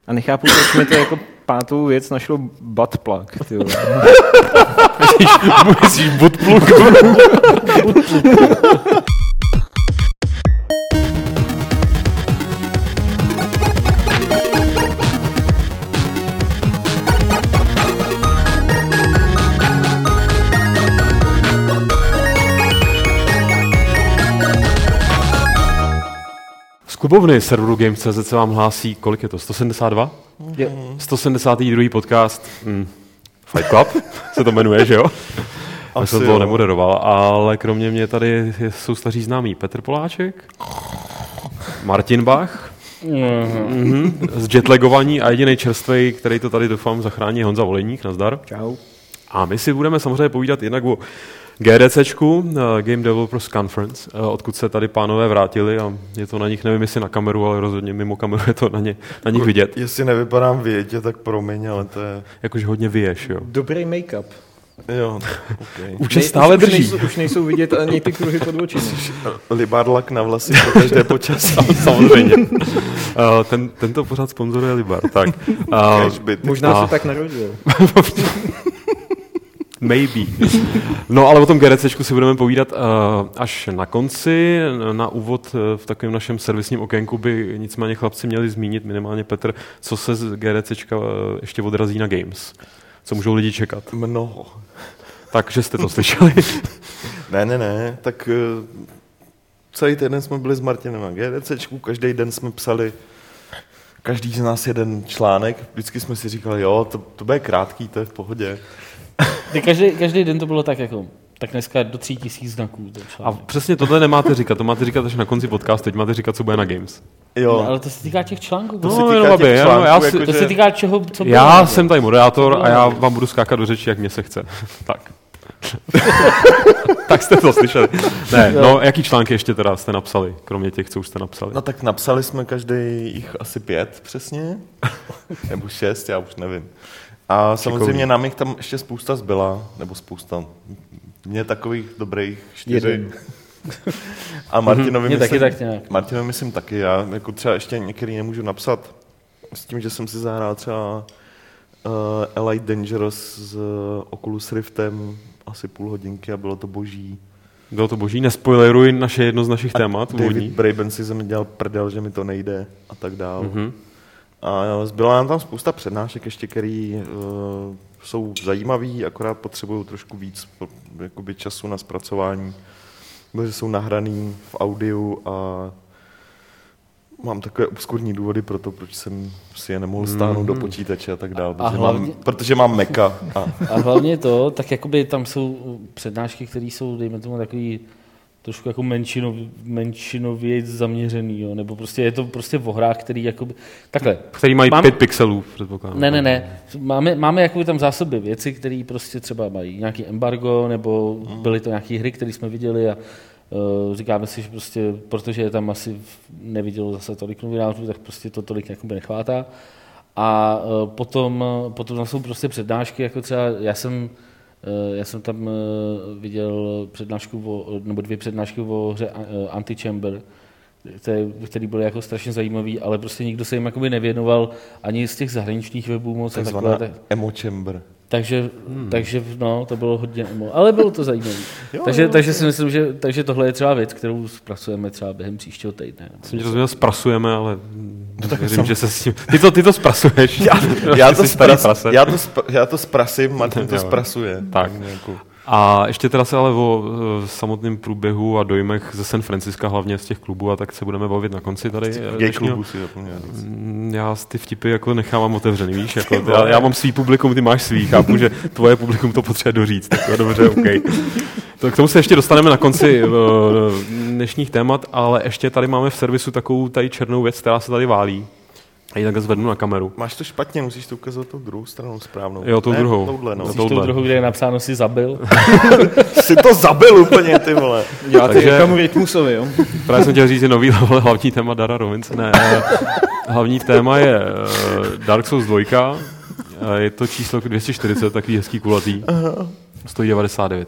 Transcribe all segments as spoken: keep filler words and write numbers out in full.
A nechápu, proč mi to jako pátou věc našlo butt plug, ty vole. Myslíš butt plug? Z klubovny serveru Games tečka cé zet se vám hlásí, kolik je to, sto sedmdesát dva? Je. sto sedmdesátý druhý podcast, hm, Fight Club se to jmenuje, že jo? Já jsem to nemoderoval, ale kromě mě tady jsou staří známí Petr Poláček, Martin Bach, mm-hmm, z jetlagovaní a jedinej čerstvej, který to tady doufám zachrání, Honza Voleník, nazdar. Čau. A my si budeme samozřejmě povídat jednak o GDCčku, Game Developers Conference, odkud se tady pánové vrátili a je to na nich, nevím jestli na kameru, ale rozhodně mimo kameru je to na, ně, na nich vidět. Jestli nevypadám větě, tak promiň, ale to je... Jakože hodně vyješ, jo. Dobrý make-up. Jo, okay. Účet stále drží. Už nejsou, už nejsou vidět ani ty kruhy pod očima. Libarlak na vlasy pro každé počasí. Samozřejmě. uh, ten, tento pořád sponzoruje Libar. Tak. Uh, Možná a... se tak narodil. Maybe. No ale o tom GDCčku si budeme povídat uh, až na konci. Na úvod uh, v takovém našem servisním okénku by nicméně chlapci měli zmínit, minimálně Petr, co se z GDCčka uh, ještě odrazí na Games. Co můžou lidi čekat? Mnoho. Takže jste to slyšeli? ne, ne, ne. Tak uh, celý týden jsme byli s Martinem na GDCčku, každý den jsme psali každý z nás jeden článek. Vždycky jsme si říkali, jo, to, to bude krátký, to je v pohodě. Každý, každý den to bylo tak jako, tak dneska do tří tisíc znaků. A přesně tohle nemáte říkat, to máte říkat až na konci podcastu, teď máte říkat, co bude na Games. Jo. No, ale to se týká těch článků. To, To, no, se, jenom aby, článků, já si, jako to že... se týká čeho, co bylo. Já jsem tady moderátor a já vám budu skákat do řeči, jak mě se chce. Tak. Tak jste to slyšeli. Ne, no, jaký články ještě teda jste napsali, kromě těch, co už jste napsali? No tak napsali jsme každý jich asi pět přesně, nebo šest, já už nevím. A samozřejmě nám jich tam ještě spousta zbyla, nebo spousta, mě takových dobrých čtyři. A Martinovi Mě myslím, taky tak nějak. Martinovi myslím taky, já jako třeba ještě některý nemůžu napsat s tím, že jsem si zahrál třeba uh, Elite Dangerous s uh, Oculus Riftem asi půl hodinky a bylo to boží. Bylo to boží, nespoileruj naše jedno z našich a témat. David úvodní. Braben si ze mě dělal prdel, že mi to nejde a tak dál. Mm-hmm. A zbyla nám tam spousta přednášek ještě, které uh, jsou zajímavý, akorát potřebují trošku víc jakoby času na zpracování, protože jsou nahraný v audiu a mám takové obskurní důvody pro to, proč jsem si je nemohl stáhnout mm. do počítače a tak dále, protože, hlavně... mám, protože mám Maca. A... a hlavně to, tak jakoby tam jsou přednášky, které jsou, dejme tomu, takový trošku jako menšinov, menšinově zaměřený, jo? Nebo prostě je to prostě v hrách, který jakoby... Takhle. Který mají mám... pět pixelů, předpokládám. Ne, ne, ne. Máme, máme jakoby tam zásoby věci, které prostě třeba mají nějaký embargo, nebo byly to nějaké hry, které jsme viděli a uh, říkáme si, že prostě, protože je tam asi nevidělo zase tolik novinářů, tak prostě to tolik jakoby nechvátá. A uh, potom, potom tam jsou prostě přednášky, jako třeba já jsem Já jsem tam viděl přednášku o, nebo dvě přednášky o hře Antichamber, které byly jako strašně zajímavý, ale prostě nikdo se jim jakoby nevěnoval ani z těch zahraničních webů moc. Takzvaná tak, Emo Chamber. Takže, hmm. takže no, to bylo hodně emo, ale bylo to zajímavé. takže, jo, takže si myslím, že takže tohle je třeba věc, kterou zpracujeme třeba během příštího týdne. Jsem tě rozuměl, zpracujeme, ale no, tak věřím, jsem... že se s tím... Ty to, ty to zpracuješ. Já, já, to, spras, já, to, spra, já to zprasím, Martin to zpracuje. Tak. A ještě teda se ale o uh, samotném průběhu a dojmech ze San Francisca, hlavně z těch klubů, a tak se budeme bavit na konci tady. Gay klubů si zapomněl. Já ty vtipy jako nechávám otevřený, víš? Jako, já, já mám svý publikum, ty máš svý, chápu, že tvoje publikum to potřebuje doříct. Tak jo, dobře, OK. To, k tomu se ještě dostaneme na konci uh, dnešních témat, ale ještě tady máme v servisu takovou tady černou věc, která se tady válí. A ji takhle zvednu na kameru. Máš to špatně, musíš to ukazovat tou druhou stranou správnou. Jo, tou ne, druhou. Touhle, no. Musíš tou druhou, kde je napsáno si zabil. Jsi to zabil úplně, ty vole. Děláte Takže... Kamu Rytmusovi, jo? Právě jsem chtěl říct, že nový level, hlavní téma Dara Rovince. Ne, hlavní téma je Dark Souls dva. Je to číslo dvě stě čtyřicet, takový hezký kulatý. Stojí devadesát devět.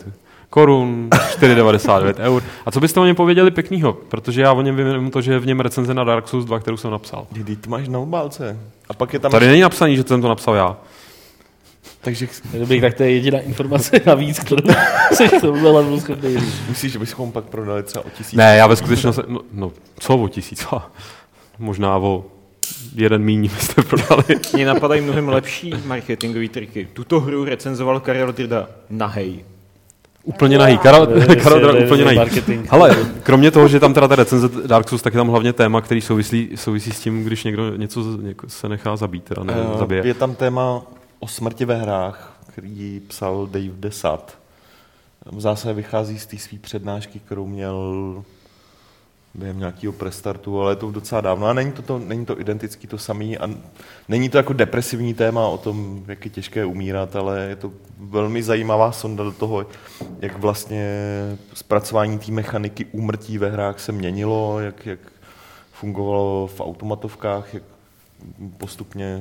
korun, čtyři devadesát devět eur. A co byste o něm pověděli pěknýho? Protože já o něm vím to, že je v něm recenze na Dark Souls dva, kterou jsem napsal. Kdy ty máš na obálce. A pak je tam... Tady není napsaný, že jsem to napsal já. Takže Dobrý, tak to je jediná informace navíc, kterou jsi k tomu levelu schopný říct. myslíš, že bychom pak prodali třeba o tisíc? Ne, já ve skutečnosti, no, no co o tisíc? Možná o jeden míň byste prodali. Mně napadají mnohem lepší marketingové triky. Tuto hru recenzoval Karel Drda nahej. Úplně nahý. Karel, Karel Drda úplně nahý. Marketing. Hele, kromě toho, že tam teda ta recenze Dark Souls, tak je tam hlavně téma, který souvisí, souvisí s tím, když někdo něco něko se nechá zabít, teda ne, Uh, zabije. je tam téma o smrti ve hrách, který psal Dave Desat. V zásadě vychází z té své přednášky, kterou měl během nějakého prestartu, ale je to docela dávno. A není to, to, není to identický to samý a není to jako depresivní téma o tom, jak je těžké umírat, ale je to velmi zajímavá sonda do toho, jak vlastně zpracování té mechaniky úmrtí ve hrách se měnilo, jak, jak fungovalo v automatovkách, jak postupně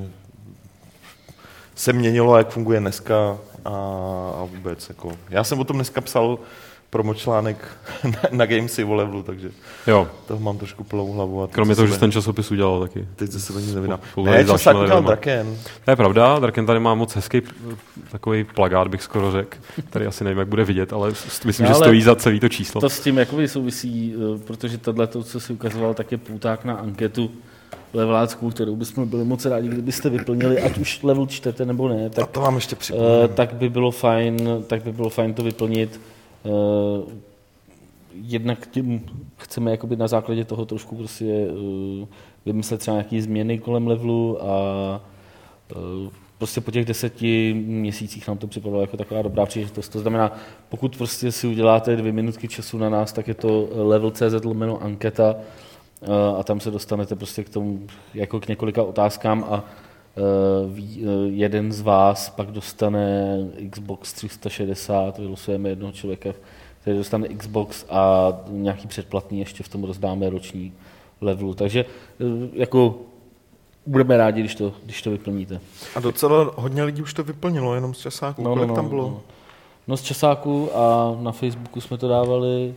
se měnilo, jak funguje dneska a, a vůbec. Jako. Já jsem o tom dneska psal promočlánek na, na Gamesy o levelu, takže Jo. toho mám trošku plnou hlavu. A Kromě toho, že jsi ten časopis udělal taky. teď ze sebe nic nevydám. Spolu Ne, s dalšíma časák udělal lidma. Draken. To je pravda, Draken tady má moc hezký takový plagát, bych skoro řekl. Tady asi nevím, jak bude vidět, ale myslím, No, že ale stojí za celý to číslo. To s tím jakoby souvisí, eh, protože tohle, co si ukazoval, tak je půták na anketu leveláckou, kterou bychom byli moc rádi, kdybyste vyplnili, ať už level čtete nebo ne, A tak, to vám ještě eh, připomínám. tak by bylo fajn, tak by bylo fajn to vyplnit. Eh, Jednak tím chceme jakoby na základě toho trošku prostě eh, vymyslet třeba nějaké změny kolem levelu a eh, prostě po těch deseti měsících nám to připadalo jako taková dobrá příležitost. To znamená, pokud prostě si uděláte dvě minutky času na nás, tak je to level tečka cz lomeno anketa eh, a tam se dostanete prostě k tomu jako k několika otázkám a eh, ví- eh, jeden z vás pak dostane Xbox tři sta šedesát, vylosujeme jednoho člověka, který dostane Xbox a nějaký předplatný ještě v tom rozdáme roční levelu. Takže eh, jako budeme rádi, když to, když to vyplníte. A docela hodně lidí už to vyplnilo, jenom z časáku. No, no, Kolik no, tam bylo? no. No z časáku a na Facebooku jsme to dávali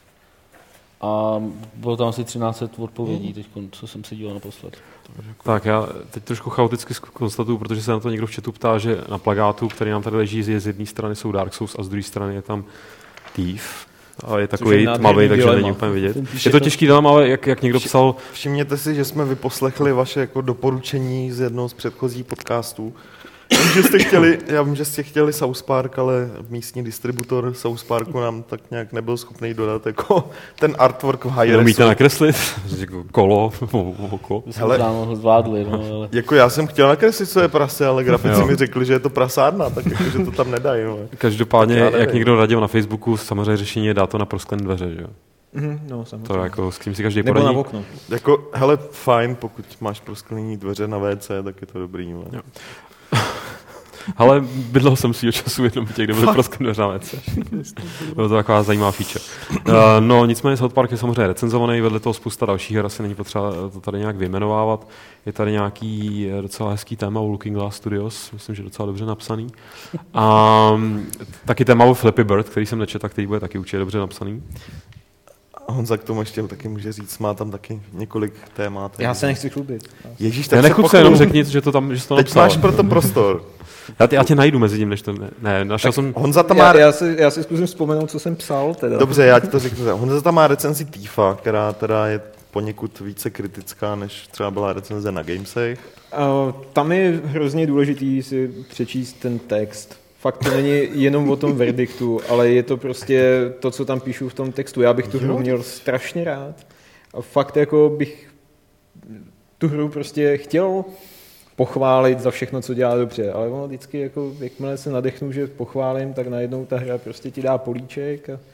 a bylo tam asi třináct set odpovědí, teď, co jsem si díval naposled. Tak já teď trošku chaoticky konstatuju, protože se na to někdo v chatu ptá, že na plagátu, který nám tady leží, je z jedné strany jsou Dark Souls a z druhé strany je tam Thief. A je takový nádherný tmavý, takže dilema. není úplně vidět. Ten píše Je to to- těžký dilema, ale jak, jak někdo psal, Všimněte si, že jsme vyposlechli vaše jako doporučení z jednoho z předchozích podcastů. Já vím, že jste chtěli, já vím, že jste chtěli South Park, ale místní distributor South Parku nám tak nějak nebyl schopný dodat jako ten artwork v high umíte resu. nakreslit, jako kolo, oko. To jsme Hele. možná mohl zvládli, no, ale Jako já jsem chtěl nakreslit, co je prase, ale grafici Jo. mi řekli, že je to prasárna, tak jako, že to tam nedají. No. Každopádně, Tak já nevím. jak někdo radil na Facebooku, samozřejmě řešení je dát to na prosklené dveře, že jo? Mhm, no, To samozřejmě. jako, s kým si každý Nebo na poradí. okno. Jako, hele, fajn, pokud máš prosklený dveře na vé cé, tak je to dobrý. No. Jo. Ale bydlel jsem svýho času v jednom bytě, kde byly prosklené dveře na vé cé. Bylo to taková zajímavá feature. Uh, no, nicméně South Park je samozřejmě recenzovaný, vedle toho spousta dalších her, asi není potřeba to tady nějak vyjmenovávat. Je tady nějaký docela hezký téma o Looking Glass Studios, myslím, že docela dobře napsaný. A um, taky téma o Flappy Bird, který jsem nečetl, který bude taky určitě dobře napsaný. A Honza k tomu ještě taky může říct, má tam taky několik témat. Já se nechci chlubit. Ježíš, Já tak se nechuť se jenom pochlup. řekni, že to tam, že jsi to Teď napsal. máš pro to prostor. Já, tě, já tě najdu mezi tím, než to... Ne, ne našel jsem... Honza tam má... Já, já, si, já si zkusím vzpomenout, co jsem psal teda. Dobře, já ti to řeknu. Honza tam má recenzi Thiefa, která teda je poněkud více kritická, než třeba byla recenze na Gamesech. Uh, tam je hrozně důležitý si přečíst ten text. Fakt to není jenom o tom verdiktu, ale je to prostě to, co tam píšu v tom textu. Já bych tu hru měl strašně rád. A fakt jako bych tu hru prostě chtěl pochválit za všechno, co dělá dobře. Ale ono vždycky, jako, jakmile se nadechnu, že pochválím, tak najednou ta hra prostě ti dá políček. A...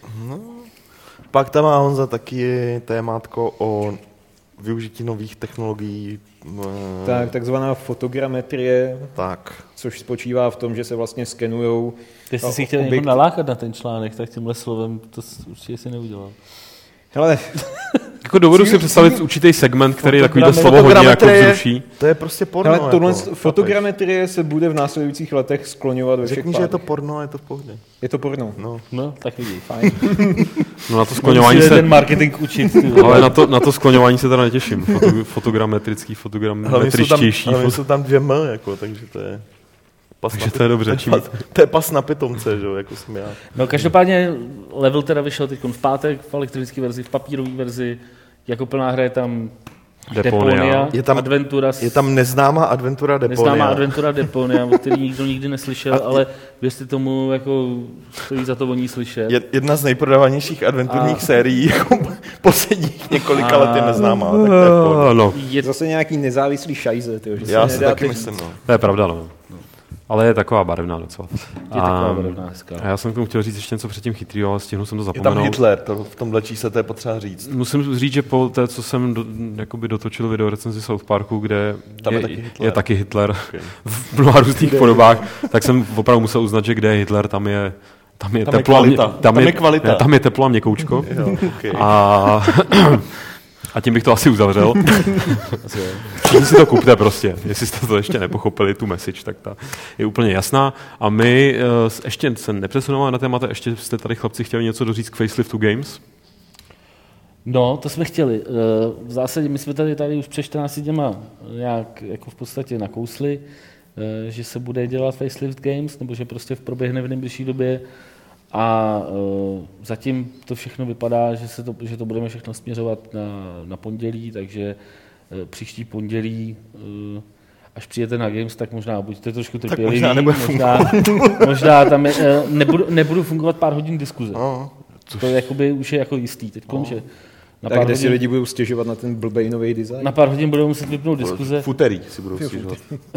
Pak tam má Honza taky témátko o využití nových technologií. eh, Tak, takzvaná fotogrametrie, tak. což spočívá v tom, že se vlastně skenujou. ty jsi No, si chtěl objekt- někoho nalákat na ten článek, tak tímhle slovem to s- určitě si neudělal. Hele, Jako dovedu si představit určitý segment, který takovýhle slovo hodně jako vzruší. To je prostě porno. Ale tohle jako, fotogrametrie se bude v následujících letech skloňovat ve všech Řekni, pádech. že je to porno a je to v pohodě. Je to porno. No, no tak vidí, fajn. No na to skloňování se... ten marketing učit. Ale na to, na to skloňování se teda netěším. Foto, fotogrametrický, fotogrametričtější. Ale jsou tam dvě M, jako, takže to je... Pas takže to je dobře. Čím... To je pas na pitomce, že jo, jako jsem já. No každopádně Level teda vyšel teď v pátek, v elektronické verzi, v papírové verzi, jako plná hra je tam Deponia, Deponia je tam, Adventura. Je tam neznámá Adventura Deponia. Neznámá Adventura Deponia, o který nikdo nikdy neslyšel, a ale věřte tomu, jako stojí za to o ní slyšet. Je, jedna z nejprodávanějších adventurních a... sérií, jako posledních několika a... let je neznámá. Tak to je, no. je zase nějaký nezávislý šajze. Tyjo, že já si taky myslím. No. To je pravda, no. Ale je taková barevná docela. Je taková barevná, hezká. A já jsem k tomu chtěl říct ještě něco předtím chytrýho, ale stihnul jsem to zapomenout. Je tam Hitler, to v tomhle čísle to je potřeba říct. Musím říct, že po té, co jsem do, jakoby dotočil video recenzi South Parku, kde tam je, je, taky Hitler. je taky Hitler okay. v mnoha různých podobách, tak jsem opravdu musel uznat, že kde je Hitler, tam je tam je tam teplo, je kvalita. A, mě, tam, tam, je, je kvalita. Ne, tam je teplo a měkoučko. jo, okay. A A tím bych to asi uzavřel. Všichni si to kupte prostě. Jestli jste to ještě nepochopili, tu message, tak ta je úplně jasná. A my uh, ještě se nepřesuneme na témata, ještě jste tady chlapci chtěli něco doříct k Faceliftu Games? No, to jsme chtěli. V zásadě my jsme tady, tady už před čtrnácti dněma nějak jako v podstatě nakousli, že se bude dělat Facelift Games, nebo že prostě proběhne v nejbližší době. A uh, zatím to všechno vypadá, že, se to, že to budeme všechno směřovat na, na pondělí, takže uh, příští pondělí, uh, až přijete na Games, tak možná buďte trošku trpěliví. Tak možná, možná, možná tam je, uh, nebudu, nebudu fungovat pár hodin diskuze. No, to jakoby už je jako jistý teď, no. Že na tak pár kde hodin, si lidi budou stěžovat na ten blbej nový design? Na pár hodin budou muset vypnout diskuze. V úterý si budou stěžovat.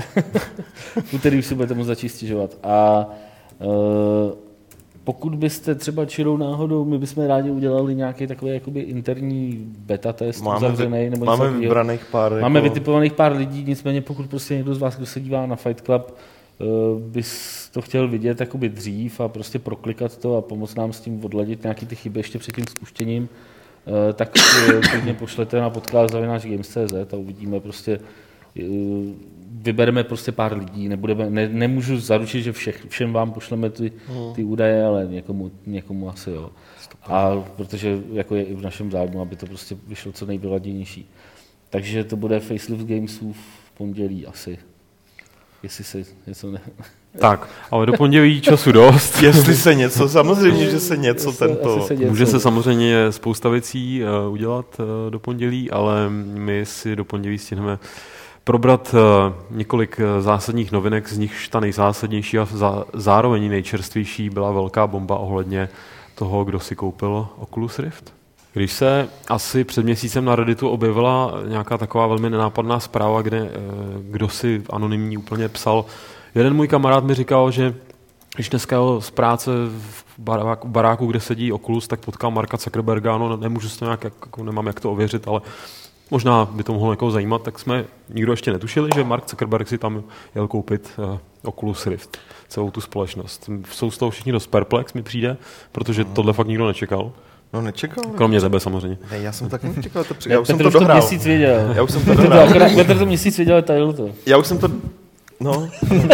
V úterý už si budete moct začít stěžovat. A uh, pokud byste třeba čirou náhodou, my bychom rádi udělali nějaký takový jakoby interní beta test máme, uzavřený. Nebo máme vybraných pár. Máme jako... vytipovaných pár lidí, nicméně pokud prostě někdo z vás, kdo se dívá na Fight Club, uh, bys to chtěl vidět jakoby dřív a prostě proklikat to a pomoct nám s tím odladit nějaký ty chyby ještě před tím spuštěním, uh, tak klidně pošlete na podcast zavináč games tečka cé zet a uvidíme prostě, uh, vybereme prostě pár lidí, nebudeme, ne, nemůžu zaručit, že všech, všem vám pošleme ty, ty údaje, ale někomu, někomu asi jo. A protože jako je i v našem zájmu, aby to prostě vyšlo co nejvyladěnější. Takže to bude Facelift Gamesů v pondělí asi. Jestli se něco ne... Tak, ale do pondělí času dost. Jestli se něco, samozřejmě, že se něco Jestli, tento... se něco. Může se samozřejmě spousta věcí uh, udělat uh, do pondělí, ale my si do pondělí stihneme probrat uh, několik uh, zásadních novinek, z nichž ta nejzásadnější a za, zároveň nejčerstvější byla velká bomba ohledně toho, kdo si koupil Oculus Rift. Když se asi před měsícem na Redditu objevila nějaká taková velmi nenápadná zpráva, kde uh, kdo si anonymní úplně psal, jeden můj kamarád mi říkal, že když dneska jel z práce v baráku, baráku, kde sedí Oculus, tak potkal Marka Zuckerberga, no nemůžu si to nějak, jako, nemám jak to ověřit, ale možná by to mohlo někoho zajímat, tak jsme nikdo ještě netušili, že Mark Zuckerberg si tam jel koupit uh, Oculus Rift, celou tu společnost. Jsou z toho všichni dost perplex, mi přijde, protože hmm. tohle fakt nikdo nečekal. No nečekal. Kromě tebe samozřejmě. Ne, já jsem tak nečekal, to při... já Já už jsem to Petr dohrál. to měsíc věděl. Já už jsem to dohrál. Petr to měsíc věděl, tajil to. Já už jsem to... No.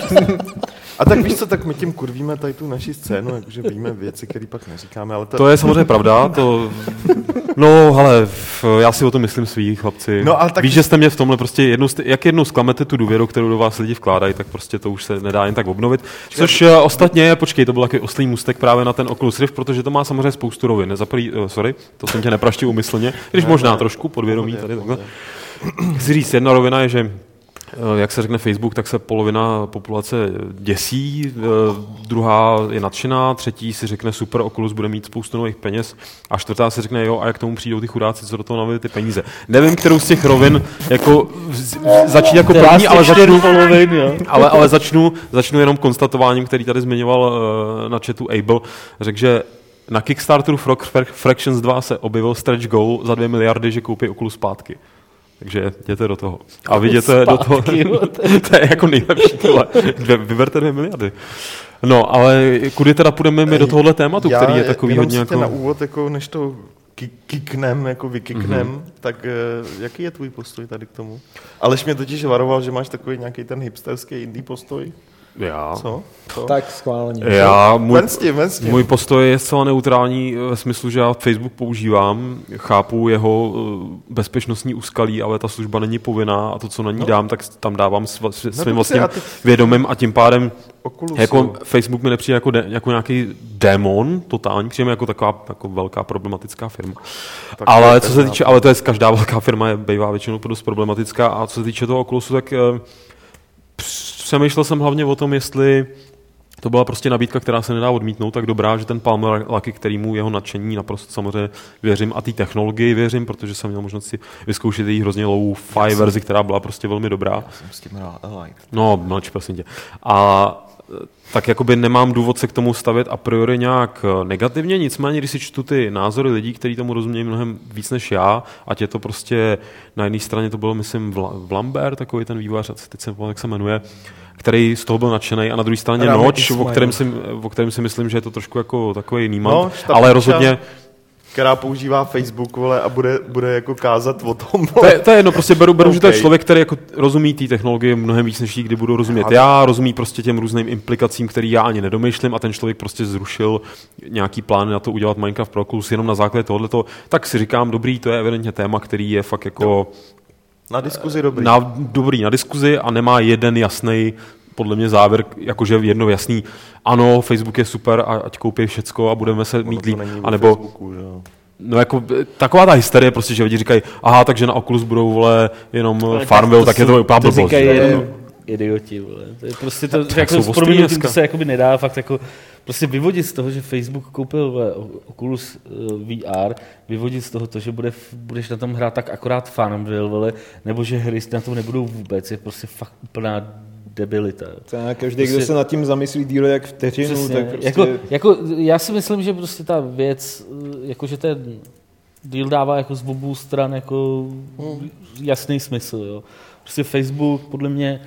A tak víš co, tak my tím kurvíme tady tu naši scénu, jakože víme věci, které pak neříkáme, ale to... To je samozřejmě pravda, to... No, ale já si o tom myslím svý chlapci. No, ale tak... Víš, že jste mě v tomhle prostě jednou, jak jednou zklamete tu důvěru, kterou do vás lidi vkládají, tak prostě to už se nedá jen tak obnovit. Což uh, ostatně, počkej, to byl takový oslý můstek právě na ten Oculus Rift, protože to má samozřejmě spoustu rovin. Nezaprý, uh, sorry, to jsem tě nepraštil úmyslně, když ne, možná ne. trošku podvědomí tady takhle. Chci říct, jedna rovina je, že jak se řekne Facebook, tak se polovina populace děsí, druhá je nadšená, třetí si řekne super, Oculus bude mít spoustu nových peněz a čtvrtá si řekne jo, a jak k tomu přijdou ty chudáci, co do toho navili ty peníze. Nevím, kterou z těch rovin jako začít jako první, ale začnu, polovin, jo. ale, ale začnu, začnu jenom konstatováním, který tady zmiňoval na chatu Abel, řekl, že na Kickstarteru Fractions dva se objevil stretch goal za dvě miliardy, že koupí Oculus zpátky. Takže jděte do toho. A viděte do toho. To je jako nejlepší tohle. Vyberte dvě miliardy. No, ale kudy teda půjdeme my do tohohle tématu, já, který je takový hodně jako... jako... na úvod, jako než to kiknem, jako vykiknem, mm-hmm. tak jaký je tvůj postoj tady k tomu? Aleš mě totiž varoval, že máš takový nějaký ten hipsterský indie postoj. Já? Co? Co? Tak schválně. Já, můj, ven s tím, ven s tím. můj postoj je zcela neutrální ve smyslu, že já Facebook používám, chápu jeho bezpečnostní úskalí, ale ta služba není povinná a to, co na ní no. dám, tak tam dávám sv, svým no, vlastním ty... vědomím a tím pádem Oculus, jako jo. Facebook mi nepřijde jako, de, jako nějaký démon totální, přijde jako taková jako velká problematická firma. Tak ale co se týče, ale to je každá velká firma, je bývá většinou dost problematická a co se týče toho Oculusu, tak přemýšlel jsem hlavně o tom, jestli to byla prostě nabídka, která se nedá odmítnout, tak dobrá, že ten Palmer Luckey, kterýmu jeho nadšení naprosto samozřejmě věřím a té technologii věřím, protože jsem měl možnost si vyzkoušet její hrozně low-fi verzi, která byla prostě velmi dobrá. Já jsem s tím hrál Elite. No, mlč, prosím tě. A tak jakoby nemám důvod se k tomu stavět a priori nějak negativně, nicméně, když si čtu ty názory lidí, kteří tomu rozumějí mnohem víc než já, ať je to prostě na jedné straně to bylo, myslím, Vlambert, takový ten vývojář, teď jsem jak se jmenuje, který z toho byl nadšený a na druhé straně Noč, o kterém, si, o kterém si myslím, že je to trošku jako takový nímant, no, ale rozhodně která používá Facebook, vole, a bude, bude jako kázat o tom. To je, to je jedno, prostě beru, beru okay. Že to je člověk, který jako rozumí té technologie mnohem víc, než jí kdy budu rozumět já, já rozumí prostě těm různým implikacím, který já ani nedomýšlím a ten člověk prostě zrušil nějaký plán na to udělat Minecraft pro Oculus jenom na základě tohoto. Tak si říkám, dobrý, to je evidentně téma, který je fakt jako no. Na diskuzi dobrý. Na, dobrý na diskuzi a nemá jeden jasný podle mě závěr, jakože jedno jasný, ano, Facebook je super a ať koupí všecko a budeme se mít líp, anebo Facebooku, že? No jako taková ta hysterie prostě, že lidi říkají, aha, takže na Oculus budou, vole, jenom ale Farmville, tak, tak je to úplná blbost. To říkají jenom idioti, vole. To je prostě to, tak jako s proměnutím to se jakoby nedá fakt jako prostě vyvodit z toho, že Facebook koupil vole, Oculus V R, vyvodit z toho to, že bude, budeš na tom hrát tak akorát Farmville, vole, nebo že hry na tom nebudou vůbec, je prostě fakt úplná debilita. Tak každý, prostě, kdo se nad tím zamyslí díle jak vteřinu, přesně, tak prostě... Jako, jako, já si myslím, že prostě ta věc, jakože ten díl dává jako z obou stran jako hmm. jasný smysl. Jo. Prostě Facebook podle mě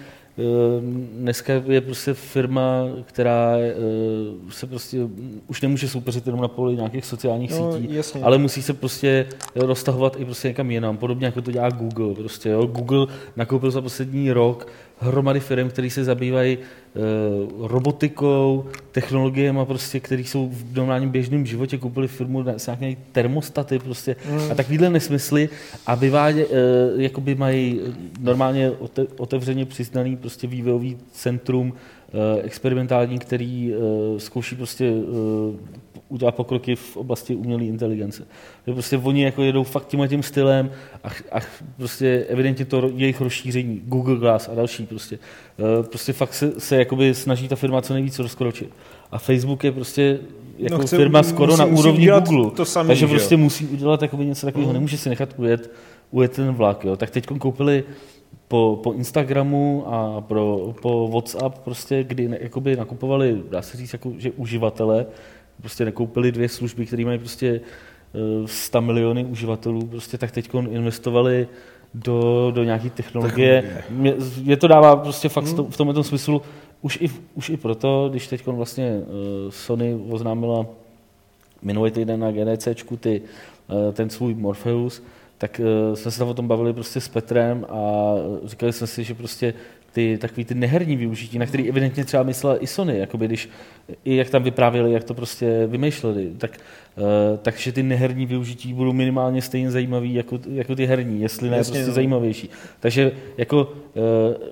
dneska je prostě firma, která se prostě už nemůže soupeřit jenom na poli nějakých sociálních no, sítí, jasně. ale musí se prostě roztahovat i prostě někam jinam. Podobně jako to dělá Google. Prostě, jo. Google nakoupil za poslední rok hromady firm, které se zabývají uh, robotikou, technologiemi, prostě, které jsou v normálním běžném životě. Koupili firmu s nějakými termostaty prostě, mm. a takovýhle nesmysly a vyvádě, uh, jakoby mají normálně ote, otevřeně přiznaný prostě vývojový centrum uh, experimentální, který uh, zkouší prostě uh, udělat pokroky v oblasti umělé inteligence. Že prostě oni jako jedou fakt tímhle tím stylem a, a prostě evidentně to jejich rozšíření, Google Glass a další prostě, prostě fakt se, se jakoby snaží ta firma co nejvíc rozkročit. A Facebook je prostě jako no, chce, firma skoro na úrovni Google, to samý, takže prostě musí udělat jakoby něco takového, mm. nemůže si nechat ujet, ujet ten vlak. Jo. Tak teď koupili po, po Instagramu a pro, po WhatsApp, prostě, kdy ne, jakoby nakupovali, dá se říct, jako, že uživatele, prostě nekoupili dvě služby, které mají prostě sto miliony uživatelů, prostě tak teď investovali do, do nějaké technologie. Mě, mě to dává prostě fakt hmm. v tomhle smyslu, už i, už i proto, když teď vlastně Sony oznámila minulý týden na GDCčku ty, ten svůj Morpheus, tak jsme se tam o tom bavili prostě s Petrem a říkali jsme si, že prostě ty takový ty neherní využití, na který evidentně třeba myslela i Sony, jakoby když, i jak tam vyprávěli, jak to prostě vymýšleli, tak, uh, takže ty neherní využití budou minimálně stejně zajímavý jako, jako ty herní, jestli ne prostě no. zajímavější. Takže jako uh,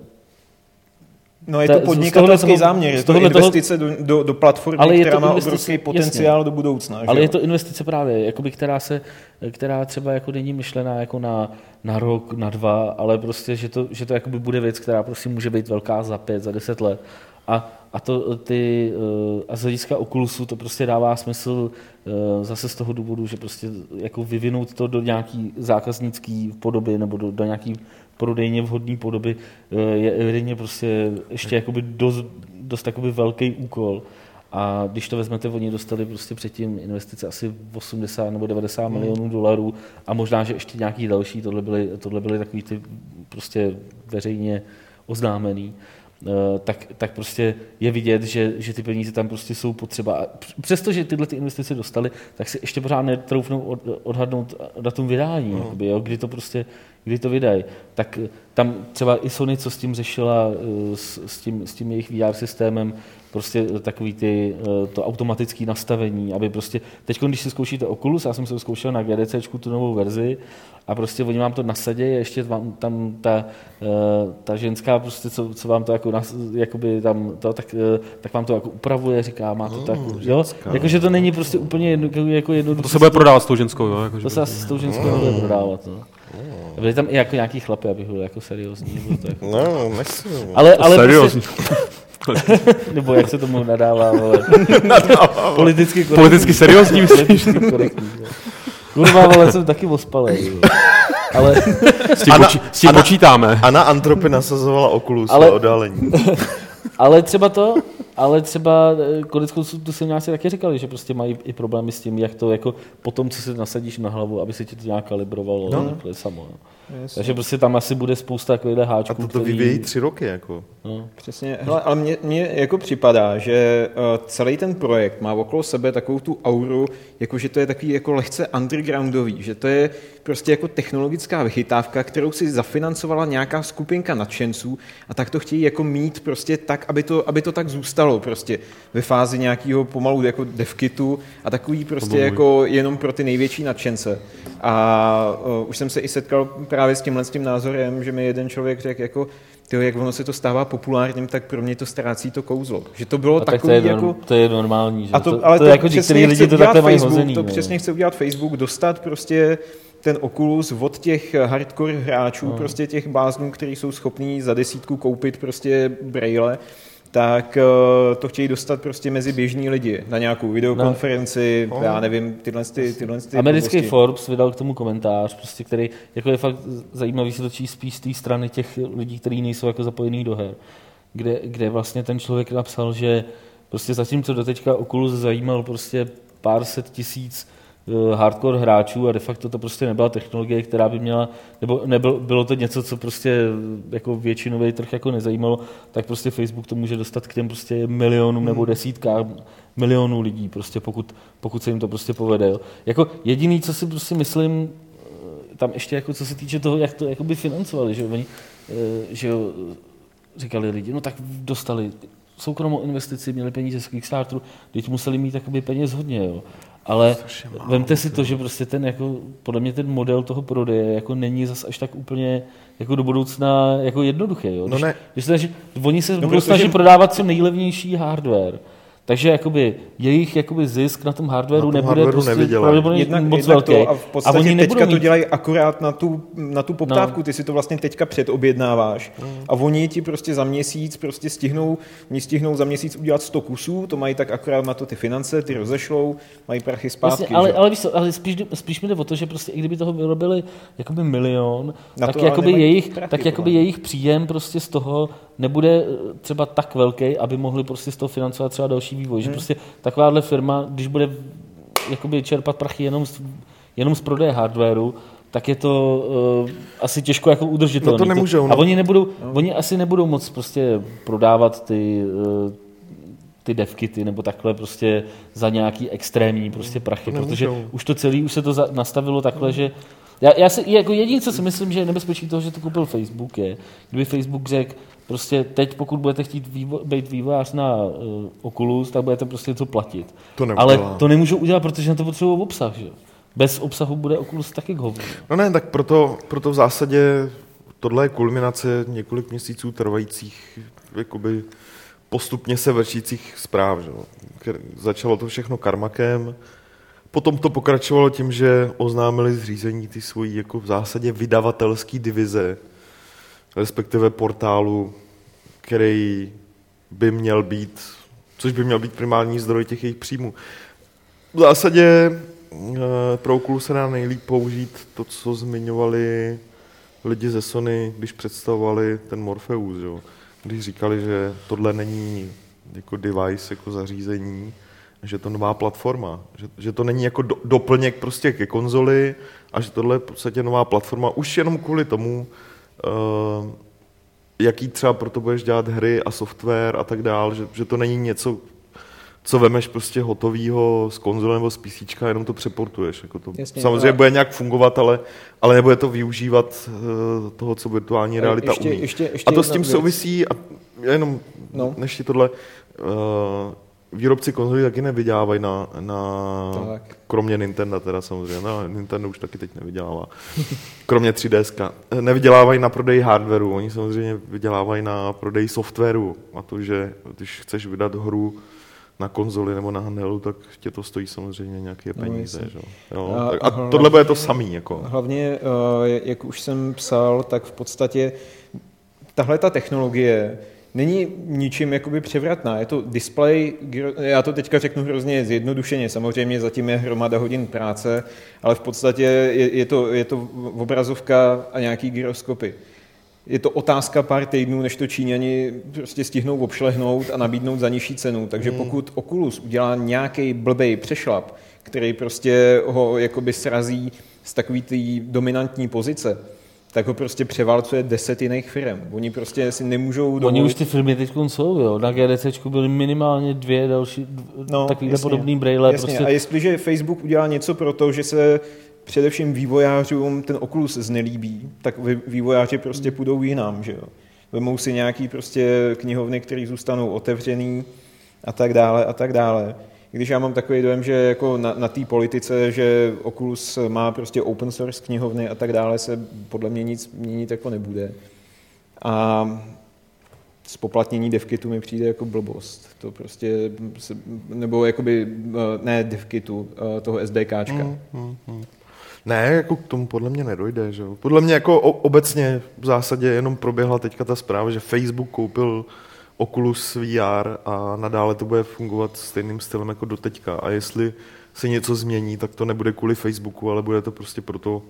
no je to podnikatelský záměr, je to investice toho, do, do, do platformy, která má obrovský potenciál jasně, do budoucna. Ale že? Je to investice právě, jakoby, která, se, která třeba jako není myšlená jako na, na rok, na dva, ale prostě, že to, že to jakoby bude věc, která prostě může být velká za pět, za deset let. A, a, to, ty, a z hlediska Oculusu to prostě dává smysl zase z toho důvodu, že prostě jako vyvinout to do nějaký zákaznický podoby nebo do, do nějaký prodejně vhodné podoby je evidentně prostě ještě jakoby dost, dost jakoby velký úkol. A když to vezmete, oni dostali prostě předtím investice asi osmdesát nebo devadesát hmm. milionů dolarů a možná, že ještě nějaký další, tohle byly, tohle byly takový ty prostě veřejně oznámený. tak, tak prostě je vidět, že, že ty peníze tam prostě jsou potřeba. A přestože tyhle ty investice dostaly, tak si ještě pořád netroufnou od, odhadnout datum vydání, mm. jakoby, jo, kdy to prostě, kdy to vydají. Tak tam třeba i Sony, co s tím řešila, s, s, tím, s tím jejich V R systémem, prostě takový ty, to automatické nastavení, aby prostě, teď když si zkoušíte Oculus, já jsem se to zkoušel na GDCčku, tu novou verzi, a prostě oni vám to nasadí, ještě vám tam ta, ta ženská, prostě, co, co vám to jako, nas, jakoby tam, to, tak, tak vám to jako upravuje, říká, má to no, tak, jo, jakože to není prostě úplně jedno, jako jednoduché. To se bude prodávat s tou ženskou, jo? Jako, to se asi s tou ženskou no. bude prodávat, no. Byli tam i jako nějaký chlapy, abych byl jako seriózní. Bylo to jako... No, myslím. Ale, ale seriózní. Prostě... Nebo jak se tomu nadává, ale... nadává. Politicky korektní. Politicky seriózní, myslíš? Kurva, vole, jsem taky ospalej. Ale... S tím, poči- s tím Ana, počítáme. Ana Antropy nasazovala Oculus ale... na oddálení. Ale třeba to, ale třeba konec konců tu silňáci taky říkali, že prostě mají i problémy s tím, jak to jako potom, co si nasadíš na hlavu, aby se ti to nějak kalibrovalo, no. To je samo. No. Takže prostě tam asi bude spousta takovýchhle háčků. A to, to který... vyvíjí tři roky. Jako. No. Přesně, hele, ale mně, mně jako připadá, že uh, celý ten projekt má okolo sebe takovou tu auru, jako že to je takový jako lehce undergroundový, že to je prostě jako technologická vychytávka, kterou si zafinancovala nějaká skupinka nadšenců a tak to chtějí jako mít prostě tak, aby to, aby to tak zůstalo prostě ve fázi nějakého pomalu jako devkitu a takový prostě jako jenom pro ty největší nadšence. A uh, už jsem se i setkal právě s tímhle s tím názorem, že mi jeden člověk řekl jako tyjo, jak ono se to stává populárním, tak pro mě to ztrácí to kouzlo. Že to bylo takový to je, jako... To je normální, že? A to, to, ale to, to, to jako některý lidi to takhle mají hozený. To ne? přesně chce udělat Facebook, dostat prostě ten Oculus od těch hardcore hráčů, no. prostě těch bláznů, kteří jsou schopní za desítku koupit prostě braille, tak uh, to chtějí dostat prostě mezi běžní lidi na nějakou videokonferenci, no. já nevím, tyhle ty, tyhle ty Americký blbosti. Forbes vydal k tomu komentář, prostě, který jako je fakt zajímavý se točí spíš z té strany těch lidí, kteří nejsou jako zapojení do her, kde, kde vlastně ten člověk napsal, že prostě zatímco doteďka Oculus zajímal prostě pár set tisíc hardcore hráčů a de facto to prostě nebyla technologie, která by měla, nebo nebylo, bylo to něco, co prostě jako většinový trh jako nezajímalo, tak prostě Facebook to může dostat k těm prostě milionům nebo desítkám milionů lidí, prostě pokud, pokud se jim to prostě povede. Jako jediný, co si prostě myslím, tam ještě jako co se týče toho, jak to jakoby financovali, že oni, že jo, říkali lidi, no tak dostali soukromou investici, měli peníze z Kickstarteru, teď museli mít jakoby peněz hodně, jo. Ale vemte si to, že prostě ten jako, podle mě ten model toho prodeje jako není zas až tak úplně jako do budoucna jako jednoduché. Jo? Když, no ne. Když se, oni se no, budou snažit že... prodávat co nejlevnější hardware. Takže jakoby jejich jakoby zisk na tom hardwareu na tom nebude hardwareu prostě pravděpodobně jednak, moc jednak velký. To, a v podstatě a oni teďka mít... to dělají akorát na tu, na tu poptávku, no. Ty si to vlastně teďka předobjednáváš mm. a oni ti prostě za měsíc prostě stihnou, oni stihnou za měsíc udělat sto kusů, to mají tak akorát na to ty finance, ty rozešlou, mají prachy zpátky. Vlastně, ale, ale, víš co, ale spíš, spíš mi jde o to, že prostě i kdyby toho vyrobili jakoby milion, na tak, jakoby jejich, prachy, tak jakoby jejich příjem prostě z toho nebude třeba tak velký, aby mohli prostě z toho financovat třeba další vývoj. Hmm. Že prostě takováhle firma, když bude jakoby čerpat prachy jenom z, jenom z prodeje hardwareu, tak je to uh, asi těžko jako udržitelné. No to nemůžou. No. A oni nebudou, no. oni asi nebudou moc prostě prodávat ty uh, ty devkity nebo takhle prostě za nějaký extrémní prostě prachy, protože už to celé, už se to za, nastavilo takhle, no. že já, já si, jako jediné, co si myslím, že je nebezpečí toho, že to koupil Facebook, je, kdyby Facebook řekl, prostě teď, pokud budete chtít vývo, být vývojář na uh, Oculus, tak budete prostě něco platit. To ale to nemůžou udělat, protože na to potřebují obsah, že? Bez obsahu bude Oculus taky k hovnu. No ne, tak proto, proto v zásadě tohle je kulminace několik měsíců trvajících, jakoby postupně se vršících zpráv. Že? Začalo to všechno Karmakem, potom to pokračovalo tím, že oznámili zřízení ty svojí jako v zásadě vydavatelské divize, respektive portálu, který by měl být, což by měl být primární zdroj těch jejich příjmů. V zásadě pro Oculus se dá nejlíp použít to, co zmiňovali lidi ze Sony, když představovali ten Morpheus, jo? Když říkali, že tohle není jako device, jako zařízení, že to nová platforma, že, že to není jako do, doplněk prostě ke konzoli a že tohle je v podstatě nová platforma už jenom kvůli tomu, uh, jaký třeba proto budeš dělat hry a software a tak dál, že, že to není něco, co vemeš prostě hotovýho z konzole nebo z PCčka, jenom to přeportuješ. Jako to Jasně, samozřejmě ale... bude nějak fungovat, ale, ale nebude to využívat uh, toho, co virtuální realita ještě, umí. Ještě, ještě a to s tím věc. souvisí, a jenom no. než ti tohle, uh, výrobci konzolí taky nevydělávají na, na tak. kromě Nintendo teda samozřejmě, no, Nintendo už taky teď nevydělává, kromě tři D S ka, nevydělávají na prodeji hardwareu, oni samozřejmě vydělávají na prodeji softwaru a to, že když chceš vydat hru na konzoli nebo na handheldu, tak tě to stojí samozřejmě nějaké peníze. No, jo. A, a hlavně, tohle bude to samý. Jako. Hlavně, jak už jsem psal, tak v podstatě tahle ta technologie není ničím jakoby převratná. Je to display, já to teďka řeknu hrozně zjednodušeně, samozřejmě zatím je hromada hodin práce, ale v podstatě je, je, to, je to obrazovka a nějaký gyroskopy. Je to otázka pár týdnů, než to Číňani prostě stihnou obšlehnout a nabídnout za nižší cenu. Takže pokud Oculus udělá nějaký blbej přešlap, který prostě ho jakoby srazí z takový té dominantní pozice, tak ho prostě převálcuje deset jiných firm. Oni prostě si nemůžou dovolit... Oni už ty firmy teď jsou, jo. Na GDCčku byly minimálně dvě další no, takovýhle jasně, podobný brejle. Jasně. Prostě... A jestliže Facebook udělá něco pro to, že se především vývojářům ten Oculus znelíbí, tak vývojáři prostě půjdou jinam, že jo. Vemou si nějaký prostě knihovny, které zůstanou otevřený a tak dále a tak dále. Když já mám takový dojem, že jako na, na té politice, že Oculus má prostě open source knihovny a tak dále, se podle mě nic měnit jako nebude. A spoplatnění devkitu mi přijde jako blbost. To prostě, se, nebo jakoby, ne devkitu, toho SDKčka. Mm, mm, mm. Ne, jako k tomu podle mě nedojde. Že? Podle mě jako obecně v zásadě jenom proběhla teďka ta zpráva, že Facebook koupil Oculus V R a nadále to bude fungovat stejným stylem jako doteďka. A jestli se něco změní, tak to nebude kvůli Facebooku, ale bude to prostě proto,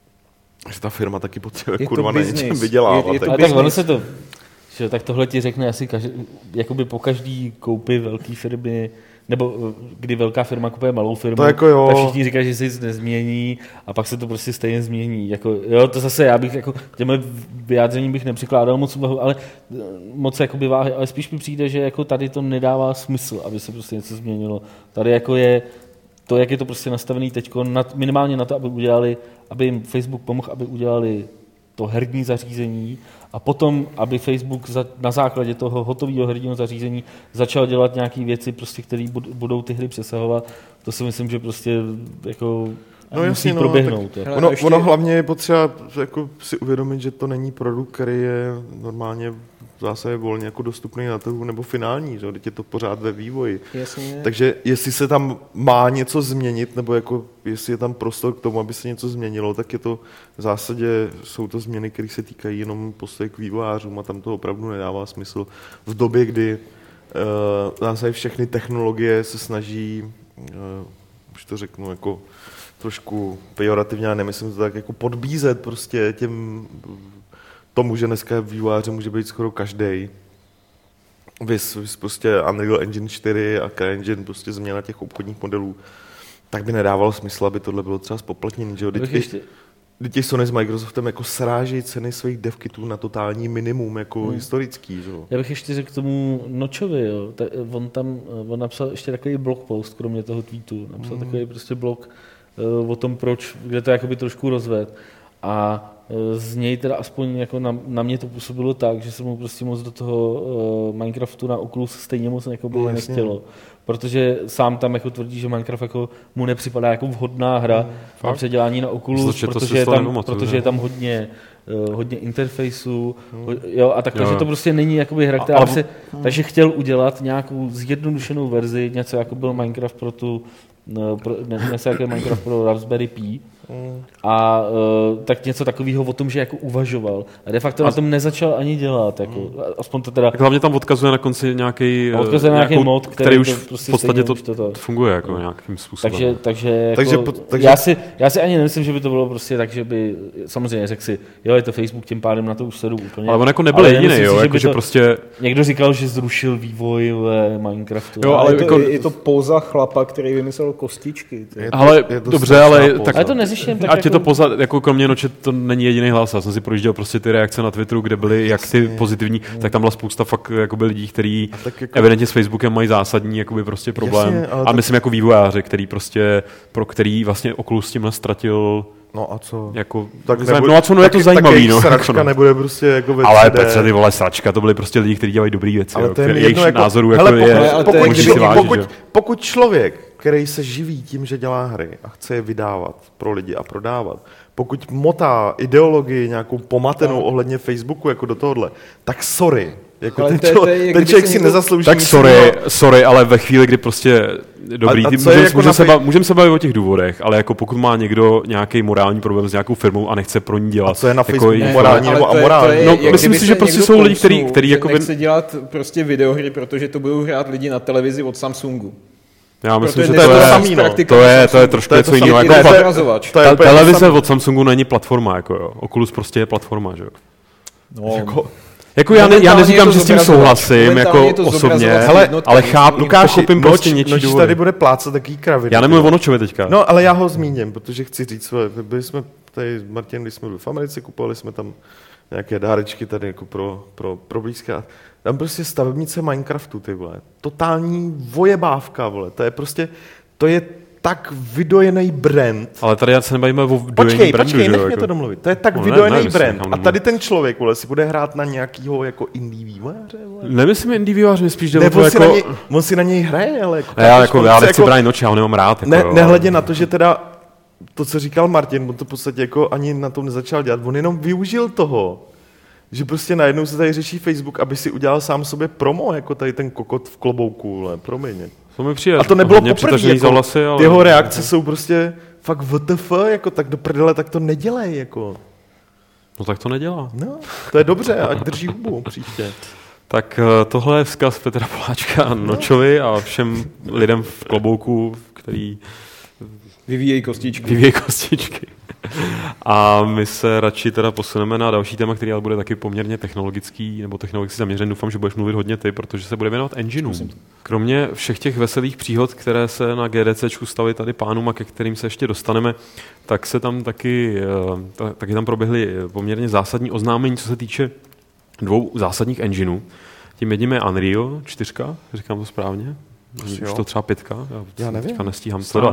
že ta firma taky potřebuje kurva na něčem vydělávat. Je, je to tak ono se to, že tak tohle ti řekne asi každý, jakoby po každý koupi velké firmy, nebo kdy velká firma kupuje malou firmu, to jako jo. Tak všichni říkají, že se nic nezmění a pak se to prostě stejně změní. Jako, jo, to zase já bych, jako, těmi vyjádření bych nepřikládal moc úvahu, ale moc jakoby váhy, ale spíš mi přijde, že jako tady to nedává smysl, aby se prostě něco změnilo. Tady jako je to, jak je to prostě nastavený teďko, minimálně na to, aby udělali, aby jim Facebook pomohl, aby udělali to herní zařízení a potom, aby Facebook za, na základě toho hotového herního zařízení začal dělat nějaké věci, prostě, které budou ty hry přesahovat. To si myslím, že prostě jako no jasně, musí proběhnout. No, ono, ještě... ono hlavně je potřeba jako si uvědomit, že to není produkt, který je normálně v zásadě volně jako dostupný na trhu nebo finální, že? Teď je to pořád ve vývoji. Jasně. Takže jestli se tam má něco změnit, nebo jako jestli je tam prostor k tomu, aby se něco změnilo, tak je to v zásadě, jsou to změny, které se týkají jenom postoje k vývojářům a tam to opravdu nedává smysl. V době, kdy uh, zase všechny technologie se snaží, uh, už to řeknu jako trošku pejorativně, ale nemyslím to tak, jako podbízet prostě těm tomu, že dneska vývojáře může být skoro každej. Vys, vys prostě Unreal Engine čtyři a CryEngine, prostě změna těch obchodních modelů, tak by nedávalo smysl, aby tohle bylo třeba spoplatněné. Teď ještě... i Sony s Microsoftem jako sráží ceny svých devkitů na totální minimum, jako hmm. historický. Že? Já bych ještě řekl k tomu Nočovi, jo. Ta, on tam on napsal ještě takový blog post, kromě toho tweetu. Napsal hmm. takový prostě blog uh, o tom, proč, kde to jakoby trošku rozved. A z něj teda aspoň jako na, na mě to působilo tak, že se mu prostě moc do toho uh, Minecraftu na Oculus stejně moc jako by no, nechtělo. Protože sám tam jako tvrdí, že Minecraft jako mu nepřipadá jako vhodná hra mm, na předělání na Oculus, Myslím, protože, je tam, nemotu, protože je tam hodně, uh, hodně interfejsů mm. jo, a takhle, že to prostě není jakoby hra, která se, mm. takže chtěl udělat nějakou zjednodušenou verzi, něco jako byl Minecraft pro tu, no, pro, ne, něco jako Minecraft pro Raspberry Pi. Mm. A uh, tak něco takového o tom, že jako uvažoval. A de facto a na tom nezačal ani dělat. Jako, mm. Aspoň to teda... Tak hlavně tam odkazuje na konci nějaký, odkazuje nějaký mod, který, který už to prostě v podstatě to, to funguje jako no. nějakým způsobem. Takže, takže, jako, takže, takže... Já, si, já si ani nemyslím, že by to bylo prostě tak, že by... Samozřejmě řekl si, jo, je to Facebook, tím pádem na to už sledu úplně. Ale on jako nebyl jediný, jo, si, jako, že, že prostě... Někdo říkal, že zrušil vývoj v Minecraftu. Jo, ale je to, jako... je to póza chlapa, který vymyslel kostičky. Ale dobře, ale... Ale to neřeší slyším. Tak ať je jako... to pozad, jako kromě noče to není jediný hlas. Já jsem si projížděl prostě ty reakce na Twitteru, kde byly jak ty pozitivní, tak tam byla spousta fakt jakoby lidí, kteří jako... evidentně s Facebookem mají zásadní jakoby prostě problém. Jasně, a tak... myslím jako vývojáři, který prostě, pro který vlastně Oculus s tímhle ztratil. No a co? Jako, tak nebude, no a co, no je to zajímavý, no. Sračka no. nebude prostě jako ve ale Petře, ty vole, sračka, to byly prostě lidi, kteří dělají dobrý věci, ale to je jedno jako, názorů hele, jako je, pokud, pokud, si vážit, pokud, pokud člověk, který se živí tím, že dělá hry a chce je vydávat pro lidi a prodávat, pokud motá ideologii nějakou pomatenou no. ohledně Facebooku jako do tohohle, tak sorry. Jako ten, člo, ten, ten člověk si někdo... nezaslouží. Tak sorry, no. sorry, ale ve chvíli, kdy prostě dobrý, můžeme jako můžem se, ba- můžem se bavit o těch důvodech, ale jako pokud má někdo nějaký morální problém s nějakou firmou a nechce pro ní dělat. A co je na jako Facebooku je, morální nebo amorální? No, myslím si, že prostě jsou lidi, kteří, kteří jako... Nechce dělat prostě videohry, protože to budou hrát lidi na televizi od Samsungu. Já myslím, protože že to je, samý, no. to je, to je trošku něco jiného. Jako televize od Samsungu není platforma, jako jo. Oculus prostě je platforma, že jo. No, jako... Jako já, ne, já neříkám, že s tím souhlasím, jako osobně, hele, ale chápu, pochopím prostě něčí důvody. Tady bude plácat taký kraviny. Já nemluvím o Nočovi teďka. No, ale já ho zmíním, protože chci říct, byli jsme tady, Martin, když jsme byli v Americe, kupovali jsme tam nějaké dárečky tady jako pro, pro, pro blízké. Tam prostě stavebnice Minecraftu, ty vole. Totální vojebávka, vole. To je prostě, to je tak vydojený brand. Ale tady já se nebavíme o vydojený počkej, brandu, počkej, že nech jo? mě to domluvit. To je tak no, vydojený ne, ne, brand. Myslím, a tady ten člověk, vole, si bude hrát na nějakýho jako indie vývojáře, vole. Nemyslím indie vývojáře, mi spíš jde o to jako... jako... Něj, on si na něj hraje, ale... Jako, ne, já, jako, já nechci jako, brát noče, já ho nemám rád. Jako, ne, jo, nehledě na to, že teda to, co říkal Martin, on to v podstatě jako ani na tom nezačal dělat. On jenom využil toho, že prostě najednou se tady řeší Facebook, aby si udělal sám sobě promo, jako tady ten kokot v klobouku, ale promiň. To mi přijde, a to nebylo poprvé, jako, hlasy, ale... jeho reakce jsou prostě fakt W T F, jako tak do prdele, tak to nedělej, jako. No tak to nedělá. No, to je dobře, ať drží hubu příště. Tak tohle je vzkaz Petra Poláčka Nočovi a všem lidem v klobouku, který vyvíjejí kostičky. Vyvíjejí kostičky. A my se radši teda posuneme na další téma, který ale bude taky poměrně technologický nebo technologicky zaměřený. Doufám, že budeš mluvit hodně ty, protože se bude věnovat engineům. Kromě všech těch veselých příhod, které se na GDCčku staví tady pánům a ke kterým se ještě dostaneme, tak se tam taky, taky tam proběhly poměrně zásadní oznámení, co se týče dvou zásadních engineů. Tím jedním je Unreal čtyři, říkám to správně? Už to třeba pětka, já, já nevím. Nestíhám to.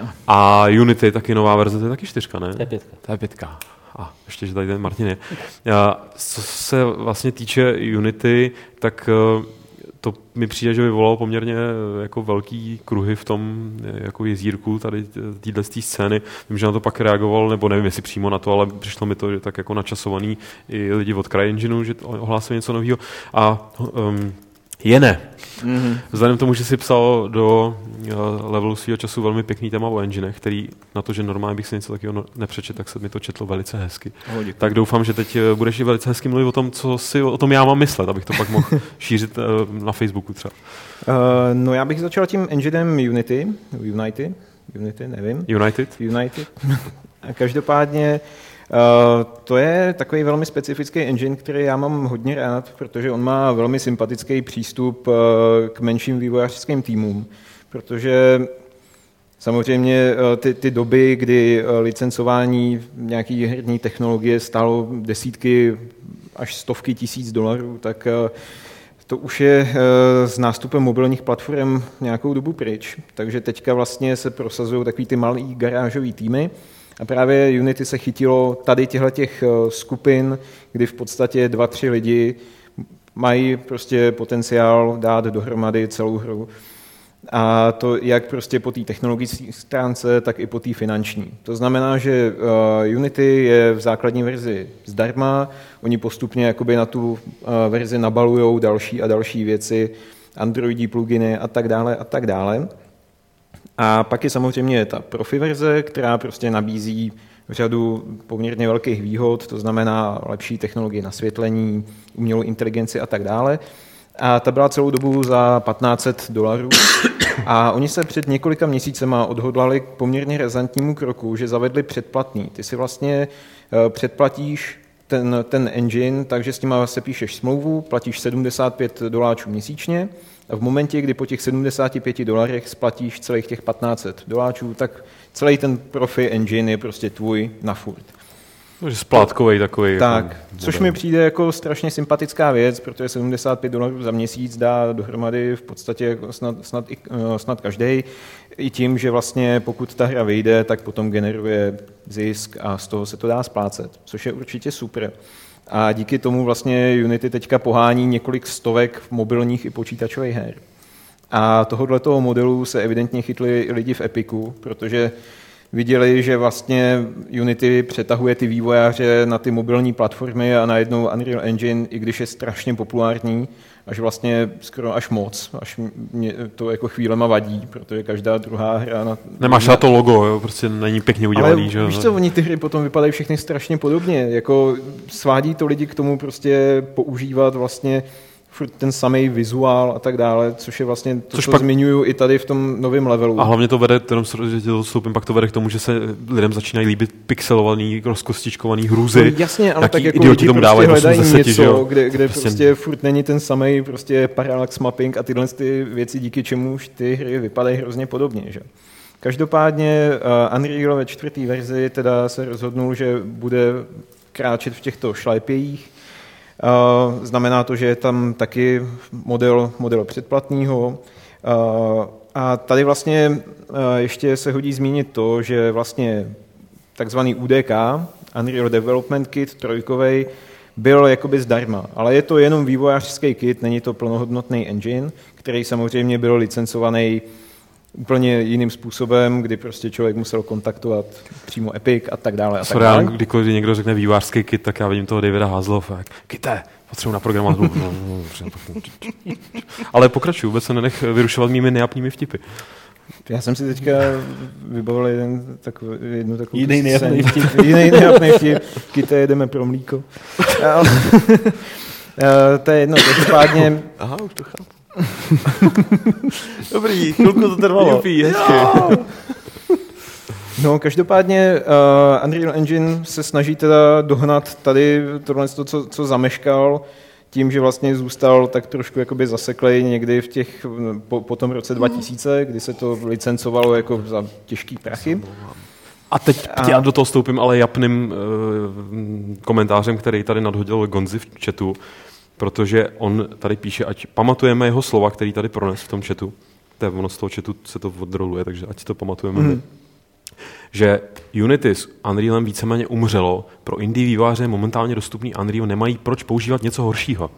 A Unity, taky nová verze, to je taky čtyřka, ne? To je pětka. To je pětka. A ještě, že tady ten Martin je. A co se vlastně týče Unity, tak to mi přijde, že vyvolalo poměrně jako velký kruhy v tom jako jezírku tady téhle scény. Vím, že na to pak reagoval, nebo nevím, jestli přímo na to, ale přišlo mi to že tak jako načasovaný i lidi od CryEngineu, že ohlásili něco nového. A um, je ne. Mm-hmm. Vzhledem k tomu, že si psal do uh, levelu svého času velmi pěkný téma o enginech, který na to, že normálně bych si něco takového nepřečet, tak se mi to četlo velice hezky. Oh, tak doufám, že teď budeš i velice hezky mluvit o tom, co si o tom já mám myslet, abych to pak mohl šířit uh, na Facebooku třeba. Uh, no já bych začal tím enginem Unity, Unity, Unity, nevím. United? United. A každopádně Uh, to je takový velmi specifický engine, který já mám hodně rád, protože on má velmi sympatický přístup uh, k menším vývojářským týmům, protože samozřejmě uh, ty, ty doby, kdy uh, licencování nějaký herní technologie stálo desítky až stovky tisíc dolarů, tak uh, to už je uh, s nástupem mobilních platform nějakou dobu pryč, takže teďka vlastně se prosazují takový ty malý garážový týmy. A právě Unity se chytilo tady těchto skupin, kdy v podstatě dva, tři lidi mají prostě potenciál dát dohromady celou hru. A to jak prostě po té technologické stránce, tak i po té finanční. To znamená, že Unity je v základní verzi zdarma, oni postupně jakoby na tu verzi nabalujou další a další věci, Androidí pluginy a tak dále a tak dále. A pak je samozřejmě ta profi verze, která prostě nabízí řadu poměrně velkých výhod, to znamená lepší technologie nasvětlení, umělou inteligenci a tak dále. A ta byla celou dobu za patnáct set dolarů. A oni se před několika měsícema odhodlali k poměrně razantnímu kroku, že zavedli předplatný. Ty si vlastně předplatíš ten, ten engine, takže s tím se píšeš smlouvu, platíš sedmdesát pět doláčů měsíčně A v momentě, kdy po těch sedmdesáti pěti dolarech splatíš celých těch patnáct set doláčů, tak celý ten profi engine je prostě tvůj na furt. Takže splátkovej takový. Tak, jako což mi přijde jako strašně sympatická věc, protože sedmdesát pět dolarů za měsíc dá dohromady v podstatě jako snad, snad, snad každý. I tím, že vlastně pokud ta hra vyjde, tak potom generuje zisk a z toho se to dá splácet, což je určitě super. A díky tomu vlastně Unity teďka pohání několik stovek mobilních i počítačových her. A tohoto modelu se evidentně chytli i lidi v Epiku, protože viděli, že vlastně Unity přetahuje ty vývojáře na ty mobilní platformy a najednou Unreal Engine, i když je strašně populární, až vlastně skoro až moc, až mě to jako chvílema vadí, protože každá druhá hra... Na... Nemáš na to logo, jo? Prostě není pěkně udělaný. Ale že? víš co, oni ty hry potom vypadají všechny strašně podobně, jako svádí to lidi k tomu prostě používat vlastně furt ten samý vizuál a tak dále, což je vlastně to, což co pak zmiňuju i tady v tom novém levelu. A hlavně to vede, jenom že to vstoupím, pak to vede k tomu, že se lidem začínají líbit pixelovaný, rozkostičkovaný hrůzy. No, jasně, ale tak jako idioti tomu dávají prostě hledají deseti, něco, kde, kde prostě... prostě furt není ten samý prostě parallax mapping a tyhle ty věci, díky čemuž ty hry vypadají hrozně podobně. Že? Každopádně uh, Unreal ve čtvrté verzi teda se rozhodnul, že bude kráčet v těchto šlépějích. Uh, znamená to, že je tam taky model, model předplatného. Uh, a tady vlastně uh, ještě se hodí zmínit to, že vlastně takzvaný U D K, Unreal Development Kit trojkovej, byl jakoby zdarma, ale je to jenom vývojářský kit, není to plnohodnotný engine, který samozřejmě byl licencovaný úplně jiným způsobem, kdy prostě člověk musel kontaktovat přímo Epic a tak dále. A tak dále. Sorry, kdykoliv někdo řekne vývojářský kit, tak já vidím toho Davida Hasselhoffa. Kite, potřebuji naprogramovat. Ale pokračuju, vůbec se nenech vyrušovat mými nejapnými vtipy. Já jsem si teďka vybavil jeden takový, jednu takovou jiný nejapný vtip. Jiný nejapný vtip. Kite, jedeme pro mlíko. To je jedno, každopádně... Aha, už to chápu. Dobrý, chvilku to trvalo. Jupí, hezky. No, každopádně uh, Unreal Engine se snaží teda dohnat tady tohle, co, co zameškal, tím, že vlastně zůstal tak trošku jakoby zaseklej někdy v těch, po, po tom roce dva tisíce, kdy se to licencovalo jako za těžký prachy. A teď a... já do toho vstoupím ale japným uh, komentářem, který tady nadhodil Gonzi v chatu, protože on tady píše, ať pamatujeme jeho slova, který tady prones v tom chatu. To je ono z toho chatu se to odroluje, takže ať si to pamatujeme. Mm. Že Unity s Unrealem víceméně umřelo, pro indie vývojáře momentálně dostupný Unreal nemají proč používat něco horšího.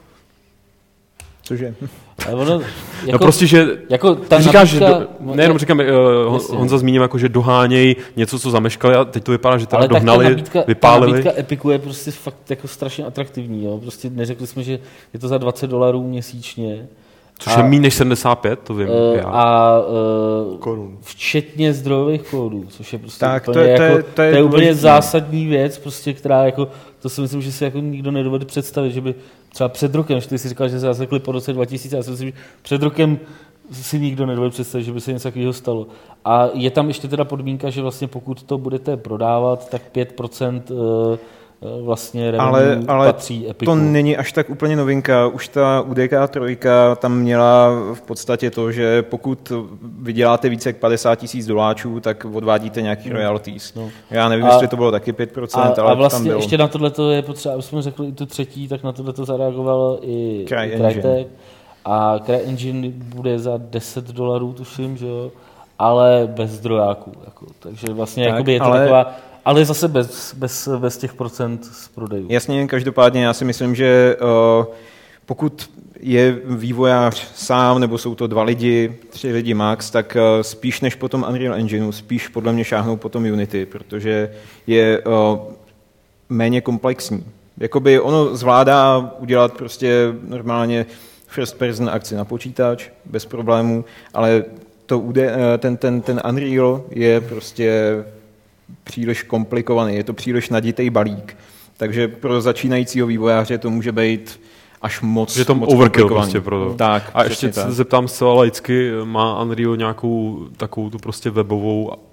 Cože? Ono, jako, no prostě, že jako ty říkáš, že do, nejenom říkám, uh, Honza zmínil, jako, že dohánějí něco, co zameškali a teď to vypadá, že teda dohnali, ta nabídka, vypálili. Ta nabídka Epiku je prostě fakt jako strašně atraktivní. Jo? Prostě neřekli jsme, že je to za dvacet dolarů měsíčně. Což a, je méně než sedmdesát pět, to vím uh, já. A uh, korun. Včetně zdrojových kódů, což je prostě tak, úplně, to je, jako, to je, to je, to je úplně zásadní věc, prostě, která jako, to si myslím, že si jako nikdo nedovede představit, že by třeba před rokem, že ty jsi říkal, že se zasekli po roce dva tisíce, já si myslím, že před rokem si nikdo nedovede představit, že by se něco takového stalo. A je tam ještě teda podmínka, že vlastně pokud to budete prodávat, tak pět procent vlastně ale, ale patří Epiku. To není až tak úplně novinka. Už ta U D K tři tam měla v podstatě to, že pokud vyděláte více jak padesát tisíc doláčů, tak odvádíte nějaký no. royalties. No. Já nevím, a, jestli to bylo taky pět procent, a, ale a vlastně tam bylo. ještě na tohleto je potřeba, aby jsme řekli i tu třetí, tak na tohleto zareagoval i Crytek. A CryEngine bude za deset dolarů, tuším, že jo, ale bez zdrojáků. Jako. Takže vlastně tak, je to ale... taková... Ale zase bez, bez, bez těch procent z prodejů. Jasně, každopádně já si myslím, že uh, pokud je vývojář sám, nebo jsou to dva lidi, tři lidi max, tak uh, spíš než po tom Unreal Engineu, spíš podle mě šáhnou po tom Unity, protože je uh, méně komplexní. Jakoby ono zvládá udělat prostě normálně first person akci na počítač, bez problémů, ale to, ten, ten, ten Unreal je prostě příliš komplikovaný, je to příliš naditej balík. Takže pro začínajícího vývojáře to může být až moc je to moc overkill prostě pro to. Tak, a ještě se zeptám zcela laicky, má Unreal nějakou takovou tu prostě webovou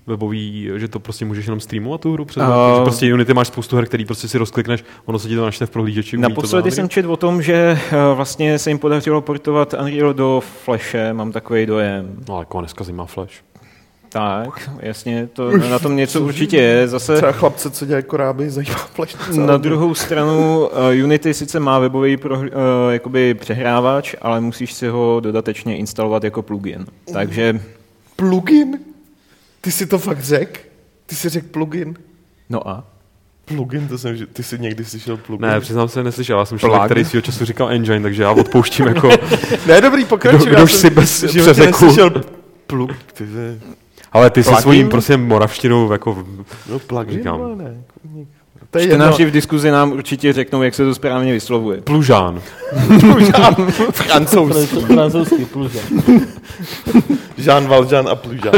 webový, že to prostě můžeš jenom streamovat tu hru přes Uh, uh, že prostě Unity máš spoustu her, který prostě si rozklikneš, ono se ti to načte v prohlížeči. Naposledy jsem četl o tom, že uh, vlastně se jim podařilo portovat Unreal do Flashe, mám takový dojem. No ale koho dneska zajímá Flash? Tak, jasně, to, na tom něco určitě je. Zase třeba chlapce, co dělají koráby, zajímá Flash. Na druhou stranu uh, Unity sice má webový pro, uh, jakoby přehrávač, ale musíš si ho dodatečně instalovat jako plugin. Takže... Plugin? Ty si to fakt řekl? Ty jsi řekl plugin? No a? Plugin, to jsem, ty jsi někdy slyšel plugin? Ne, přiznám se, neslyšel, já jsem člověk, který svýho času říkal engine, takže já odpouštím jako... Ne, dobrý, pokračuj. Kdo, kdož si bez přeřeku. Plug, ty jsi... Ale ty se svým prostě moravštinou jako... No plugin, říkám. Ne. Čtenáři v diskuzi nám určitě řeknou, jak se to správně vyslovuje. Plužán. Plužán. Francouzský. Francouzský plužán. Jean Valjean a plužán.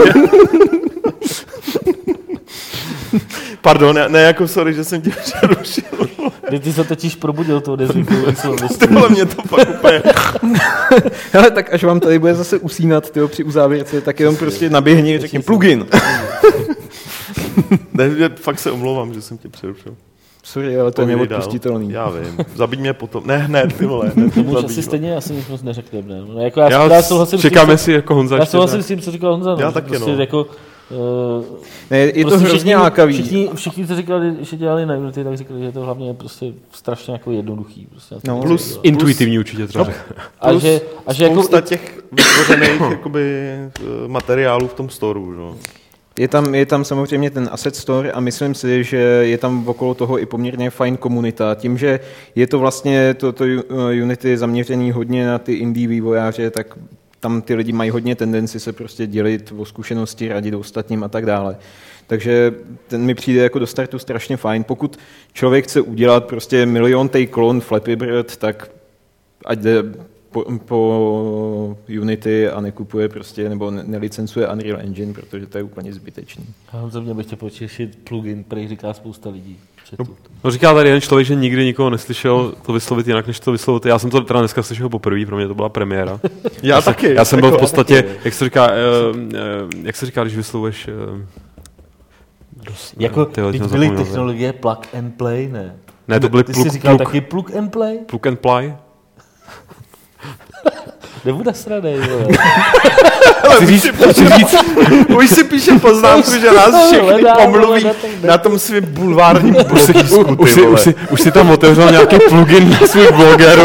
Pardon, ne, ne, jako sorry, že jsem tě přerušil. Ty se totiž probudil tou nezvyklou slovností. Tohle mě to pak úplně... Hele, tak až vám tady bude zase usínat tyjo, při uzávěrce, tak jenom prostě naběhni a řekni plugin. Ne, fakt se omlouvám, že jsem tě přerušil. Sorry, ale to je neodpustitelný. Já vím, zabij mě potom. Ne hned, ty vole. Ne, tomu už asi stejně asi nic moc neřekneme. Ne? No, jako já, já, já souhlasím čekáme s tím, si jako Honza. Já souhlasím s tím, co říkal Honza. Já no, taky, prostě no. Jako, uh, ne, je to prostě hrozně lákavý. Všichni, všichni, co říkali, že dělali na Unity, tak říkali, že je to hlavně prostě strašně jako jednoduchý. Prostě no, plus, plus intuitivní určitě třeba. No, a že, a že spousta jako, těch vytvořených jakoby, materiálů v tom storu. No. Je tam, je tam samozřejmě ten asset store a myslím si, že je tam okolo toho i poměrně fajn komunita. Tím, že je to vlastně to, to Unity zaměřený hodně na ty indie vývojáře, tak tam ty lidi mají hodně tendenci se prostě dělit o zkušenosti, radit ostatním a tak dále. Takže ten mi přijde jako do startu strašně fajn. Pokud člověk chce udělat prostě miliontej klon Flappy Bird, tak ať jde po, po Unity a nekupuje prostě, nebo nelicencuje Unreal Engine, protože to je úplně zbytečný. Honzo, mě bych tě potěšit, plugin, který říká spousta lidí. No, no říká tady jeden člověk, že nikdy nikoho neslyšel to vyslovit jinak, než to vyslovit. Já jsem to teda dneska slyšel poprvé, pro mě to byla premiéra. Já taky. Já jsem byl v podstatě, jak se říká, uh, uh, jak se říká, když vyslovuješ... Uh, dost, jako, teď byly technologie plug and play, ne? Ne, to byly Ty plug, jsi říkal plug, taky plug and play? Plug and play? Nebude sradej, vole. Chci říct, chci říct, už si píše poznámku, že nás všechny pomluví na tom svým bulvárním blogísku, už, si, už, si, už si tam otevřel nějaký plugin na svůj bloger.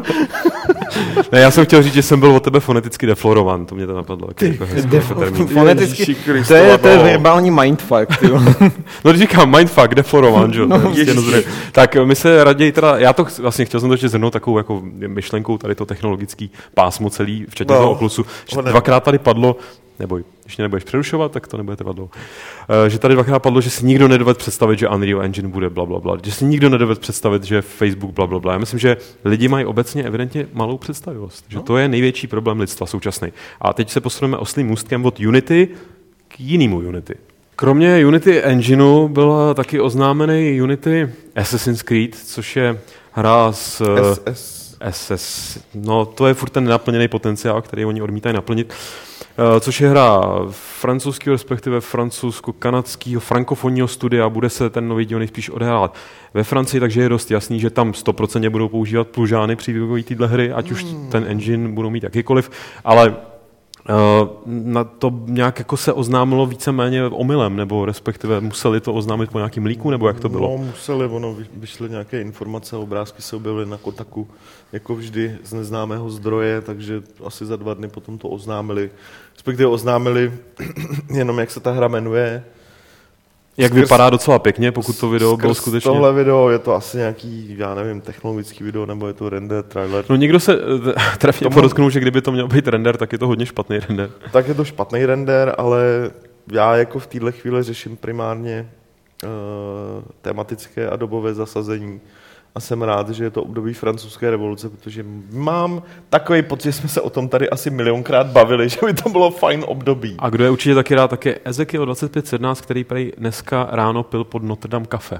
Ne, já jsem chtěl říct, že jsem byl od tebe foneticky deflorovan, to mě to napadlo. Jako def- foneticky, to je, to je verbální mindfuck. No když říkám mindfuck, deflorovan, že? No, tak my se raději teda, já to vlastně chtěl jsem to ještě zhrnout takovou jako myšlenkou, tady to technologický pásmo celý, včetně no, toho Oculusu, že dvakrát tady padlo, neboj, když mě nebudeš přerušovat, tak to nebude trvat dlouho. Uh, že tady dvakrát padlo, že si nikdo nedovede představit, že Unreal Engine bude blablabla, že si nikdo nedovede představit, že Facebook blablabla. Já myslím, že lidi mají obecně evidentně malou představivost, že no. To je největší problém lidstva současný. A teď se posuneme oslým můstkem od Unity k jinému Unity. Kromě Unity Engineu byla taky oznámený Unity Assassin's Creed, což je hra s... S S. S S. No, to je furt ten nenaplněný potenciál, který oni odmítají naplnit. Uh, což je hra francouzského, respektive francouzsko-kanadského frankofonního studia. Bude se ten nový díl nejspíš odehrávat ve Francii, takže je dost jasný, že tam sto procent budou používat plužány při vývoji téhle hry, ať už ten engine budou mít jakýkoliv, ale Uh, na to nějak jako se oznámilo víceméně omylem, nebo respektive museli to oznámit po nějakým líku, nebo jak to bylo? No, museli, ono vyšly nějaké informace, obrázky se objevily na Kotaku, jako vždy z neznámého zdroje, takže asi za dva dny potom to oznámili. Respektive oznámili jenom, jak se ta hra jmenuje. Jak skrz, vypadá docela pěkně, pokud to video bylo skutečně... tohle video je to asi nějaký, já nevím, technologický video, nebo je to render, trailer. No někdo se trefně podotknul, že kdyby to měl být render, tak je to hodně špatný render. Tak je to špatný render, ale já jako v téhle chvíli řeším primárně uh, tematické a dobové zasazení. A jsem rád, že je to období francouzské revoluce, protože mám takový pocit, že jsme se o tom tady asi milionkrát bavili, že by to bylo fajn období. A kdo je určitě taky rád, tak je Ezekiel dvacet pět sedmnáct, který prej dneska ráno pil pod Notre Dame kafe.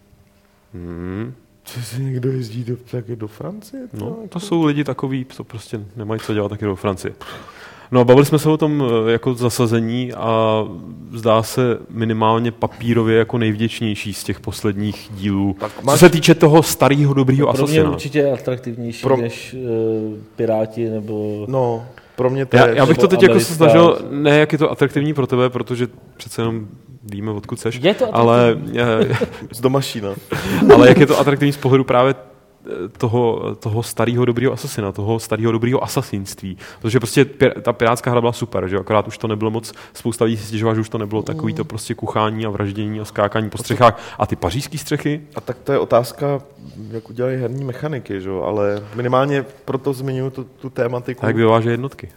Hmm. Co si někdo jezdí do, taky do Francie? No, to jsou lidi takový, co prostě nemají co dělat taky do Francie. No, bavili jsme se o tom jako zasazení a zdá se minimálně papírově jako nejvděčnější z těch posledních dílů. Máš... Co se týče toho starého dobrýho no, Asasina. Pro mě určitě atraktivnější Pro... než uh, Piráti nebo... No, pro mě to já, je... Já bych to teď jako se snažil, ne jak je to atraktivní pro tebe, protože přece jenom víme, odkud seš. Je to ale z Domašína. Ale jak je to atraktivní z pohledu právě toho, toho starého dobrýho Asasina, toho starého dobrýho asasínství. Protože prostě ta pirátská hra byla super, že akorát už to nebylo moc, spousta lidí si stěžovala, že už to nebylo takový to prostě kuchání a vraždění a skákání po střechách. A ty pařížský střechy? A tak to je otázka, jak udělají herní mechaniky, že? Ale minimálně proto zmiňuji tu, tu tématiku. A jak vyváží jednotky?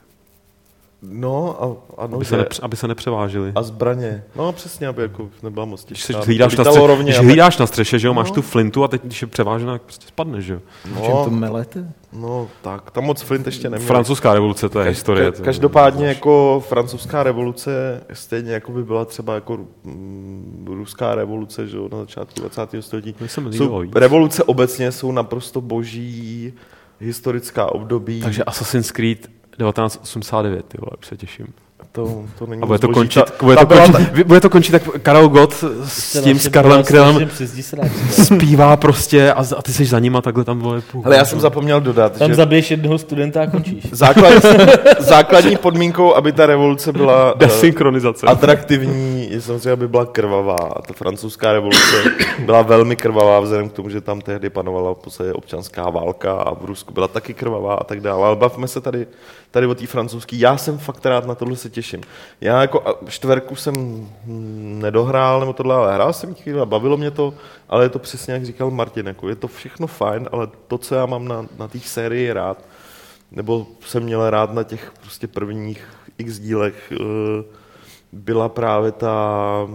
No, a, ano, aby, se nepře, aby se nepřevážily. A zbraně. No přesně, aby jako nebyla moc těžká. Když hlídáš na, stře- rovně, když hlídáš na střeše, že jo, no. Máš tu flintu a teď, když je převážená, tak prostě spadneš, že jo. No, čím to melete? No tak, tam moc flint ještě neměl. Francouzská revoluce, to je Ka- historie. Ka- každopádně to jako francouzská revoluce stejně jako by byla třeba jako mm, ruská revoluce, že jo, na začátku dvacátého století. Jsou, revoluce obecně jsou naprosto boží historická období. Takže Assassin's Creed devatenáct osmdesát devět, ty vole, už se těším. To, to není a bude to, boží, končit, ta, bude, ta to končit, ta... bude to končit tak Karel Gott s tím, s Karlem Krylem zpívá prostě a, a ty seš za ním a takhle tam vole půl. Hele, já jsem zapomněl dodat, tam že... zabiješ jednoho studenta a končíš. Základ, základní podmínkou, aby ta revoluce byla desynchronizace. Atraktivní, je samozřejmě, aby byla krvavá. A ta francouzská revoluce byla velmi krvavá vzhledem k tomu, že tam tehdy panovala v podstatě občanská válka a v Rusku byla taky krvavá a tak dále. Ale bavme se tady, tady o té francouzské. Já jsem fakt rád na tohle se těším. Já jako čtverku jsem nedohrál, nebo tohle, ale hrál jsem chvíli a bavilo mě to, ale je to přesně, jak říkal Martin, jako je to všechno fajn, ale to, co já mám na, na té sérii rád, nebo jsem měl rád na těch prostě prvních x dílech, byla právě ta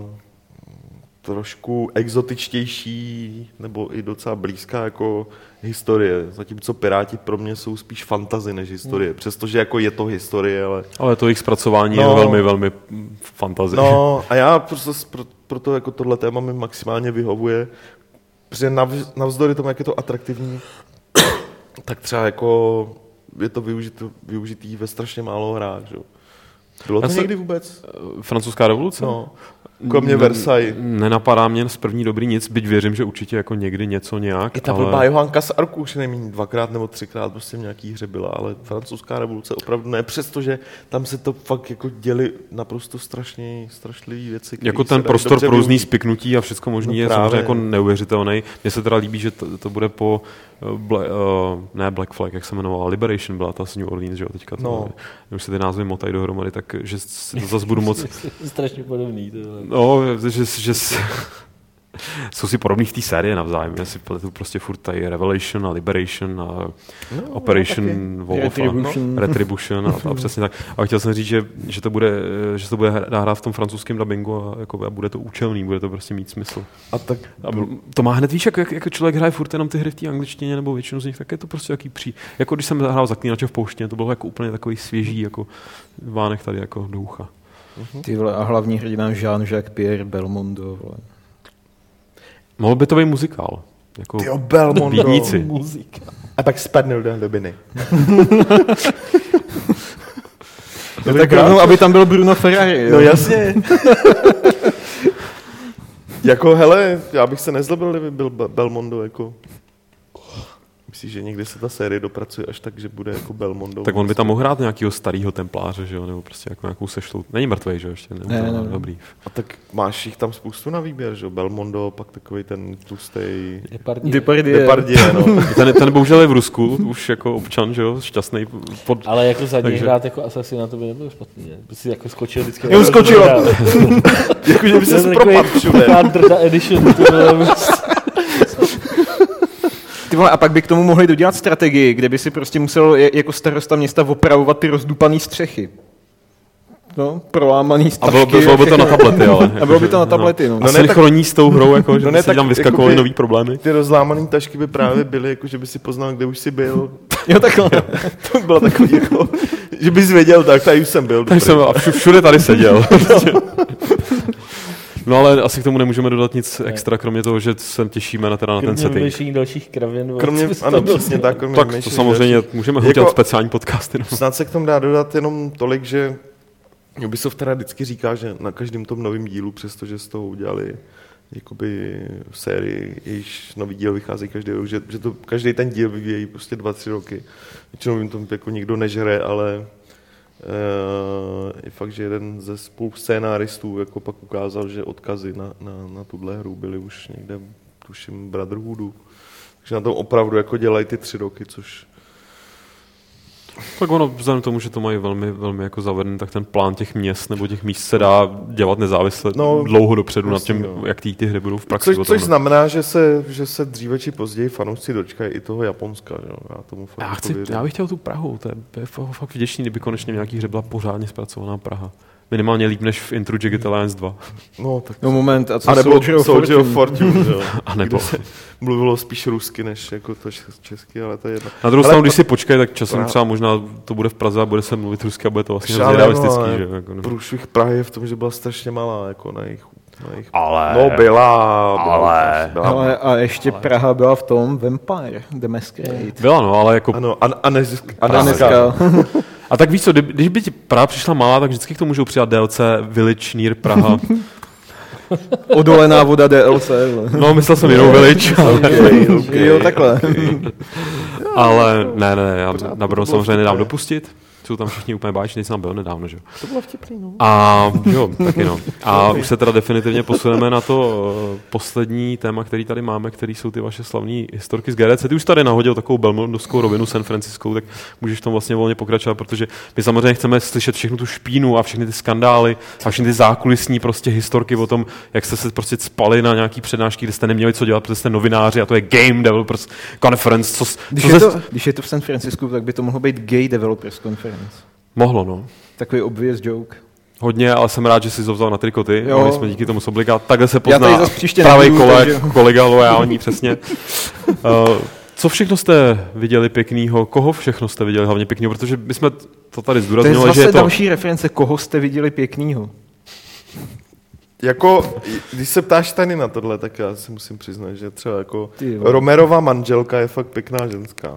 trošku exotičtější, nebo i docela blízká jako historie. Zatímco Piráti pro mě jsou spíš fantasy než historie. Přestože jako je to historie, ale... Ale to jejich zpracování no, je velmi, velmi fantasy. No a já prostě pro, proto jako tohle téma mi maximálně vyhovuje, protože navz, navzdory tomu, jak je to atraktivní, tak třeba jako je to využitý, využitý ve strašně málo hrách, že? Bylo to já někdy vůbec? Francouzská revoluce? No. Kromě Versailles. Nenapadá mě z první dobrý nic, byť věřím, že určitě jako někdy něco nějak. I ta blbá ale... Johanka z Arku už nejméně dvakrát nebo třikrát prostě v nějaký hře byla, ale francouzská revoluce opravdu ne, přestože tam se to fakt jako děli naprosto strašně strašlivý věci. Jako ten prostor pro různý spiknutí a všechno možný no je samozřejmě jako neuvěřitelný. Mně se teda líbí, že to, to bude po Bla, uh, ne Black Flag, jak se jmenovala, Liberation byla ta z New Orleans, že jo, teďka to, no. už se ty názvy motají dohromady, tak že zase budu moc... Strašně podobný. To no, že, že jsou si podobný v té sérii navzájem, já si pletu prostě furt tady Revelation a Liberation a no, Operation no, Wolf Retribution. a Retribution a, a přesně tak. A chtěl jsem říct, že, že to bude, že to bude hrát v tom francouzském dabingu a, jako, a bude to účelný, bude to prostě mít smysl. A tak a to má hned, víš, jak, jak člověk hraje furt jenom ty hry v té angličtině nebo většinu z nich, tak je to prostě jaký pří. Jako když jsem hrál Zaklínače v pouštině, to bylo jako úplně takový svěží, jako vánek tady jako do ucha. Ty vole, a hlavní hrdina Jean-Jacques Pierre Belmondo, vole. Mohl by to být muzikál. Jako Tyjo, Belmondo. Bídníci. Muzikál. A pak spadnul do hlubiny. No tak rovnou, aby tam byl Bruno Ferrari. Jo? No jasně. Jako hele, já bych se nezlobil, kdyby byl Belmondo jako... Myslíš, že někdy se ta série dopracuje až tak, že bude jako Belmondo? Tak on by tam mohl hrát nějakého starého templáře, že jo, nebo prostě jako nějakou sešlou. Není mrtvej, že jo, ještě ne, ne, ne, dobrý. A tak máš jich tam spoustu na výběr, že jo, Belmondo, pak takový ten tlustej... Depardieu. Depardieu. Depardieu, no. ten, ten bohužel je v Rusku, už jako občan, že jo, šťastný. Pod... Ale jako za něj Takže... hrát jako asasina, to by nebylo špatný, ne? By si jako skočil vždycky. Jo, skočil! Jakože by se propad všude. Drda edition, to bylo Ty vole, a pak by k tomu mohli dodělat strategii, kde by si prostě musel jako starosta města opravovat ty rozdupaný střechy. No, prolámaný stavky. A bylo by, bylo by to na tablety, ale. A bylo by to na tablety, no. no. A synchroní s tou hrou, jako, že no by ne, si tam vyskakovaly nový problémy. Ty rozlámaný tašky by právě byly, jako, že by si poznal, kde už jsi byl. Jo, takhle. To bylo takový, jako, že bys věděl, tak tady už jsem byl. Tady jsem byl a všude tady seděl. No ale asi k tomu nemůžeme dodat nic extra, kromě toho, že se těšíme na, teda na ten setting. Kromě dalších kravin. Kromě, ano, přesně tak. Kromě tak to samozřejmě dalších. Můžeme jako, udělat speciální podcasty. No. Snad se k tomu dá dodat jenom tolik, že Ubisoft teda vždycky říká, že na každém tom novém dílu, přestože z toho udělali jakoby v sérii, jejíž nový díl vychází každý rok, že, že to, každý ten díl vyvíjí prostě dva, tři roky. Většinou jim to jako nikdo nežere, ale uh, je fakt, že jeden ze spoluscénáristů jako pak ukázal, že odkazy na, na, na tuhle hru byly už někde, tuším, Brotherhoodu. Takže na tom opravdu jako dělají ty tři roky, což tak ono, vzhledem tomu, že to mají velmi, velmi jako zavedený, tak ten plán těch měst nebo těch míst se dá dělat nezávisle no, dlouho dopředu nad tím, no. jak ty, ty hry budou v praxi. Což, což znamená, že se, že se dříve či později fanoušci dočkají i toho Japonska. Jo? Já, tomu fakt já, chci, já bych chtěl tu Prahu, to je, je fakt vděčný, kdyby konečně v nějaký hře byla pořádně zpracovaná Praha. Minimálně líp než v Intro Digital Alliance dva. No, tak no moment, a co a nebo Soldier of Fortune, Fortune jo. A nebo se mluvilo spíš rusky, než jako to česky, ale to je jedno. Na druhou stranu, když si počkej, tak časem třeba možná to bude v Praze a bude se mluvit rusky a bude to vlastně realistický. No, že? Jako, průšvih Prahy je v tom, že byla strašně malá, jako na jejich, na jejich... Ale... No byla, ale... byla, ale a ještě ale... Praha byla v tom Vampire, The Masquerade. Byla, no, ale jako... Ano, a, a, než, a dneska. A tak víš co, když by ti Praha přišla malá, tak vždycky k tomu můžou přidat D L C Village Near Praha. Odolená voda D L C. No, myslel jsem jinou Village. okay, okay, jo, takhle. Okay. Ale ne, ne, já na Brno samozřejmě nedám dopustit. Jsou tam všichni úplně báječný, když jsem byl nedávno, že jo. To bylo vtipný, no. A jo, taky no. A už se teda definitivně posuneme na to uh, poslední téma, který tady máme, který jsou ty vaše slavní historky z G D C. Ty už tady nahodil takovou belmondovskou rovinu San Franciskou, tak můžeš v tom vlastně volně pokračovat, protože my samozřejmě chceme slyšet všechnu tu špínu a všechny ty skandály a všechny ty zákulisní prostě historky o tom, jak jste se prostě spali na nějaký přednášky, kde jste neměli co dělat, protože jste novináři a to je Game Developers Conference. Co, když, co je ze... to, když je to v San Francisku, tak by to mohlo být Gay Developers Conference. Mohlo, no. Takový obvious joke. Hodně, ale jsem rád, že jsi to vzal na trikoty. Jo. My jsme díky tomu soblikát. Takhle se pozná pravý kolega, takže... kolega loajální, přesně. uh, co všechno jste viděli pěknýho? Koho všechno jste viděli hlavně pěknýho? Protože my jsme to tady zdůraznili, že je to... To je další reference, koho jste viděli pěknýho. Jako, když se ptáš tady na tohle, tak já si musím přiznat, že třeba jako Romerová manželka je fakt pěkná ženská.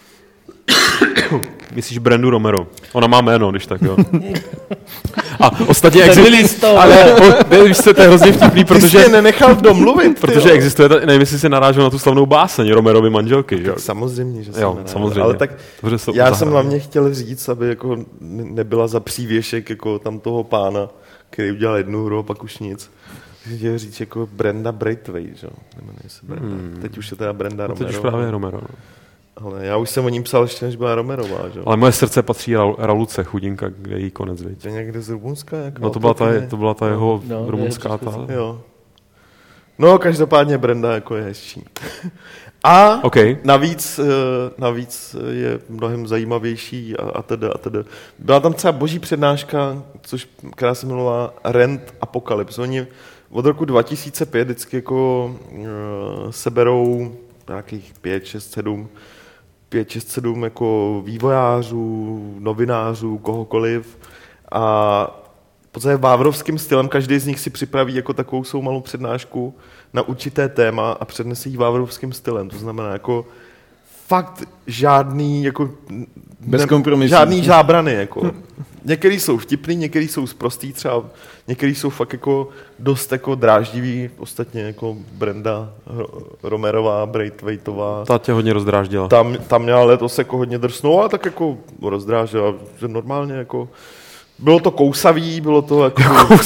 Myslíš Brandu Romero? Ona má jméno, když tak, jo. A ostatně existuje... Ale víš se, to je hrozně vtipný, protože... Ty jsi nenechal domluvit, protože jo. Existuje, nevím, jestli se narážel na tu slavnou báseň Romerovy manželky, jo. Samozřejmě, že jo, samozřejmě. Ale tak já zahrál. jsem hlavně chtěl říct, aby jako nebyla za přívěšek jako tam toho pána, který udělal jednu hru a pak už nic. Chtěl říct jako Brenda Braithwaite, jo. Nemenuje se Brenda. Hmm. Teď už je teda Brenda Romero. Teď už právě Romero, no. Ale já už jsem o ním psal ještě, než byla Romerová, že? Ale moje srdce patří Ra- Raluce, chudinka, kde je jí konec, viď? To je někde z Rumunska? Jako no to byla, ta, to byla ta jeho no, rumunská ta. Jo. No, každopádně Brenda jako je hezčí. A okay. navíc, navíc je mnohem zajímavější a, a teda, a teda. Byla tam třeba boží přednáška, což, která se jmenovala Rent Apocalypse. Oni od roku dva tisíce pět vždycky jako uh, seberou nějakých pět, šest, sedm pět, šest, sedm jako vývojářů, novinářů, kohokoliv a v podstatě vávrovským stylem každý z nich si připraví jako takovou svou malou přednášku na určité téma a přednese ji vávrovským stylem. To znamená jako fakt žádný jako bez kompromisů. Žádný zábrany jako. Některý jsou vtipný, některý jsou sprostý, třeba některý jsou fakt jako dost jako dráždivý, ostatně jako Brenda Romerová, Braithwaitová. Ta tě hodně rozdráždila. Tam, tam měla letos jako hodně drsnou, ale tak jako rozdráždila, že normálně jako bylo to kousavý, bylo to jako...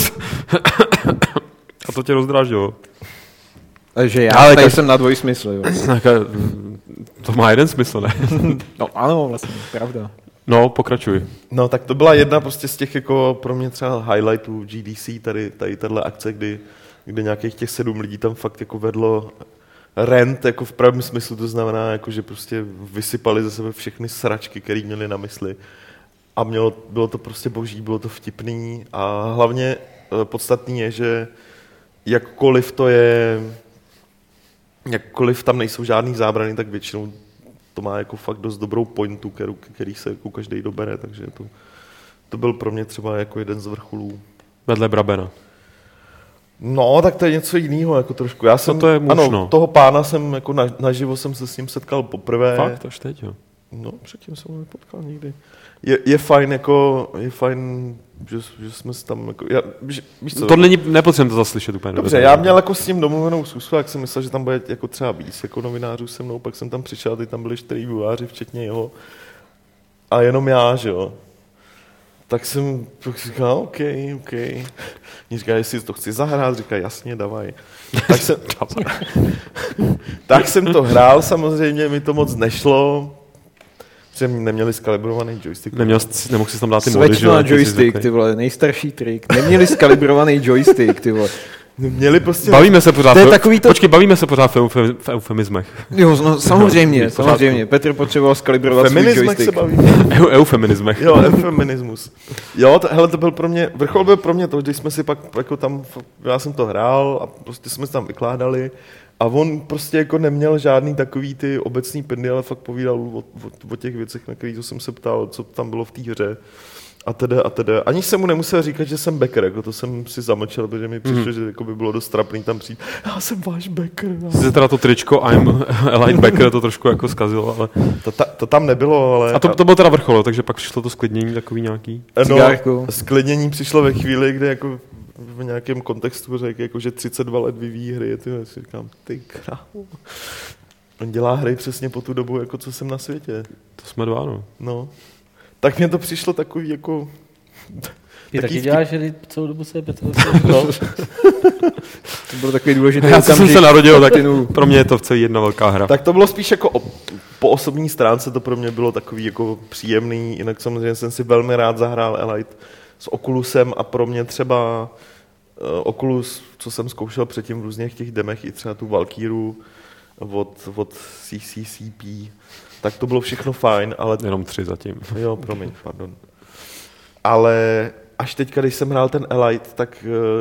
A to tě rozdráždilo. Takže já ale tady jsem na dvojsmysl, jo. To má jeden smysl, ne? No ano, vlastně, pravda. No, pokračuj. No, tak to byla jedna prostě z těch jako pro mě třeba highlightů G D C, tady, tady tato akce, kdy, kdy nějakých těch sedm lidí tam fakt jako vedlo rent, jako v pravém smyslu, to znamená, jako, že prostě vysypali ze sebe všechny sračky, které měli na mysli. A mělo, bylo to prostě boží, bylo to vtipný a hlavně podstatný je, že jakkoliv to je, jakkoliv tam nejsou žádný zábrany, tak většinou to má jako fakt dost dobrou pointu, kterou, který se jako každý dobere, takže to, to byl pro mě třeba jako jeden z vrcholů. Vedle Brabena. No, tak to je něco jiného, jako trošku. Já jsem, to je možno. Ano, toho pána jsem, jako na, naživo jsem se s ním setkal poprvé. Fakt, až teď, jo? No, předtím jsem ho nepotkal nikdy. Je, je fajn, jako, je fajn, že, že jsme se tam, jako, já, že, víš co? To není, nepotřebujeme to zaslyšet úplně. Dobře, já měl jako s ním domluvenou schůzku, jak jsem myslel, že tam bude jako třeba víc jako novinářů se mnou, pak jsem tam přišel a teď tam byli čtyři vývojáři, včetně jeho. A jenom já, že jo. Tak jsem říkal, OK, OK. Mě říká, jestli to chci zahrát, říká, jasně, davaj. Tak jsem, tak jsem to hrál, samozřejmě mi to moc nešlo, protože neměli skalibrovaný joystick. Neměl, nemohl si tam dát ty mody, že? Svečno na joystick, ty vole, nejstarší trik. Neměli skalibrovaný joystick, ty vole. Měli prostě... Bavíme se pořád, to je takový to... počkej, bavíme se pořád v, eufem, v eufemismech. Jo, no, samozřejmě, samozřejmě. Petr potřeboval skalibrovat svůj joystick. Se bavíme. Eu, eufeminismech. Jo, eufeminismus. Jo, to, hele, to byl pro mě, vrchol byl pro mě to, když jsme si pak, jako tam, já jsem to hrál a prostě jsme se tam vykládali a on prostě jako neměl žádný takový ty obecný pindy, ale fakt povídal o, o, o těch věcech, na kterých jsem se ptal, co tam bylo v té hře. A teda, a teda. Ani jsem mu nemusel říkat, že jsem backer, jako to jsem si zamlčel, protože mi přišlo, mm. že jako by bylo dost trapný tam přijít. Já jsem váš backer. No. Jsi teda to tričko I'm Elite Backer to trošku jako zkazilo, ale... To, ta, to tam nebylo, ale... A to, to bylo teda vrchol, takže pak přišlo to sklidnění takový nějaký? No, sklidnění přišlo ve chvíli, kdy jako v nějakém kontextu řekl, jako, že třicet dva let vyvíjí hry, ty si říkám, ty krávo. On dělá hry přesně po tu dobu, jako co jsem na světě. To jsme dva, no. No. Tak mně to přišlo takový jako... Ty taky děláš hry celou dobu se Petr. No. To bylo takový důležitý Já jsem se narodil, tak pro mě je to celý jedna velká hra. Tak to bylo spíš jako o, po osobní stránce, to pro mě bylo takový jako příjemný, jinak samozřejmě jsem si velmi rád zahrál Elite s Oculusem a pro mě třeba uh, Oculus, co jsem zkoušel předtím v různých těch demech, i třeba tu Valkyru od, od C C C P, tak to bylo všechno fajn, ale... Jenom tři zatím. Jo, promiň, pardon. Ale až teď, když jsem hrál ten Elite, tak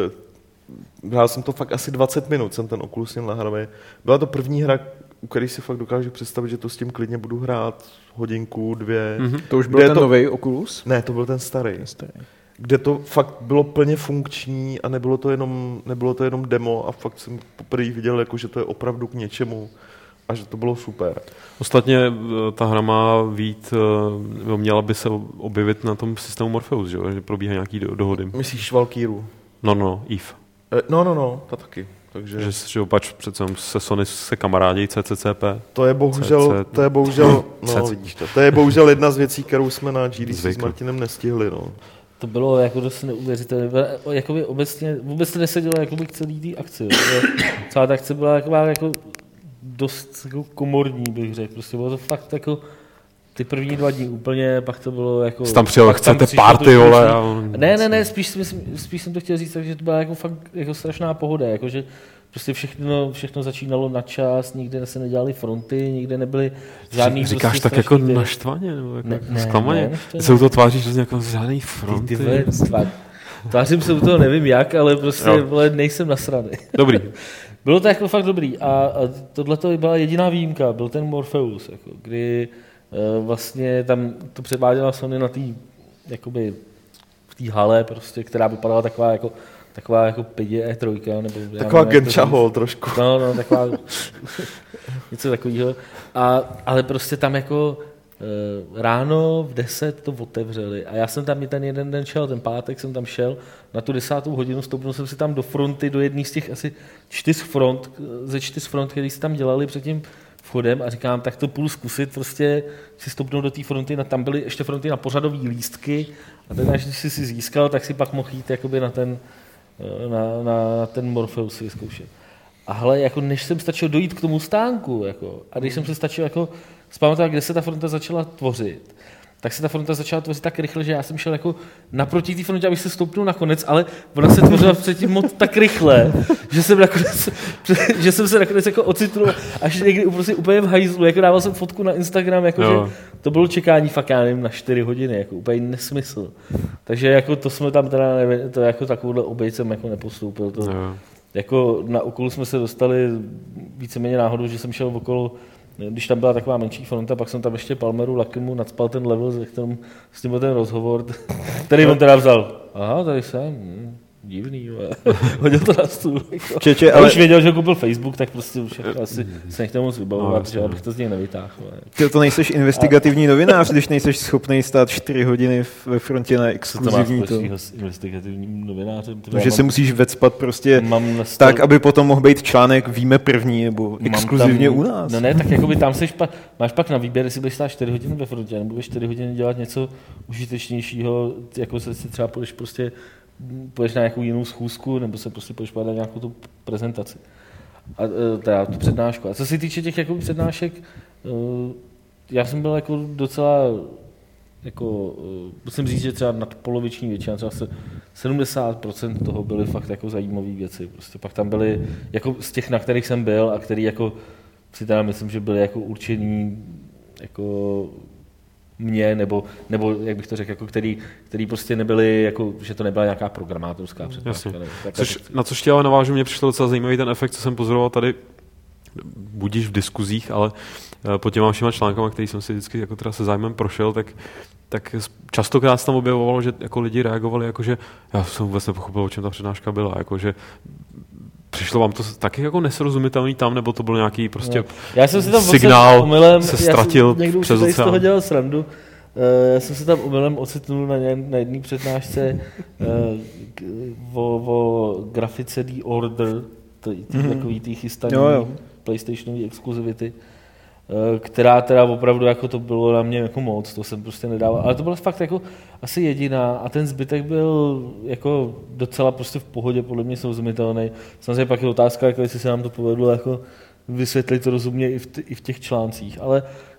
uh, hrál jsem to fakt asi dvacet minut, jsem ten Oculus měl na hlavě. Byla to první hra, u které si fakt dokážu představit, že to s tím klidně budu hrát hodinku, dvě. Mm-hmm. To už byl ten to... nový Oculus? Ne, to byl ten starý. starý. Kde to fakt bylo plně funkční a nebylo to jenom, nebylo to jenom demo a fakt jsem poprvé viděl, jako, že to je opravdu k něčemu a že to bylo super. Ostatně ta hra má být, měla by se objevit na tom systému Morpheus, že, že probíhá nějaký dohody. Myslíš Valkyru? No, no, Eve. Eh, no, no, no, ta taky. Takže... Že, že opač přece se Sony se kamarádějí C C C P. To je bohužel, C C... to je bohužel, no vidíš to, to je bohužel jedna z věcí, kterou jsme na G D C Zvykl. s Martinem nestihli, no. To bylo jako dost neuvěřitelné. Jakoby obecně, vůbec to nesedělo jakoby k celý té akci. Celá ta akce byla jako, jako dost jako komorní, bych řekl. Prostě bylo to fakt jako ty první dva dní úplně, pak to bylo jako... Jsi tam přijel, chcete party, vole. A... Ne, ne, ne, spíš, spíš jsem to chtěl říct, takže to byla jako fakt jako strašná pohoda, jakože prostě všechno, všechno začínalo na čas, nikde se nedělaly fronty, nikde nebyly žádný... Říkáš prostě tak jako věc. naštvaně, nebo jako ne, ne, zklamaně? Ne, se u toho tváříš, že jako žádný fronty. Ty, ty vole, tvářím se u toho, nevím jak, ale prostě vole, nejsem nasraný. Dobrý. Bylo to jako fakt dobrý a, a tohle to byla jediná výjimka, byl ten Morpheus, jako, kdy uh, vlastně tam to předváděla Sony na té, jakoby v té hale prostě, která vypadala taková jako taková jako pědě E tři, nebo... Taková Gensha Hall trošku. No, no, taková... něco takového. A, ale prostě tam jako e, ráno v deset to otevřeli a já jsem tam i ten jeden den šel, ten pátek jsem tam šel na tu desátou hodinu, stoupnul jsem si tam do fronty, do jedných z těch asi čtyř front, ze čtyř front, který si tam dělali před tím vchodem a říkám, tak to půjdu zkusit, prostě si stoupnout do té fronty, tam byly ještě fronty na pořadové lístky a ten, až když jsi si získal, tak si pak mohl jít jakoby na ten Na, na, na ten Morpheus si vyzkoušet. A hele, jako než jsem stačil dojít k tomu stánku, jako, a když jsem se stačil jako zpamatovat, kde se ta fronta začala tvořit, tak se ta fronta začala tvořit tak rychle, že já jsem šel jako naproti té frontě, abych se stoupnul nakonec, ale ona se tvořila předtím moc tak rychle, že jsem, nakonec, že jsem se nakonec jako ocitnul až někdy prostě úplně v hajzlu, jako dával jsem fotku na Instagram, jako že to bylo čekání fakt, já nevím, na čtyři hodiny, jako úplně nesmysl. Takže jako to jsme tam teda, nevím, to jako takovouhle obejď jsem jako nepostoupil. To, jako na okolo jsme se dostali víceméně náhodou, že jsem šel okolo, když tam byla taková menší fronta, pak jsem tam ještě Palmeru Lakimu nacpal ten level, ze kterým s tím byl ten rozhovor, který on teda vzal. Aha, tady jsem. divný, hodil to na stůl. Jako. Čeče, Já ale... už věděl, že koupil Facebook, tak prostě už jako asi se nechtěl moc vybavovat, no, že abych to z něj nevytáhl. Ty to nejseš investigativní novinář, když nejseš schopný stát čtyři hodiny ve frontě na exkluzivní to. Co to máš s investigativním novinářem? No, že mám, se musíš vecpat prostě stol... tak, aby potom mohl být článek víme první, nebo exkluzivně tam, u nás. No ne, tak jakoby tam seš pa, máš pak na výběr, jestli budeš stát čtyři hodiny ve frontě, nebo budeš čtyři hodiny dělat něco užitečnějšího, jako se si třeba půjdeš prostě půjdeš na nějakou jinou schůzku, nebo se prostě půjdeš na nějakou tu prezentaci. A teda tu přednášku. A co se týče těch jako přednášek, já jsem byl jako docela, jako, musím říct, že třeba nadpoloviční většina, třeba sedmdesát procent toho byly fakt jako zajímavé věci. Prostě pak tam byly, jako z těch, na kterých jsem byl a který jako si teda myslím, že byly jako určený jako mě, nebo, nebo jak bych to řekl, jako který, který prostě nebyly, jako, že to nebyla nějaká programátorská přednáška. Což, na což tě ale navážu, mě přišlo docela zajímavý ten efekt, co jsem pozoroval tady, budíš v diskuzích, ale po těma všema článkama, který jsem si vždycky jako teda se zájmem prošel, tak, tak častokrát se tam objevovalo, že jako lidi reagovali, jako, že já jsem vůbec nepochopil, o čem ta přednáška byla, jako, že přišlo vám to taky jako nesrozumitelný tam, nebo to byl nějaký prostě no. Já jsem si tam signál, omylem, se ztratil někdo přes oceán. Někdo z toho dělal srandu. Uh, já jsem se tam omylem ocitnul na, na jedné přednášce uh, o, o grafice The Order, tý, tý, mm-hmm. takový tý chystaný PlayStationový exkluzivity, uh, která teda opravdu jako to bylo na mě jako moc, to jsem prostě nedával. Ale to byla fakt jako asi jediná a ten zbytek byl jako docela prostě v pohodě, podle mě srozumitelný. Samozřejmě pak je otázka, jako jestli se nám to povedlo jako vysvětlit to rozumně i v, t- i v těch článcích, ale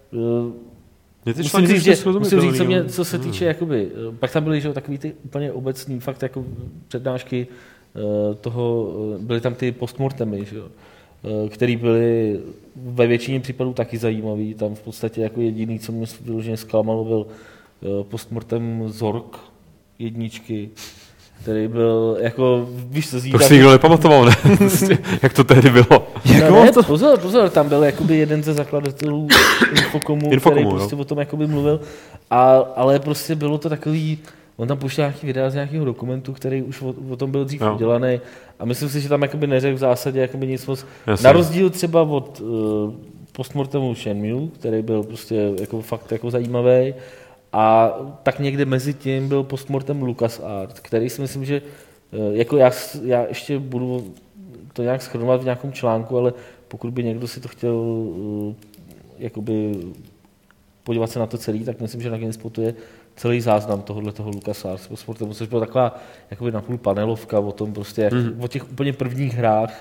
uh, musím říct, že, musím říct, co, mě, co se týče, hmm. jakoby, pak tam byly že, takový ty úplně obecný fakt jako přednášky uh, toho, uh, byly tam ty postmortemy, že, uh, který byly ve většině případů taky zajímavý, tam v podstatě jako jediný, co mě vyloženě zklamalo, byl postmortem Zork jedničky, který byl jako, víš co, zírat... To si nikdo nepamatoval, ne? Jak to tehdy bylo? No ne, pozor, pozor, tam byl jakoby jeden ze zakladatelů Infocomu, Infocomu který prostě o tom jakoby mluvil, a, ale prostě bylo to takový, on tam pouštěl nějaký videa z nějakého dokumentu, který už o, o tom byl dřív no. udělaný a myslím si, že tam jakoby neřekl v zásadě jakoby nic moc, Jasně. na rozdíl třeba od uh, postmortemu Shenmue, který byl prostě jako fakt jako zajímavý. A tak někde mezi tím byl postmortem LucasArts, který si myslím, že jako já, já ještě budu to nějak shrnovat v nějakém článku, ale pokud by někdo si to chtěl jakoby podívat se na to celý, tak myslím, že na GameSpotu je celý záznam tohohle toho LucasArts postmortemu, což byla taková jakoby napůl panelovka o tom prostě, jak, mm. o těch úplně prvních hrách.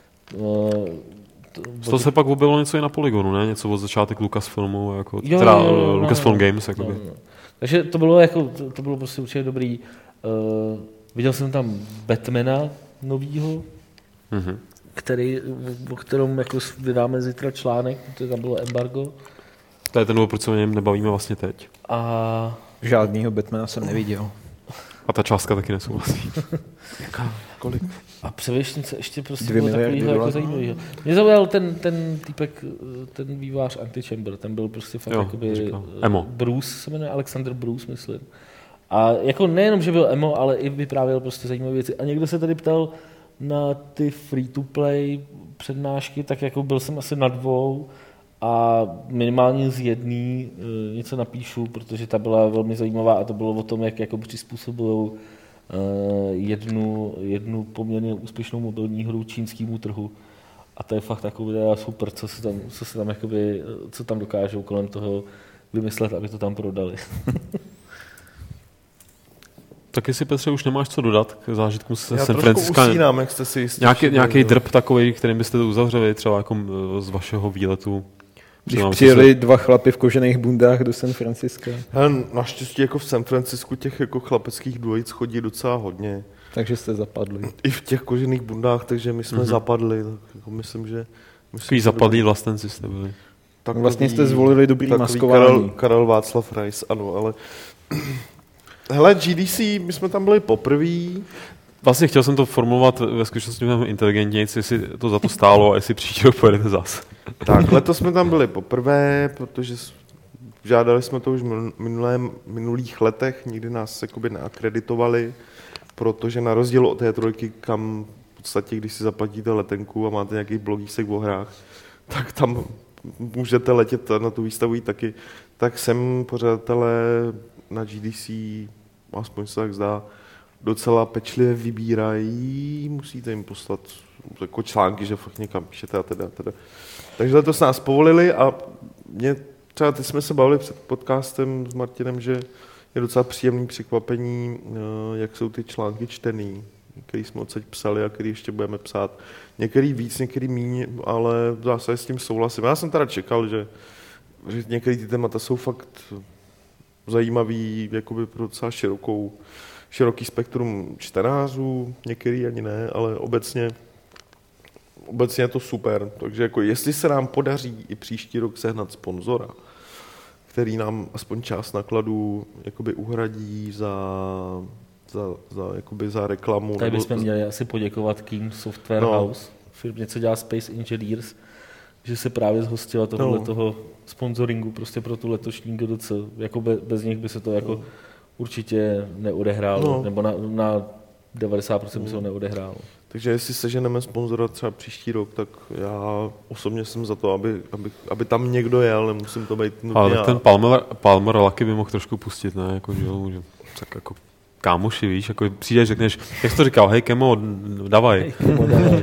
Z toho se pak objevilo něco i na Polygonu, ne? Něco od začátek Lucasfilmu, jako, jo, teda jo, jo, Lucasfilm no, Games. Jakoby. No, no. Takže to bylo, jako, to, to bylo prostě určitě dobrý. Uh, viděl jsem tam Batmana novýho, mm-hmm. který, o kterém jako vydáme zítra článek, protože tam bylo embargo. To je ten důvod, proč se o něm nebavíme vlastně teď. A žádnýho Batmana jsem neviděl. A ta částka taky nesouhlasí. Jaká? Kolik? A přemýšlím se ještě prostě bylo takovýho jako zajímavýho. Mě zaujal ten, ten týpek, ten vývojář Antichamber, ten byl prostě fakt jo, jakoby emo. Bruce, se jmenuje Alexander Bruce, myslím. A jako nejenom, že byl emo, ale i vyprávěl prostě zajímavé věci. A někdo se tady ptal na ty free-to-play přednášky, tak jako byl jsem asi na dvou a minimálně z jedný e, něco napíšu, protože ta byla velmi zajímavá a to bylo o tom, jak jako přizpůsobují jednu, jednu poměrně úspěšnou mobilní hru čínskému trhu. A to je fakt takový super, co se tam, co se tam, jakoby, co tam dokážou kolem toho vymyslet, aby to tam prodali. Tak jestli, Petře, už nemáš co dodat k zážitkům se Já San Francisco. Já usínám, jak jste si jistí. Nějaký, nějaký drb takový, kterým byste to uzavřeli, třeba jako z vašeho výletu. Když přijeli se... dva chlapy v kožených bundách do San Francisca. Hele, naštěstí jako v San Francisku těch jako chlapeckých dvojic chodí docela hodně. Takže jste zapadli. I v těch kožených bundách, takže my jsme mm-hmm. zapadli. Jako myslím, že... Takový zapadlý vlastenci jste byli. Takový, vlastně jste zvolili dobrý maskování. Karel, Karel Václav Rais, ano, ale... Hele, G D C, my jsme tam byli poprví. Vlastně chtěl jsem to formulovat ve skutečnosti inteligentně, jestli to za to stálo a jestli příští rok pojedete zas. Tak, letos jsme tam byli poprvé, protože žádali jsme to už v minulém, minulých letech, nikdy nás jakoby neakreditovali protože na rozdíl od té trojky, kam v podstatě, když si zaplatíte letenku a máte nějaký blogísek o hrách, tak tam můžete letět na tu výstavu jít taky, tak sem pořadatelé na G D C, aspoň se tak zdá, docela pečlivě vybírají, musíte jim poslat jako články, že fakt někam píšete a teda, teda. Takže to s nás povolili a mě třeba teď jsme se bavili před podcastem s Martinem, že je docela příjemný překvapení, jak jsou ty články čtený, který jsme odsaď psali a který ještě budeme psát. Některý víc, některý míň, ale v zásadě s tím souhlasím. Já jsem teda čekal, že, že některé ty témata jsou fakt zajímavý, jakoby pro docela širokou, široký spektrum čtenářů, některý ani ne, ale obecně, obecně je to super. Takže jako jestli se nám podaří i příští rok sehnat sponzora, který nám aspoň část nákladů jakoby uhradí za, za, za, jakoby za reklamu. Tady bychom měli asi poděkovat King Software no. House, firmě, co dělá Space Engineers, že se právě zhostila tohohle no. toho sponsoringu prostě pro tu letošní G D C. Jako be, bez nich by se to jako no. určitě neodehrálo, no. nebo na, na devadesát procent by se to neodehrálo. Takže jestli seženeme sponzora třeba příští rok, tak já osobně jsem za to, aby, aby, aby tam někdo jel, nemusím to být nutně. Ale tak ten Palmer, Palmer Lucky by mohl trošku pustit, ne? Jako, že, že, tak jako kámoši, víš, jako přijdeš, řekneš, jak jsi to říkal, hej Kemo, davaj. Hej, Kemo, davaj.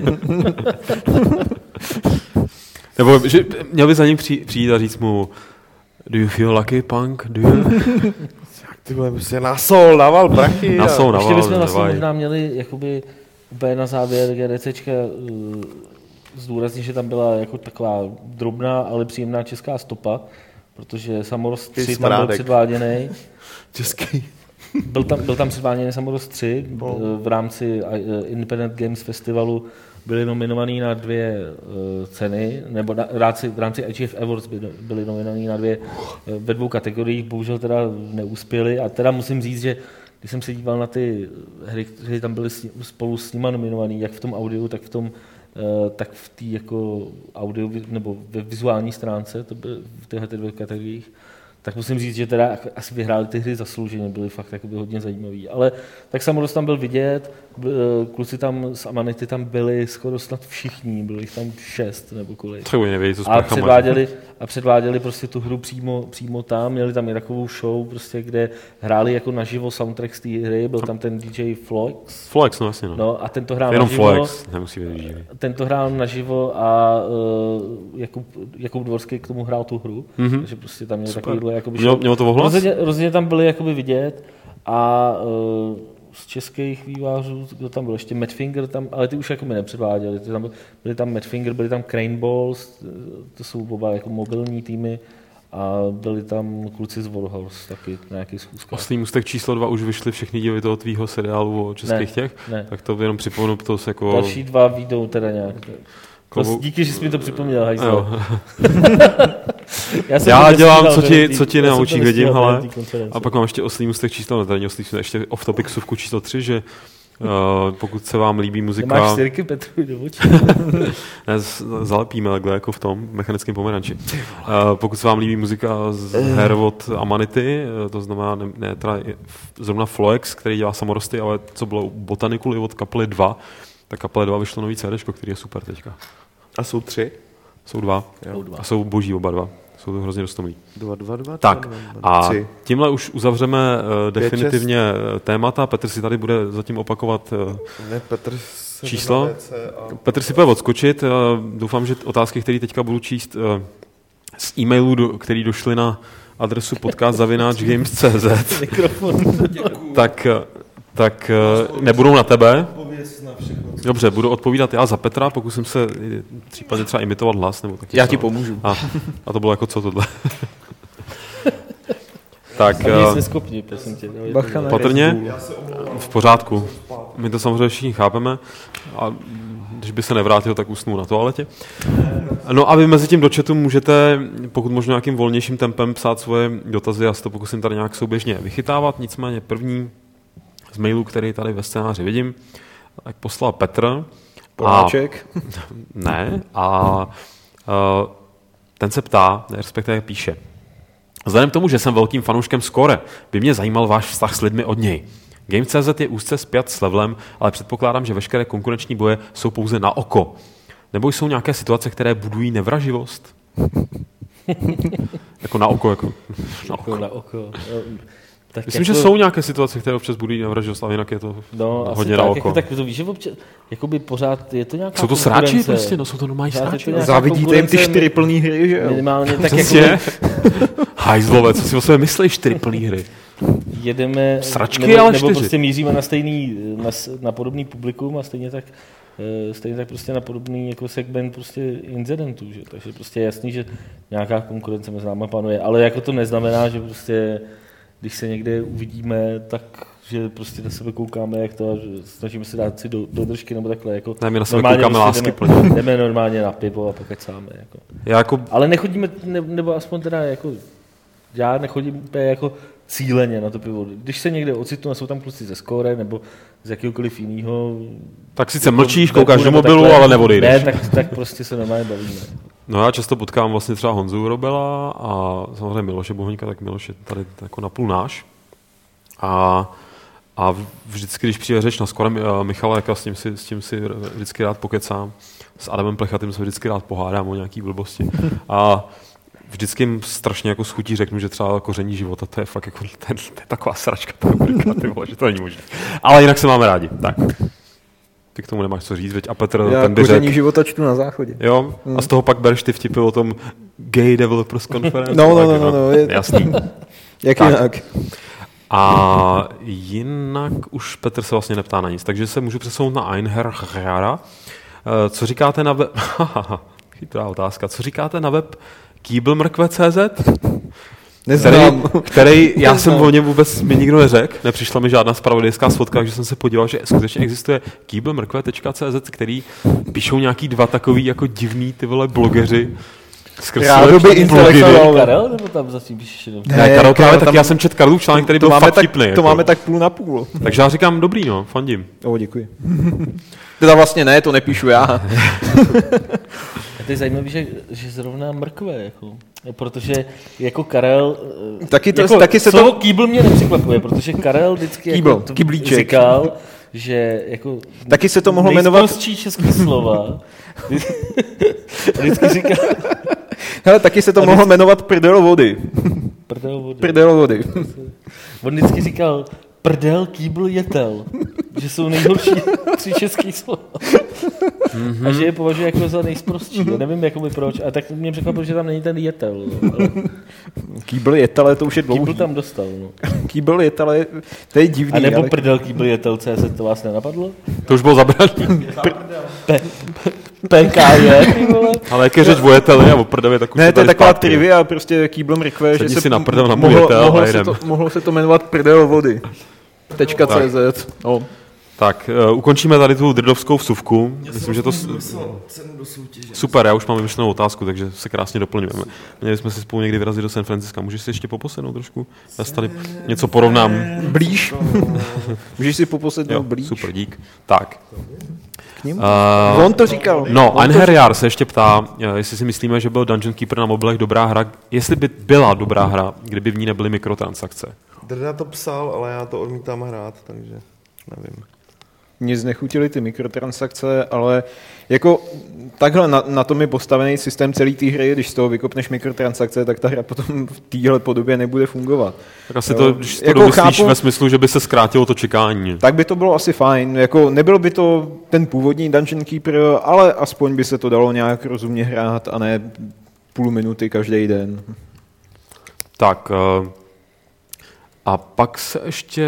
Nebo že měl by za ním přijít a říct mu, do you feel lucky, punk? Do you? Ty vole, by se na sol dával prachy. Na sol dával, ještě bychom vlastně možná měli jakoby úplně na závěr GDCčka zdůraznit, že tam byla jako taková drobná, ale příjemná česká stopa, protože Samorost tři tam byl předváděný. Český. Byl tam, byl tam předváděný Samorost tři no. v rámci Independent Games Festivalu. Byli nominovaní na dvě uh, ceny, nebo na, v rámci, v rámci I G F Awards byli, byli nominovaní na dvě, uh, ve dvou kategoriích, bohužel teda neuspěli a teda musím říct, že když jsem se díval na ty hry, které tam byly spolu s nima nominovaný, jak v tom audiu, tak v tom, uh, tak v té jako audio, nebo ve vizuální stránce, to byly v těchto dvou kategoriích, tak musím říct, že teda asi vyhráli ty hry zaslouženě, byly fakt jakoby hodně zajímavý. Ale tak Samorost tam byl vidět, kluci tam z Amanity tam byli skoro snad všichni, bylo jich tam šest nebo kolik. Třeba nevědí, co a předváděli, a předváděli prostě tu hru přímo, přímo tam, měli tam i takovou show, prostě, kde hráli jako naživo soundtrack z té hry, byl tam ten D J Flox. Flox, no jasně. No. no a ten to hrál jenom naživo. Flox, nemusí být. Ten to hrál naživo a uh, Jakub, Jakub Dvorský k tomu hrál tu hru, mm-hmm. takže prostě tam měli takovýhle jakoby Mělo, mělo to ohlas? Rozhodně, rozhodně tam byli jakoby vidět a uh, z českých vývářů, kdo tam byl, ještě Madfinger tam, ale ty už jako mi nepředváděli, ty tam, byli tam Madfinger, byli tam Crane Balls, to jsou oba jako mobilní týmy a byli tam kluci z Warhorse taky na nějakých schůzkách. Oslý můstek číslo dva už vyšly všechny díly toho tvýho seriálu o českých ne, těch, ne. tak to jenom připomenu, to se jako... Další dva výjdou teda nějak. Klobu... Díky, že jsi mi to připomněl, hajzlo. Já, Já dělám, co ti, co ti na očích vidím, hele. A pak mám ještě oslý můstek číslo, ne, tady oslý, ještě off-topic suvku číslo tři, že uh, pokud se vám líbí muzika... Nemáš styrky, Petru, do očí. Ne, zalepíme takhle, jako v tom mechanickém pomeranči. Uh, pokud se vám líbí muzika z her od Amanity, to znamená, ne, ne teda zrovna Floex, který dělá Samorosty, ale co bylo Botanicul i od kapely dva, tak kapele dva vyšlo nový CDčko, který je super teďka. A jsou tři? Jsou dva. Jo. dva. A jsou boží oba dva. Jsou to hrozně dostomilí. Dva, dva, dva. Tak dva, dva, a tři. Tímhle už uzavřeme uh, definitivně témata. Petr si tady bude zatím opakovat uh, ne, Petr číslo. A... Petr si bude odskočit. Uh, doufám, že otázky, které teďka budu číst uh, z e-mailů, do, který došly na adresu podcast zavináč games tečka cé zet tak, tak uh, nebudou na tebe. Dobře, budu odpovídat já za Petra, pokusím se případně třeba imitovat hlas. Nebo taky já ti pomůžu. A, a to bylo jako co tohle? Tak, uh, schopni, prosím tě. Patrně, v pořádku. My to samozřejmě všichni chápeme. A když by se nevrátil, tak usnul na toaletě. No a vy mezi tím do chatu můžete, pokud možno nějakým volnějším tempem, psát svoje dotazy. Já si to pokusím tady nějak souběžně vychytávat. Nicméně první z mailů, který tady ve scénáři vidím, tak poslal Petr. Poláček. A, ne. A uh, ten se ptá, respektive píše. Vzhledem k tomu, že jsem velkým fanouškem Score, by mě zajímal váš vztah s lidmi od něj. Game tečka cé zet je úzce spjat s levelem, ale předpokládám, že veškeré konkurenční boje jsou pouze na oko. Nebo jsou nějaké situace, které budují nevraživost? jako na oko, jako na oko. Jako na oko. Tak Myslím, jako, že jsou nějaké situace, které občas budují nevraživost, ale jinak je to no, hodně tak, na oko. jako, tak to víš, že občas, jakoby pořád je to nějaká Jsou to sráči prostě, no jsou to normální sráči. Závidíte jim ty čtyři plný hry, že jo? Minimálně tak Přesně. jako... Hajzlové, co si o sobě myslíš, čtyři plný hry? Jedeme, Sračky, nebo, ale nebo čtyři. prostě míříme na stejný, na, na podobný publikum a stejně tak, stejně tak prostě na podobný jako segment prostě incidentů, že? Takže prostě je jasný, že nějaká konkurence mezi námi panuje, ale jako to neznamená, že prostě když se někde uvidíme, tak že prostě na sebe koukáme, jak to, že snažíme se dát si do, do držky nebo takhle. Jako ne, my na sebe koukáme lásky plně. Jdeme, jdeme normálně na pivo a pokecáme. Jako. Já jako... Ale nechodíme, ne, nebo aspoň teda jako, já nechodím úplně jako cíleně na to pivo. Když se někde ocitnu a jsou tam kluci ze Skóre nebo z jakýhokoliv jiného. Tak sice mlčíš, koukáš do mobilu, takhle, ale neodejdeš. Ne, tak, tak prostě se normálně bavíme. No já často potkám vlastně třeba Honzu Robela a samozřejmě Miloše Bohoňka, tak Miloš je tady jako napůl náš. A, a vždycky, když přijde řeč na Skórem Michala, jak s tím, si, s tím si vždycky rád pokecám. S Adamem Plechatým se vždycky rád pohádám o nějaký blbosti. A vždycky jim strašně jako schutí řeknu, že třeba koření života, to je fakt jako, to je, to je taková sračka, to rubrika, ty vole, že to není možné. Ale jinak se máme rádi. Tak. Ty k tomu nemáš co říct, veď? A Petr Já ten by koření řek, života čtu na záchodě. Jo? Hmm. A z toho pak bereš ty vtipy o tom Gay Developers Conference? No, no, no, no, no. Je... Jasný. Jak tak. jinak? A jinak už Petr se vlastně neptá na nic, takže se můžu přesunout na Einherjara. Co říkáte na web... Chytrá otázka. Co říkáte na web Kýblmrkve tečka cé zet? Neznám. Který, který já jsem o něm vůbec mi nikdo neřekl, nepřišla mi žádná zpravodajská svodka, takže jsem se podíval, že skutečně existuje Kýblmrkve tečka cé zet, který píšou nějaký dva takový jako divný ty vole blogeři. Rádoby intelektuálové. Karel, nebo tam zatím píšeš jenom? Ne, ne Karel právě, tak já jsem četl Karlův článek, který byl máme fakt tak, vtipný. To jako. máme tak půl na půl. Takže já říkám dobrý, no, fandím. O, děkuji. Teda vlastně ne, to nepíšu já. A to je zajímavé, že, že zrovna mrkve, jako, protože jako Karel, taky, to, jako, taky se slovo to... kýbl mě nepřekvapuje, protože Karel vždycky Kýbl, jako to kyblíček. říkal, že jako taky se to mohlo jmenovat... nejprostší český slova. Vždycky říkal... Hele, taky se to vždycky... mohlo jmenovat prdel vody. Prdel vody. Prdel vody. On vždycky říkal prdel, kýbl, jetel. Že jsou nejhorší tři český slova. Mm-hmm. A že je považuje jako za nejsprostší. Já nevím, jakoby proč. A tak mě překvapilo, že tam není ten jetel. Ale... Kýbl, jetel, to už je dlouhý. Kýbl tam dostal. No. Kýbl, jetel, to je divný. A nebo ale... prdel, kýbl, jetel, C S, to vás nenapadlo? To už bylo zabraný. P K je, ale jak je řeč o jeteli a o prdeli, tak už ne, to je taková zpátky. trivia, prostě kýblem rikve, že se si na prdel na mohlo, jetel mohlo, a se to, mohlo se to jmenovat prdel vody. Tečka cé zet. No. Tak, uh, ukončíme tady tu drdovskou vsuvku. Myslím, že to... Super, já už mám vymyšlenou otázku, takže se krásně doplňujeme. Měli jsme si spolu někdy vyrazit do San Francisca. Můžeš si ještě poposednout trošku? Já si tady něco porovnám. Blíž? Můžeš si poposednout blíž? Super, dík. Tak. K ním? Uh, On to říkal. No, Einherjar se ještě ptá, jestli si myslíme, že byl Dungeon Keeper na mobilech dobrá hra, jestli by byla dobrá hra, kdyby v ní nebyly mikrotransakce. Drda to psal, ale já to odmítám hrát, takže nevím. Mě znechutily ty mikrotransakce, ale jako takhle na, na tom je postavený systém celé té hry, když z toho vykopneš mikrotransakce, tak ta hra potom v téhle podobě nebude fungovat. Tak asi to, když to jako domyslíš chápu, ve smyslu, že by se zkrátilo to čekání. Tak by to bylo asi fajn, jako nebyl by to ten původní Dungeon Keeper, ale aspoň by se to dalo nějak rozumně hrát a ne půl minuty každý den. Tak a pak se ještě...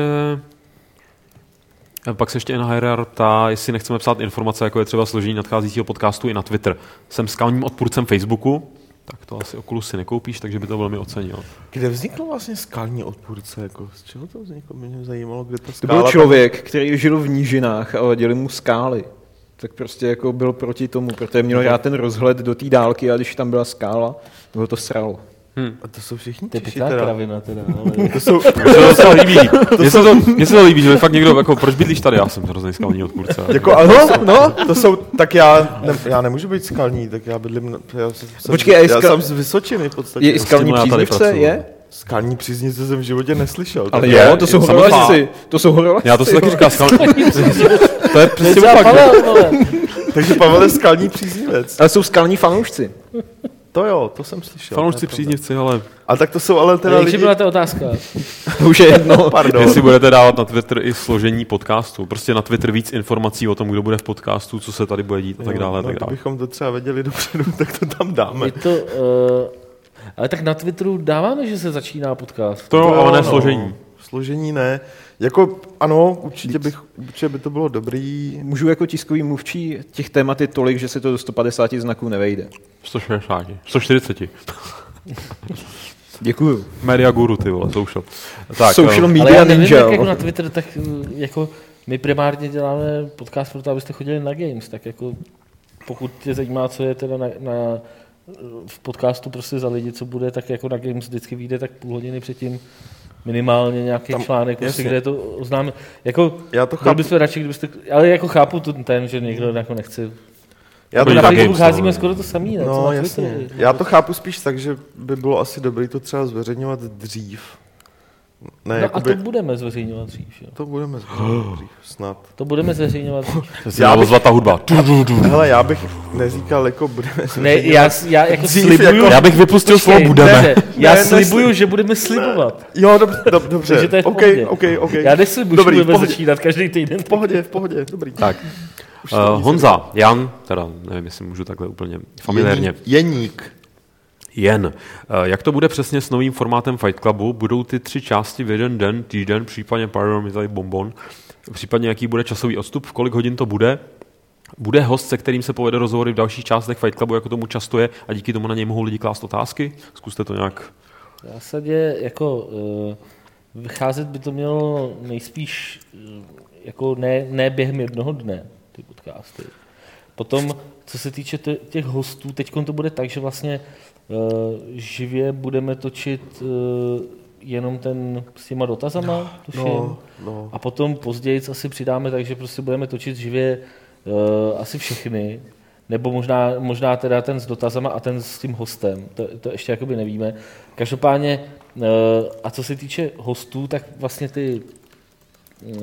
Pak se ještě Einherjar ptá, jestli nechceme psát informace, jako je třeba složení nadcházejícího podcastu i na Twitter. Jsem skalním odpůrcem Facebooku, tak to asi Oculus si nekoupíš, takže by to velmi ocenil. Kde vznikl vlastně skalní odpůrce? Jako, z čeho to vzniklo? Mě zajímalo, kde ta skála... To byl člověk, tam... který žil v nížinách a vadili mu skály. Tak prostě jako byl proti tomu, protože měl rád ten rozhled do té dálky a když tam byla skála, bylo to sralo. Hmm. A to jsou všichni Češi teda. To je kravina teda, ale... to jsou... to se líbí. Mně se to, mně se to líbí, že by fakt někdo, jako, proč bydlíš tady? Já jsem hrozný skalní odpůrce. Jako, ano, no, to jsou, tak já, ne, já nemůžu být skalní, tak já bydlím, já jsem, Počkej, já skal... skal... jsem z Vysočiny v podstatě. Je i skalní příznivce, je? Skalní příznivce jsem v životě neslyšel. Ale je, jo, to jsou je, horolezci. To jsou horolezci. Já to se taky říká skalní. To je přesně Třeba opak. Pavel, vole. Takže Pavel je skalní příznivec. Ale jsou skalní fanoušci. To jo, to jsem slyšel. Fanoušci příznivci, ale A tak to jsou ale teda Takže lidi... byla ta otázka. To už je jedno. Pardon. jestli budete dávat na Twitter i složení podcastu. Prostě na Twitter víc informací o tom, kdo bude v podcastu, co se tady bude dít a tak dále. A No, tak dále. kdybychom to třeba věděli dopředu, tak to tam dáme. Je to, uh, ale tak na Twitteru dáváme, že se začíná podcast. To jo, ale ne no. složení. Složení ne. Jako ano, určitě, bych, určitě by to bylo dobrý. Můžu jako tiskový mluvčí, těch témat je tolik, že se to do sto padesát znaků nevejde. sto šedesát, sto čtyřicet. Děkuju. Media guru, ty vole, social. Tak, Social eh, media Ale já nevím, ninja. jak jako na Twitter, tak uh, jako my primárně děláme podcast pro to, abyste chodili na Games, tak jako pokud tě zajímá, co je teda na, na v podcastu prostě za lidi, co bude, tak jako na Games vždycky vyjde tak půl hodiny předtím minimálně nějaký Tam, článek, prostě, kde to oznámí. Jako, Já to byl chápu. byste radši, kdybyste, ale jako chápu ten, ten že někdo jako nechce. Já to Chodí Na na chápu, Games, Facebooku házíme no. skoro to samý, ne? co no, na jasně. Twitteru. Já to chápu spíš tak, že by bylo asi dobré to třeba zveřejňovat dřív. Ne, No jakoby, a to budeme zveřejňovat dřív, jo. to budeme zveřejňovat dřív, snad. To budeme zveřejňovat dřív. já Já bych- ozvat ta hudba. Hele, já bych neříkal, jako budeme Ne, zveřejňovat. já, já jako Dřív slibuju... jako- Já bych vypustil slovo Počkej, budeme. ne, ne, já Ne, slibuju, nesli- že budeme slibovat. Jo, dob, dob, dobře. Takže to je v OK, pohodě. OK, OK. Já neslibuju, Dobrý, že v budeme pohodě. začínat každý týden. V pohodě, v pohodě, dobrý. Tak. Už Uh, to víc Honza, Jan, teda nevím, jestli můžu takhle úplně familiárně. Jeník. Jeník. Jen. Uh, jak to bude přesně s novým formátem Fight Clubu? Budou ty tři části v jeden den, týden, případně, pardon, je tady bonbon, případně jaký bude časový odstup, v kolik hodin to bude? Bude host, se kterým se povede rozhovory v dalších částech Fight Clubu, jako tomu často je, a díky tomu na něj mohou lidi klást otázky? Zkuste to nějak. V zásadě jako uh, vycházet by to mělo nejspíš uh, jako ne, ne během jednoho dne, ty podcasty. Potom, co se týče t- těch hostů, teď to bude tak, že vlastně uh, živě budeme točit uh, jenom ten s těma dotazama, tuším. No, no. A potom později asi přidáme tak, že prostě budeme točit živě uh, asi všechny, nebo možná, možná teda ten s dotazama a ten s tím hostem, to, to ještě jakoby nevíme. Každopádně, uh, a co se týče hostů, tak vlastně ty, uh,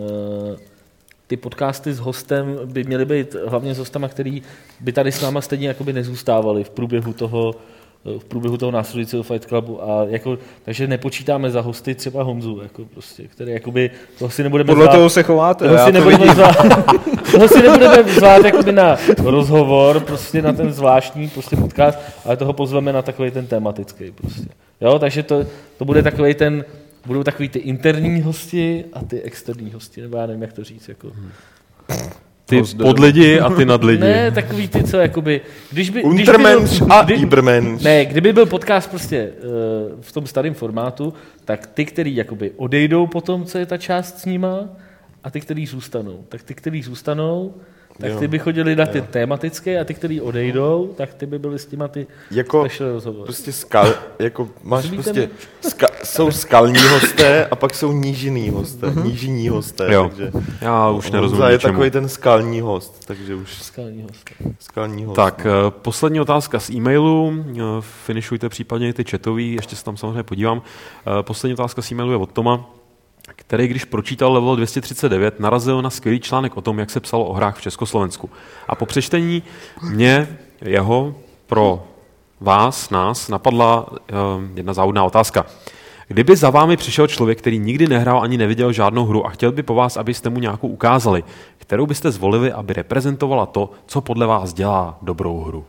ty podcasty s hostem by měly být hlavně s hostama, který by tady s náma stejně jakoby nezůstávali v průběhu toho, v průběhu toho následujícího Fight Clubu. A jako, takže nepočítáme za hosty třeba Honzu, jako prostě, který jakoby, toho si nebudeme Podle zvát, toho se chováte. toho já si to nebudeme vidím. zvát, toho si nebudeme zvát jakoby na rozhovor, prostě na ten zvláštní prostě podcast, ale toho pozveme na takový ten tematický prostě. Jo, takže to, to bude takový ten, budou takový ty interní hosti a ty externí hosti, nebo já nevím, jak to říct, jako. Ty Host do pod lidi a ty nad lidi. Ne, takový ty, co jakoby, když by, když by Untermensch byl, a kdy- Ibermensch. ne, kdyby byl podcast prostě uh, v tom starém formátu, tak ty, který jakoby odejdou po tom, co je ta část s nima, a ty, který zůstanou. Tak ty, který zůstanou, tak Jo. ty by chodili na ty tematické a ty, který odejdou, tak ty by byli s těma ty Jako special rozhovory. prostě skal, jako máš Rozumíte prostě, mi? ska, jsou skalní hosté a pak jsou nížiný hosté, nížiní hosté, Jo. takže Já už nerozumím Honza je ničemu. takový ten skalní host, takže už Skalní host. skalní host. Tak, eh, poslední otázka z e-mailu. Eh, Finišujte případně i ty chatový, ještě se tam samozřejmě podívám. Eh, Poslední otázka z e-mailu je od Toma, který, když pročítal level dvě stě třicet devět, narazil na skvělý článek o tom, jak se psalo o hrách v Československu. A po přečtení mě, jeho, pro vás, nás, napadla uh, jedna závodná otázka. Kdyby za vámi přišel člověk, který nikdy nehrál ani neviděl žádnou hru a chtěl by po vás, abyste mu nějakou ukázali, kterou byste zvolili, aby reprezentovala to, co podle vás dělá dobrou hru?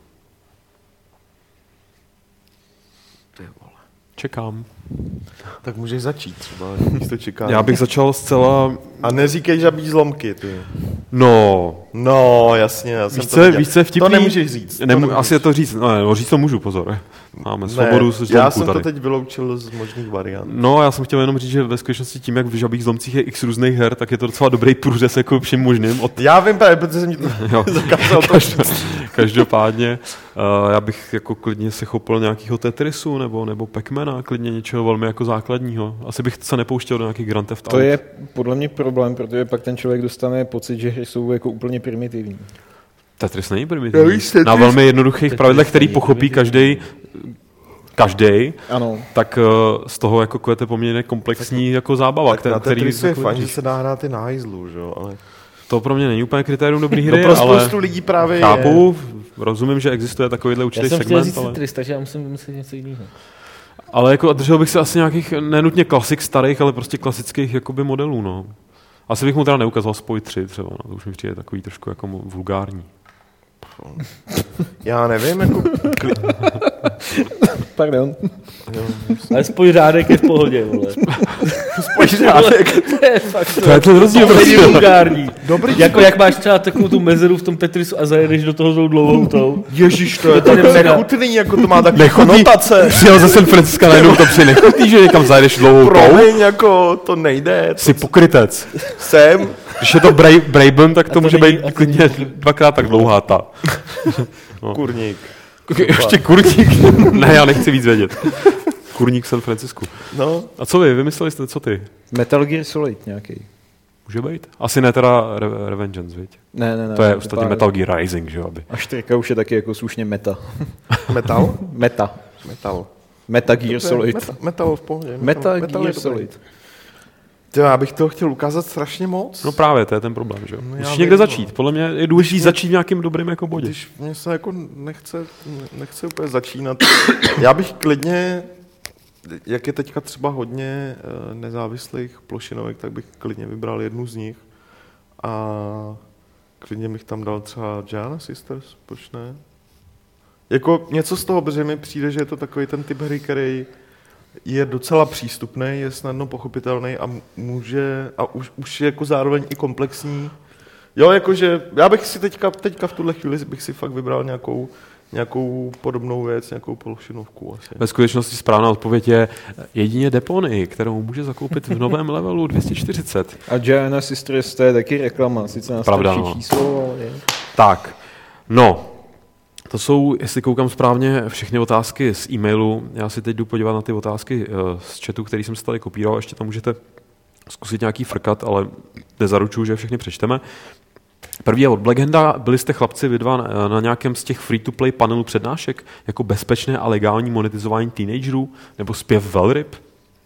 Čekám. Tak můžeš začít třeba, místo čekání. Já bych začal zcela... A neříkej žabí zlomky, ty. No, No, jasně, já jsem víš, to co, je- viděl. víš, co je vtipný? To nemůžeš říct. to Nemu, nemůžeš asi je to říct, no, ne, říct to můžu, pozor. Máme Ne, svobodu se já zlomků jsem tady. to teď vyloučil z možných variant. No, já jsem chtěl jenom říct, že ve skutečnosti tím, jak v žabých zlomcích je x různých her, tak je to docela dobrý průřez jako všem možným. Od... Já vím právě, protože jsem mi to Jo. zakázal to říct. Každopádně, uh, já bych jako klidně se chopil nějakého Tetrisu nebo, nebo Pac-Mana, klidně něčeho velmi jako základního. Asi bych se nepouštěl do nějakých Grand Theft To Auto. je podle mě problém, protože pak ten člověk dostane pocit, že hry jsou jako úplně primitivní. Tetris není Já primitivní. víš, Tetris- Na velmi jednoduchých Tetris pravidlech, který není pochopí primitivní. každý. každý, ano. tak uh, z toho jako kvete poměrně komplexní tak, jako zábava. Tak který, na Tetrisu je jako fajn, že se dá hrát i na hajzlu, že jo, ale... To pro mě není úplně kritérium dobrý hry, no pro ale spoustu lidí právě chápu, je. Rozumím, že existuje takovýhle určitý segment. Já jsem chtěl říct ale... Tetris, takže já musím vymyslet něco jiného. Ale jako držel bych se asi nějakých, nenutně klasik starých, ale prostě klasických jakoby modelů, no. Asi bych mu teda neukazoval Spoj tři třeba, no. To už mi přijde takový trošku jako vulgární. Já nevím, jako... Pardon. Ale Spoj řádek je v pohodě, vole. Spoj řádek. To je fakt to je ten rozdíl, to prostě. je vulgární. Dobrý. Jako jak máš třeba takovou tu mezeru v tom Tetrisu a zajedeš do toho tou dlouhou tou. Ježiš, to je to nechutný, jako to má takový konotace. Přijel ze San Francisca najednou to přijde nechutný, že někam zajedeš dlouhou tou. Promiň, jako to nejde. Jsi pokrytec. Jsem. Když je to Braben, tak to, to může není- být klidně dvakrát tak dlouhá ta. No. Kurník. Ještě kurník. Ne, já nechci víc vědět. Kurník v San Francisku. No. A co vy? Vymysleli jste, co ty? Metal Gear Solid nějaký. Může být? Asi ne teda Re- Revengeance, viď? Ne, ne, ne. To je ostatně Metal Gear Rising, že jo? Aby. A čtyřka už je taky jako slušně meta. Metal? Meta. Metal. Meta Gear Solid. Metal, metal v pohodě. Meta metal Gear je dobrý. Solid. Ty, já bych toho chtěl ukázat strašně moc. No právě, to je ten problém, že jo? No já Musíš vím, někde no. začít. Podle mě je důležité Když začít v nějakým dobrým jako bodě. Když mě se jako nechce, nechce úplně začínat. Já bych klidně, jak je teďka třeba hodně eh, nezávislých plošinovek, tak bych klidně vybral jednu z nich. A klidně bych tam dal třeba Giana Sisters, proč ne? Jako něco z toho, protože mi přijde, že je to takový ten typ hry, který je docela přístupný, je snadno pochopitelný a může, a už, už je jako zároveň i komplexní. Jo, jakože já bych si teďka, teďka v tuhle chvíli bych si fakt vybral nějakou, nějakou podobnou věc, nějakou plošinovku asi. Ve skutečnosti správná odpověď je jedině Depony, kterou může zakoupit v novém levelu dvě stě čtyřicet. A Giana Sisters, to je taky reklama, sice na Pravda, starší no. číslo, ale je. Tak, no, to jsou, jestli koukám správně, všechny otázky z e-mailu. Já si teď jdu podívat na ty otázky uh, z chatu, který jsem si tady kopíroval. Ještě tam můžete zkusit nějaký frkat, ale nezaručuju, že všechny přečteme. První je od Blackhanda. Byli jste chlapci vy dva na, na nějakém z těch free-to-play panelů přednášek jako bezpečné a legální monetizování teenagerů nebo zpěv velryb?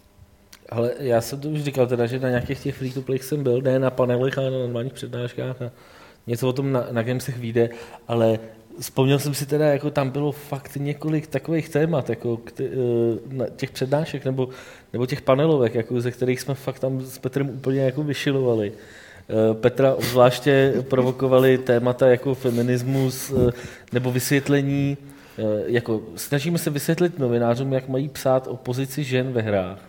Ale já jsem to už říkal teda, že na nějakých těch free-to-play jsem byl, ne na panelech, ale na normálních přednáškách a něco o tom na, na Gamesech vyjde, ale vzpomněl jsem si teda, jako tam bylo fakt několik takových témat, jako k, na těch přednášek nebo, nebo těch panelovek, jako ze kterých jsme fakt tam s Petrem úplně jako vyšilovali. Petra obzvláště provokovali témata jako feminismus nebo vysvětlení, jako snažíme se vysvětlit novinářům, jak mají psát o pozici žen ve hrách.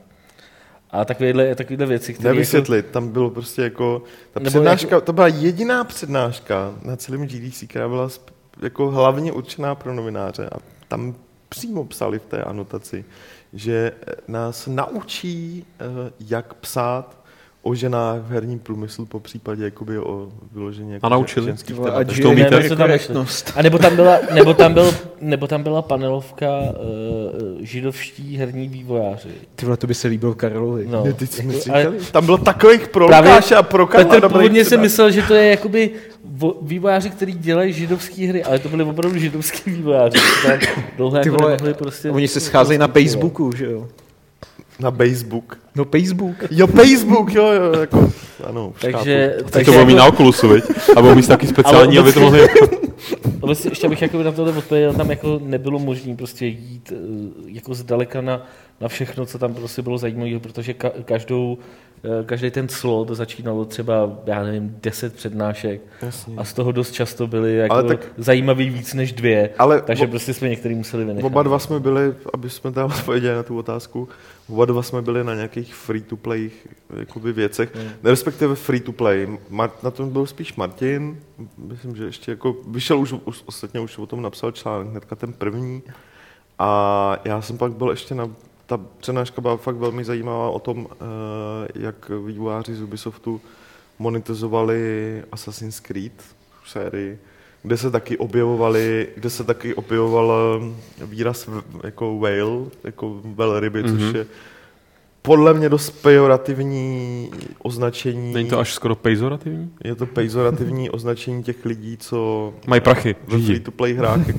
A takovéhle, takovéhle věci, které... Nevysvětlit, jako, tam bylo prostě jako... Ta nebo přednáška, jako, to byla jediná přednáška na celém G D C, která byla jako hlavně určená pro novináře. A tam přímo psali v té anotaci, že nás naučí, jak psát o ženách v herním průmyslu, po případě jakoby o vyložení jako a naučili. ženských A témat. to umíte? G M korektnost. a nebo tam byla, nebo tam byl, nebo tam byla panelovka uh, židovští herní vývojáři. Ty vole, to by se líbilo Karlovi. No. Ne, teď jsme si Ale- říkali, tam bylo takových pro Právě Lukáše a pro Karla Petr dobrých původně si přednášek. myslel, že to je jakoby vo- vývojáři, kteří dělají židovské hry, ale to byli opravdu židovský vývojáři. Tam dlouho Ty jako vole, nemohli prostě... oni se scházejí na Facebooku, že jo? Na Facebook. No Facebook. Jo, Facebook, jo, jo, jako, ano, už Takže, chápu. Tak to budou mít na Oculusu, viď? A budou mít taky speciální, Ale aby to mohli... Obecně ještě bych jako na tohle odpověděl, tam jako nebylo možné prostě jít eh, jako zdaleka na, na všechno, co tam prostě bylo zajímavé, protože ka, každou, eh, každý ten slot začínalo třeba, já nevím, deset přednášek. Jasně. A z toho dost často byly jako Ale tak- zajímavý víc než dvě, Ale takže o- prostě jsme některý museli vynechat. Oba dva jsme byli, aby jsme tam odpověděli na tu otázku, oba dva jsme byli na nějakých free-to-play jakoby věcech, hmm. respektive free-to-play. Mar- na tom byl spíš Martin, myslím, že ještě jako, vyšel už, už, ostatně už o tom napsal článek, hnedka ten první. A já jsem pak byl ještě na, ta přednáška byla fakt velmi zajímavá o tom, jak vývojáři z Ubisoftu monetizovali Assassin's Creed sérii, kde se taky objevovali, kde se taky objevoval výraz jako whale, jako velryby, mm-hmm. což je podle mě dost pejorativní označení. Není to až skoro pejzorativní? Je to pejorativní označení těch lidí, co mají prachy. Ve free-to-play hrách jako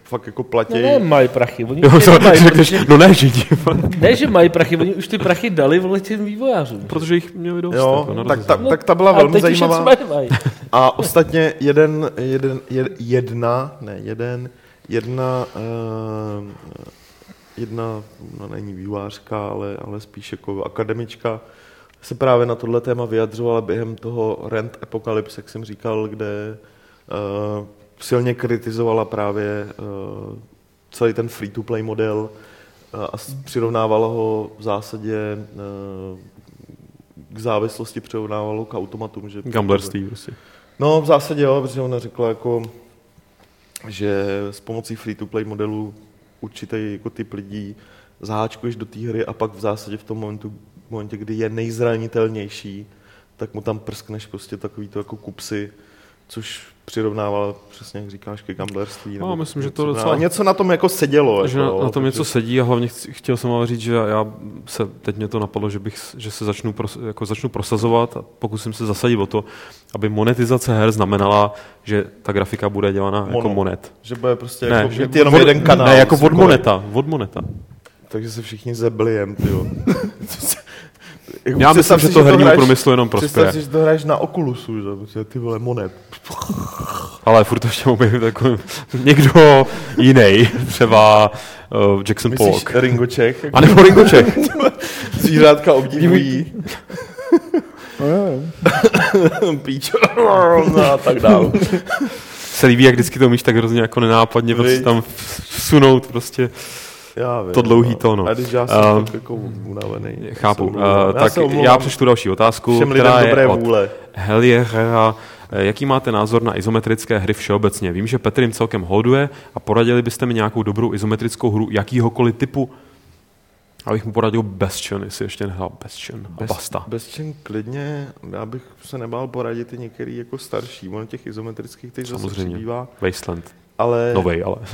fakt jako platí. No ne, mají prachy. Oni Jo, už to, nemají, řekneš, protože, no ne, židi. ne, že mají prachy, oni už ty prachy dali vole těm vývojářům. Protože jich měli dost. Jo, jako, na tak, rozdíl. ta, tak ta byla A velmi teď už je zajímavá. třeba nemají. A ostatně jeden, jeden, jed, jedna, ne jeden, jedna, uh, jedna, no není vývojářka, ale, ale spíš jako akademička, se právě na tohle téma vyjadřovala během toho Rent Apocalypse, jak jsem říkal, kde uh, silně kritizovala právě uh, celý ten free-to-play model uh, a přirovnávala ho v zásadě uh, k závislosti, přirovnávala k automatům. Že Gamblerství prostě. No v zásadě jo, protože ona řekla jako, že s pomocí free-to-play modelu určitý jako typ lidí zaháčkuješ do té hry a pak v zásadě v tom momentu, v momentě, kdy je nejzranitelnější, tak mu tam prskneš prostě takový to jako kupsy, což přirovnával přesně, jak říkáš, ke gamblerství. No, myslím, že to něco, docela... něco na tom jako sedělo. Že jako, na, na tom protože... něco sedí a hlavně chci, chtěl jsem ale říct, že já se, teď mě to napadlo, že, bych, že se začnu, pros, jako začnu prosazovat a pokusím se zasadit o to, aby monetizace her znamenala, že ta grafika bude dělaná Mono. jako monet. Že bude prostě ne, jako že mít jenom od, jeden kanál. Ne, jako od moneta, od moneta. Takže se všichni zeblijem, tyjo. Jako já myslím, že to hernímu průmyslu jenom prospěje. Představ si, že to hraješ na Oculusu, že ty vole monet. Ale furt to ještě mohl být takový někdo jiný, třeba uh, Jackson Myslíš Pollock. Ringo Czech? A nebo Ringo Czech. Zvířátka obdivují. Píčo. A tak dál. Se líbí, jak vždycky to umíš tak hrozně jako nenápadně prostě tam vsunout prostě. Já vím, to dlouhý to, no. A když já jsem uh, tak jako unavený. Chápu. Uh, tak já, já přečtu další otázku, všem která lidem dobré je od vůle. Heliera. Jaký máte názor na izometrické hry všeobecně? Vím, že Petr jim celkem holduje a poradili byste mi nějakou dobrou izometrickou hru jakýhokoliv typu? Abych mu poradil Bastion, jestli ještě nehrál Bastion a basta. Bastion klidně, já bych se nebál poradit i některý jako starší. Ono těch izometrických teď zase přibývá. Wasteland. Ale... Novej, ale...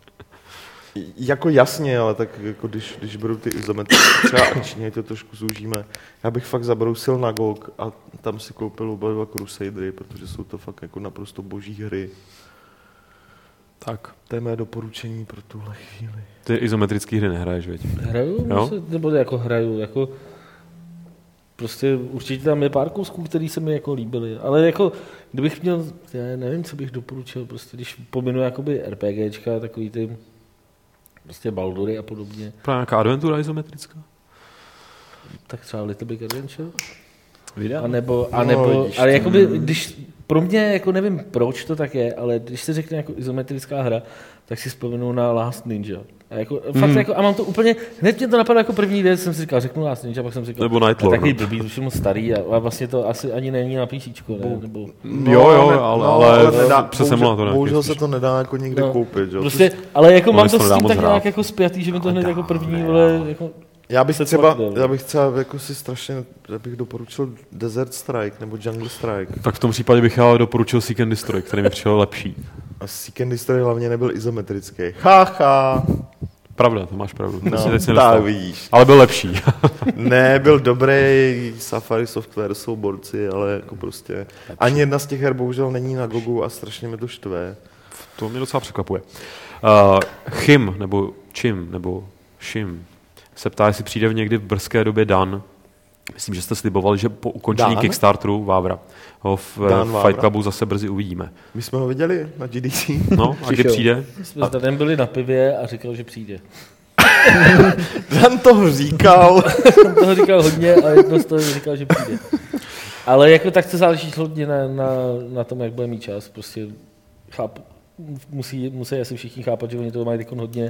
Jako jasně, ale tak jako když, když beru ty izometrické třeba akčně, to trošku zúžíme. Já bych fakt zabrousil na G O G a tam si koupil oba dva Crusadery, protože jsou to fakt jako naprosto boží hry. Tak. To je mé doporučení pro tuhle chvíli. Ty izometrické hry nehraješ, věď? Hraju, jo? Se, nebo jako hraju, jako prostě určitě tam je pár kousků, který se mi jako líbily, ale jako kdybych měl, já nevím, co bych doporučil, prostě když pominu jakoby RPGčka, takový ty prostě Baldury a podobně. Právě nějaká adventura izometrická? Tak třeba Little Big Adventure? Videa? A nebo, a nebo no, vidíš, ale jakoby, když, pro mě, jako nevím, proč to tak je, ale když se řekne jako izometrická hra, tak si vzpomenu na Last Ninja. A, jako, Hmm. fakt jako, a mám to úplně, hned mě to napadlo jako první věc, jsem si říkal, řeknu Last Ninja, pak jsem si říkal, nebo Nightlord. takový blbý, už je moc starý a, a vlastně to asi ani není na písíčko, ne? Nebo... No, jo, jo, ale, no, ale, ale nedá, přes bohužel, emulátor. bohužel se to nedá jako nikde no, koupit. Jo? Prostě, ale jako no, mám to s nedá tím moc tak hrát. nějak jako spjatý, že mi to hned jako první, vole, jako... Já bych se třeba, tvrdil. já bych třeba jako si strašně, já bych doporučil Desert Strike nebo Jungle Strike. Tak v tom případě bych ale doporučil Seek and Destroy, který mi přišel lepší. A Seek and Destroy hlavně nebyl izometrický. Haha. Pravda, to máš pravdu. No, teď si tak nedostal. vidíš. Ale byl lepší. Ne, byl dobrý, Safari Software jsou borci, ale jako prostě lepší. Ani jedna z těch her bohužel není na Gogu a strašně mi to štve. To mě docela překvapuje. Uh, Chim, nebo Čim, nebo Šim, se ptá, jestli přijde v někdy v brzké době Dan. Myslím, že jste slibovali, že po ukončení Dan? Kickstarteru Vávra ho v Dan Fight Vávra? Clubu zase brzy uvidíme. My jsme ho viděli na G D C. No, a kdy Přišel. přijde? My jsme s Danem byli na pivě a říkal, že přijde. Dan toho říkal. Jsem toho říkal hodně a jedno z toho říkal, že přijde. Ale jako tak to záleží hodně na, na, na tom, jak bude mít čas. Prostě cháp, musí, musí asi všichni chápat, že oni toho mají teď hodně.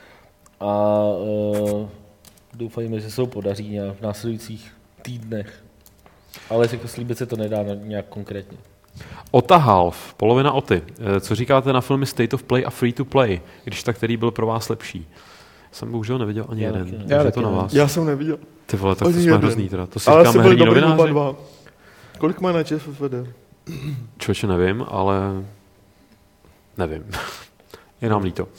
A uh, doufajme, že se ho podaří nějak v následujících týdnech. Ale jako slíbit se to nedá nějak konkrétně. Ota Half, polovina Oty. Co říkáte na filmy State of Play a Free to Play, když tak který byl pro vás lepší? Jsem bohužel neviděl ani Já jeden. taky ne. Takže Já to taky na ne. vás. Já jsem neviděl. Ty vole, tak to Ani jsme jeden. hrozný teda. To si Ale říkáme byli herní dobrý oba novináři. dva. Kolik má na ČSFD? Člověče nevím, ale nevím. Je nám líto. Uh,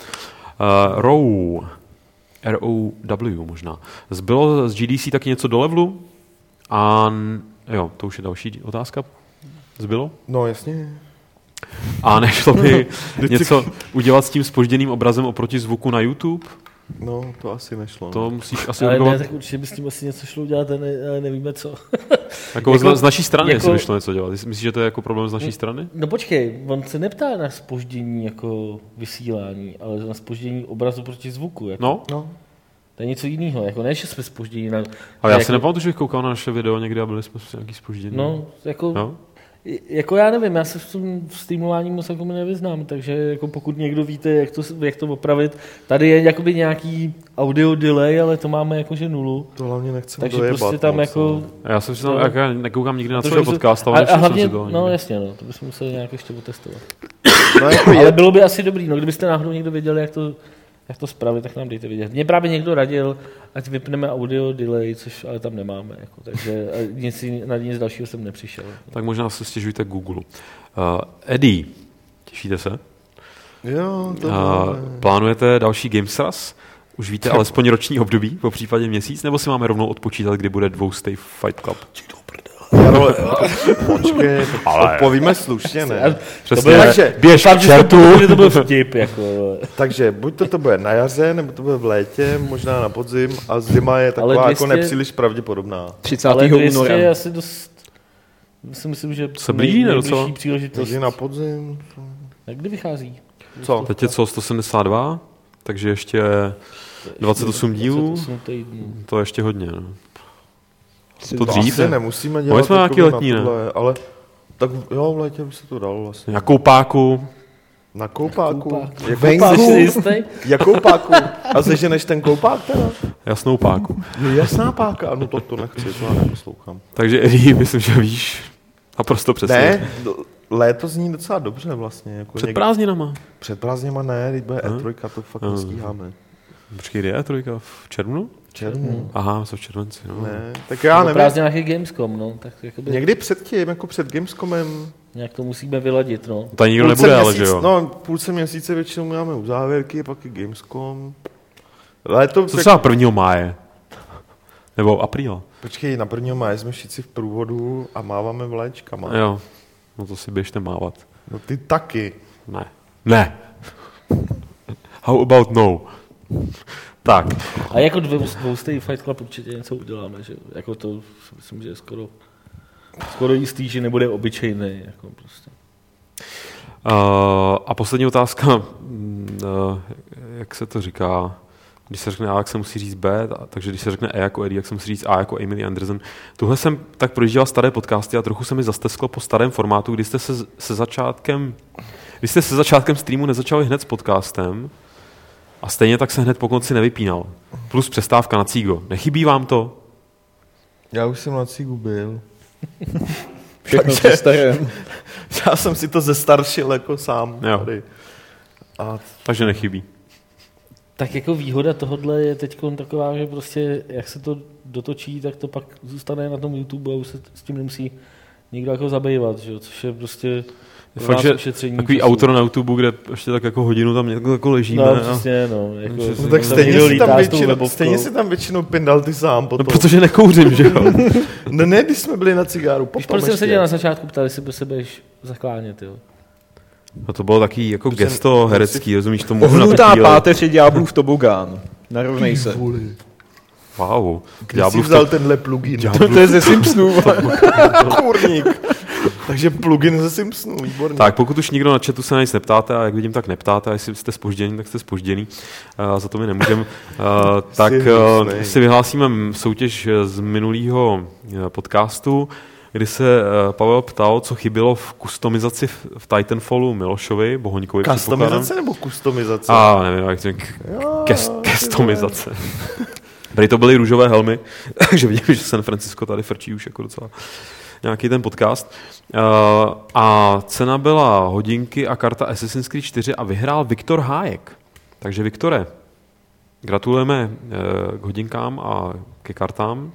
Row, R O W možná. Zbylo z G D C taky něco do levelu? A jo, to už je další otázka. Zbylo? No jasně. A nešlo by něco udělat s tím zpožděným obrazem oproti zvuku na YouTube? No, to asi nešlo. To musíš asi ale odgovat. ne, tak určitě by s tím asi něco šlo udělat, ale, ne, ale nevíme co. Jako, jako, z, z naší strany, jako, jestli by šlo něco dělat. Myslíš, že to je jako problém z naší strany? No počkej, on se neptá na zpoždění jako vysílání, ale na zpoždění obrazu proti zvuku. Jako. No. No. To je něco jiného, jako ne, že jsme zpoždění. Na, Ale já jako, si nepamatuju, že bych koukal na naše video někdy a byli jsme nějaký zpoždění. No, jako... No? Jako já nevím, já se v tom streamování moc jako nevyznám, takže jako pokud někdo víte, jak to, jak to opravit, tady je jakoby nějaký audio delay, ale to máme jakože nulu. To hlavně nechceme takže dojebat. prostě tam moc, jako... Já jsem si tam, jak já nekoukám nikdy na to, celý podcast, ale a, a hlavně, jsem si to no nikdy. jasně, no, to bychom museli nějak ještě otestovat. No, jako Ale je, bylo by asi dobrý, no, kdybyste náhodou někdo věděl, jak to, jak to spravit, tak nám dejte vědět. Mě právě někdo radil, ať vypneme audio delay, což ale tam nemáme, jako, takže nic, na nic dalšího jsem nepřišel. Tak možná se stěžujte Google. Uh, Eddie, těšíte se? jo, to Uh, máme. plánujete další Gamesras? Už víte alespoň roční období, po případě měsíc, nebo si máme rovnou odpočítat, kdy bude dvoustej Fight Club? Jaro, počkej, ale... odpovíme slušně, ne? Přesně, bylo- takže- běž Fakt, k že to, čertu. že to byl vtip, jako. Takže buď to, to bude na jaře, nebo to bude v létě, možná na podzim, a zima je taková Ale jako dvě stě nepříliš pravděpodobná. Ale třicátého dvě stě února. je asi dost... Si myslím, že Se blíží, ne, docela? nejbližší příležitost. Takže na podzim. Tak kdy vychází? Co? Teď je co, sto sedmdesát dva, takže ještě dvacet osm dílů, dvacet osm týdnů. to je ještě hodně. No. To To dřív, asi ne? nemusíme Mohli dělat jsme nějaký jakoby letní, na ne? tohle, ale tak jo, v létě by se to dalo vlastně. Jakou páku, Na koupáku. Koupák. Jakou Venku. Jsi si páku? jistý? Jakou páku? A seženeš ten koupák teda? jasnou páku. Je jasná páka, no to, to nechci, to já neposlouchám. Takže Eddie, myslím, že víš naprosto přesně. Ne, do- léto zní docela dobře vlastně. Jako Před někdy- prázdninama. Před prázdněma ne, teď bude Aha. E tři, to fakt Aha. nestíháme. Počkej, kdy je trojka? V červnu? Červnu. Aha, jsou v červenci. No. Ne, tak já Po nevím. prázdninách je Gamescom, no. Tak jakoby Někdy předtím, jako před Gamescomem, nějak to musíme vyladit, no. Tady nikdo půlce nebude, ale měsíc, že jo? No, půlce měsíce většinou máme u závěrky, pak je Gamescom. Léto, Co třeba prvního máje? Nebo apríla? Počkej, na prvního máje jsme všichni v průvodu a máváme vlaječkama. Jo, no to si běžte mávat. No ty taky. Ne. Ne. How about no? Tak, A jako dvou, dvoustej Fight Club určitě něco uděláme, že jo. Jako to si myslím, že je skoro, skoro jistý, že nebude obyčejný, jako prostě. uh, a poslední otázka, mm, uh, jak se to říká, když se řekne A, jak se musí říct B, a, takže když se řekne E jako Eddie, jak se musí říct A jako Emily Anderson. Tuhle jsem tak projížděl staré podcasty a trochu se mi zastesklo po starém formátu, kdy jste se, se začátkem, když jste se začátkem streamu nezačali hned s podcastem a stejně tak se hned po konci nevypínal. Plus přestávka na Cígo. Nechybí vám to? Já už jsem na Cígu byl. Všechno po starém. Já jsem si to zestaršil jako sám Jo. tady. A Takže nechybí. Tak jako výhoda tohohle je teď taková, že prostě jak se to dotočí, tak to pak zůstane na tom YouTube a už se s tím nemusí nikdo jako zabývat, že jo? Což je prostě pro Fakt, nás že ušetření takový času. autor na YouTube, kde ještě tak jako hodinu tam jako, jako ležíme. No, a- přesně, no. Jako, No, no, tak tam stejně někdo si, tam lítá s tou většinou, webovkou. stejně si tam většinou pindal ty sám potom. No, protože nekouřím, že jo? Ne, ne, když jsme byli na cigáru, Víš, potom proč jsem ještě. seděl na začátku, ptali se, by se budeš zaklánět, jo. No to bylo taky jako To gesto jsem- herecký, rozumíš tomu na tu Hnutá chvíli. páteř je ďáblův tobogán. Narovnej se. Wow. Když jsi Ďáblův vzal to... tenhle plugin. To, to je ze Simpsonů. Kurník. Takže plugin ze Simpsonů, výborně. Tak, pokud už nikdo na chatu se na nic neptáte, a jak vidím, tak neptáte, a jestli jste spoždění, tak jste spoždění, uh, za to my nemůžeme, uh, tak uh, hnusnej. si vyhlásíme soutěž z minulého podcastu, kdy se uh, Pavel ptal, co chybělo v kustomizaci v, v Titanfallu Milošovi, Bohoňkovi. Customizace nebo kustomizace? A nevím, jak to Jo, customizace. Tady to byly růžové helmy, takže vidím, že San Francisco tady frčí už jako docela nějaký ten podcast. Uh, a cena byla hodinky a karta Assassin's Creed čtyři a vyhrál Viktor Hájek. Takže Viktore, gratulujeme uh, k hodinkám a ke kartám.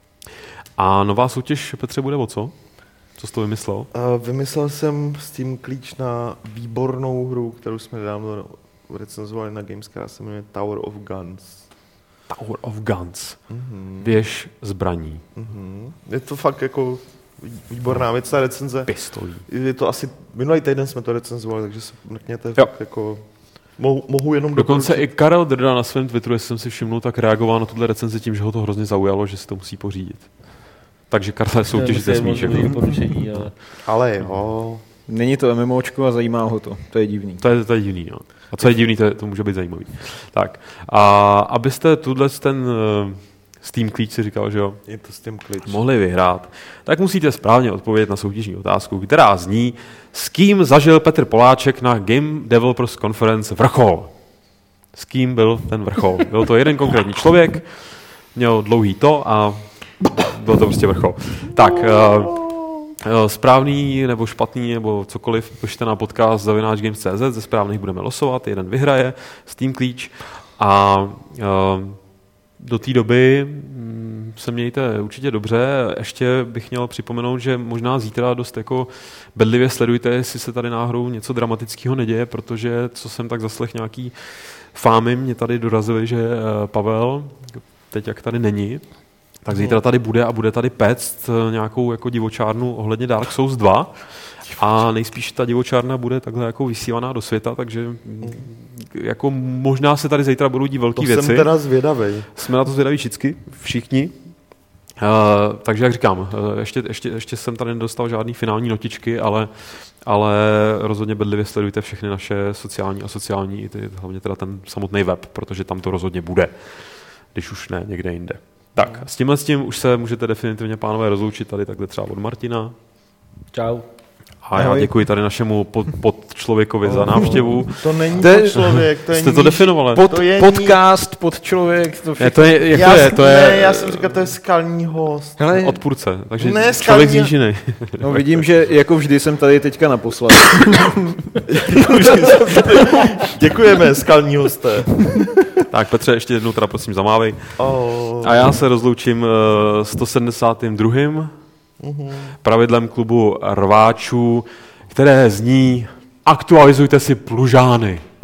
A nová soutěž, Petře, bude o co? Co jsi to vymyslel? Uh, vymyslel jsem s tím klíč na výbornou hru, kterou jsme nedávno recenzovali na Games, která se jmenuje Tower of Guns. Tower of Guns. Mm-hmm. Věž zbraní. Mm-hmm. Je to fakt jako výborná věc, ta recenze. Pistolí. Je to asi, minulý týden jsme to recenzovali, takže se mrkněte, Jo. jako, mohu, mohu jenom Dokonce doporučit. i Karel Drda na svém Twitteru, jestli jsem si všimnul, tak reagoval na tuhle recenzi tím, že ho to hrozně zaujalo, že si to musí pořídit. Takže Karel, soutěžit nesmíš. Jako. Doporučení, ale... Ale jo. Není to MMOčko a zajímá ho to. To je divný. To je, to je divný, no. A co je divný, to, je, to může být zajímavý. Tak, a abyste tuhle ten uh, Steam klíč si říkal, že jo, Je to s tím klíč. mohli vyhrát, tak musíte správně odpovědět na soutěžní otázku, která zní, s kým zažil Petr Poláček na Game Developers Conference vrchol? S kým byl ten vrchol? Byl to jeden konkrétní člověk, měl dlouhý to a byl to prostě vrchol. Tak, uh, správný nebo špatný nebo cokoliv, pište na podcast zavináč games tečka cé zet, ze správných budeme losovat, jeden vyhraje Steam klíč a uh, do té doby mm, se mějte určitě dobře. Ještě bych měl připomenout, že možná zítra dost jako bedlivě sledujte, jestli se tady náhodou něco dramatického neděje, protože co jsem tak zaslech nějaký fámy, mě tady dorazili, že uh, Pavel, teď jak tady není, tak zítra tady bude a bude tady péct nějakou jako divočárnu ohledně Dark Souls dva a nejspíš ta divočárna bude takhle jako vysílaná do světa, takže jako možná se tady zítra budou dít velký to věci. jsem teda zvědavej. Jsme na to zvědaví všichni, všichni. Uh, takže jak říkám, uh, ještě, ještě, ještě jsem tady nedostal žádný finální notičky, ale, ale rozhodně bedlivě sledujte všechny naše sociální a sociální, ty, hlavně teda ten samotný web, protože tam to rozhodně bude, když už ne někde jinde. Tak, s tímhle s tím už se můžete definitivně, pánové, rozloučit tady takhle třeba od Martina. Čau. A já děkuji tady našemu pod, pod člověkovi za návštěvu. To není To je- pod člověk, to je Jste to níž- definovali? Pod, To je podcast, pod člověk, to Ne, všechno. to je, jak já, to je, to je ne, já jsem říkal, to je skalní host. Hele, odpůrce, takže Ne, člověk z skalní- nížiny. no vidím, že jako vždy jsem tady teďka naposled. Děkujeme, skalní hosté. Tak Petře, ještě jednou teda prosím zamávej. Oh. A já se rozloučím uh, sto sedmdesátým druhým Mhm. pravidlem klubu rváčů, které zní aktualizujte si plužány.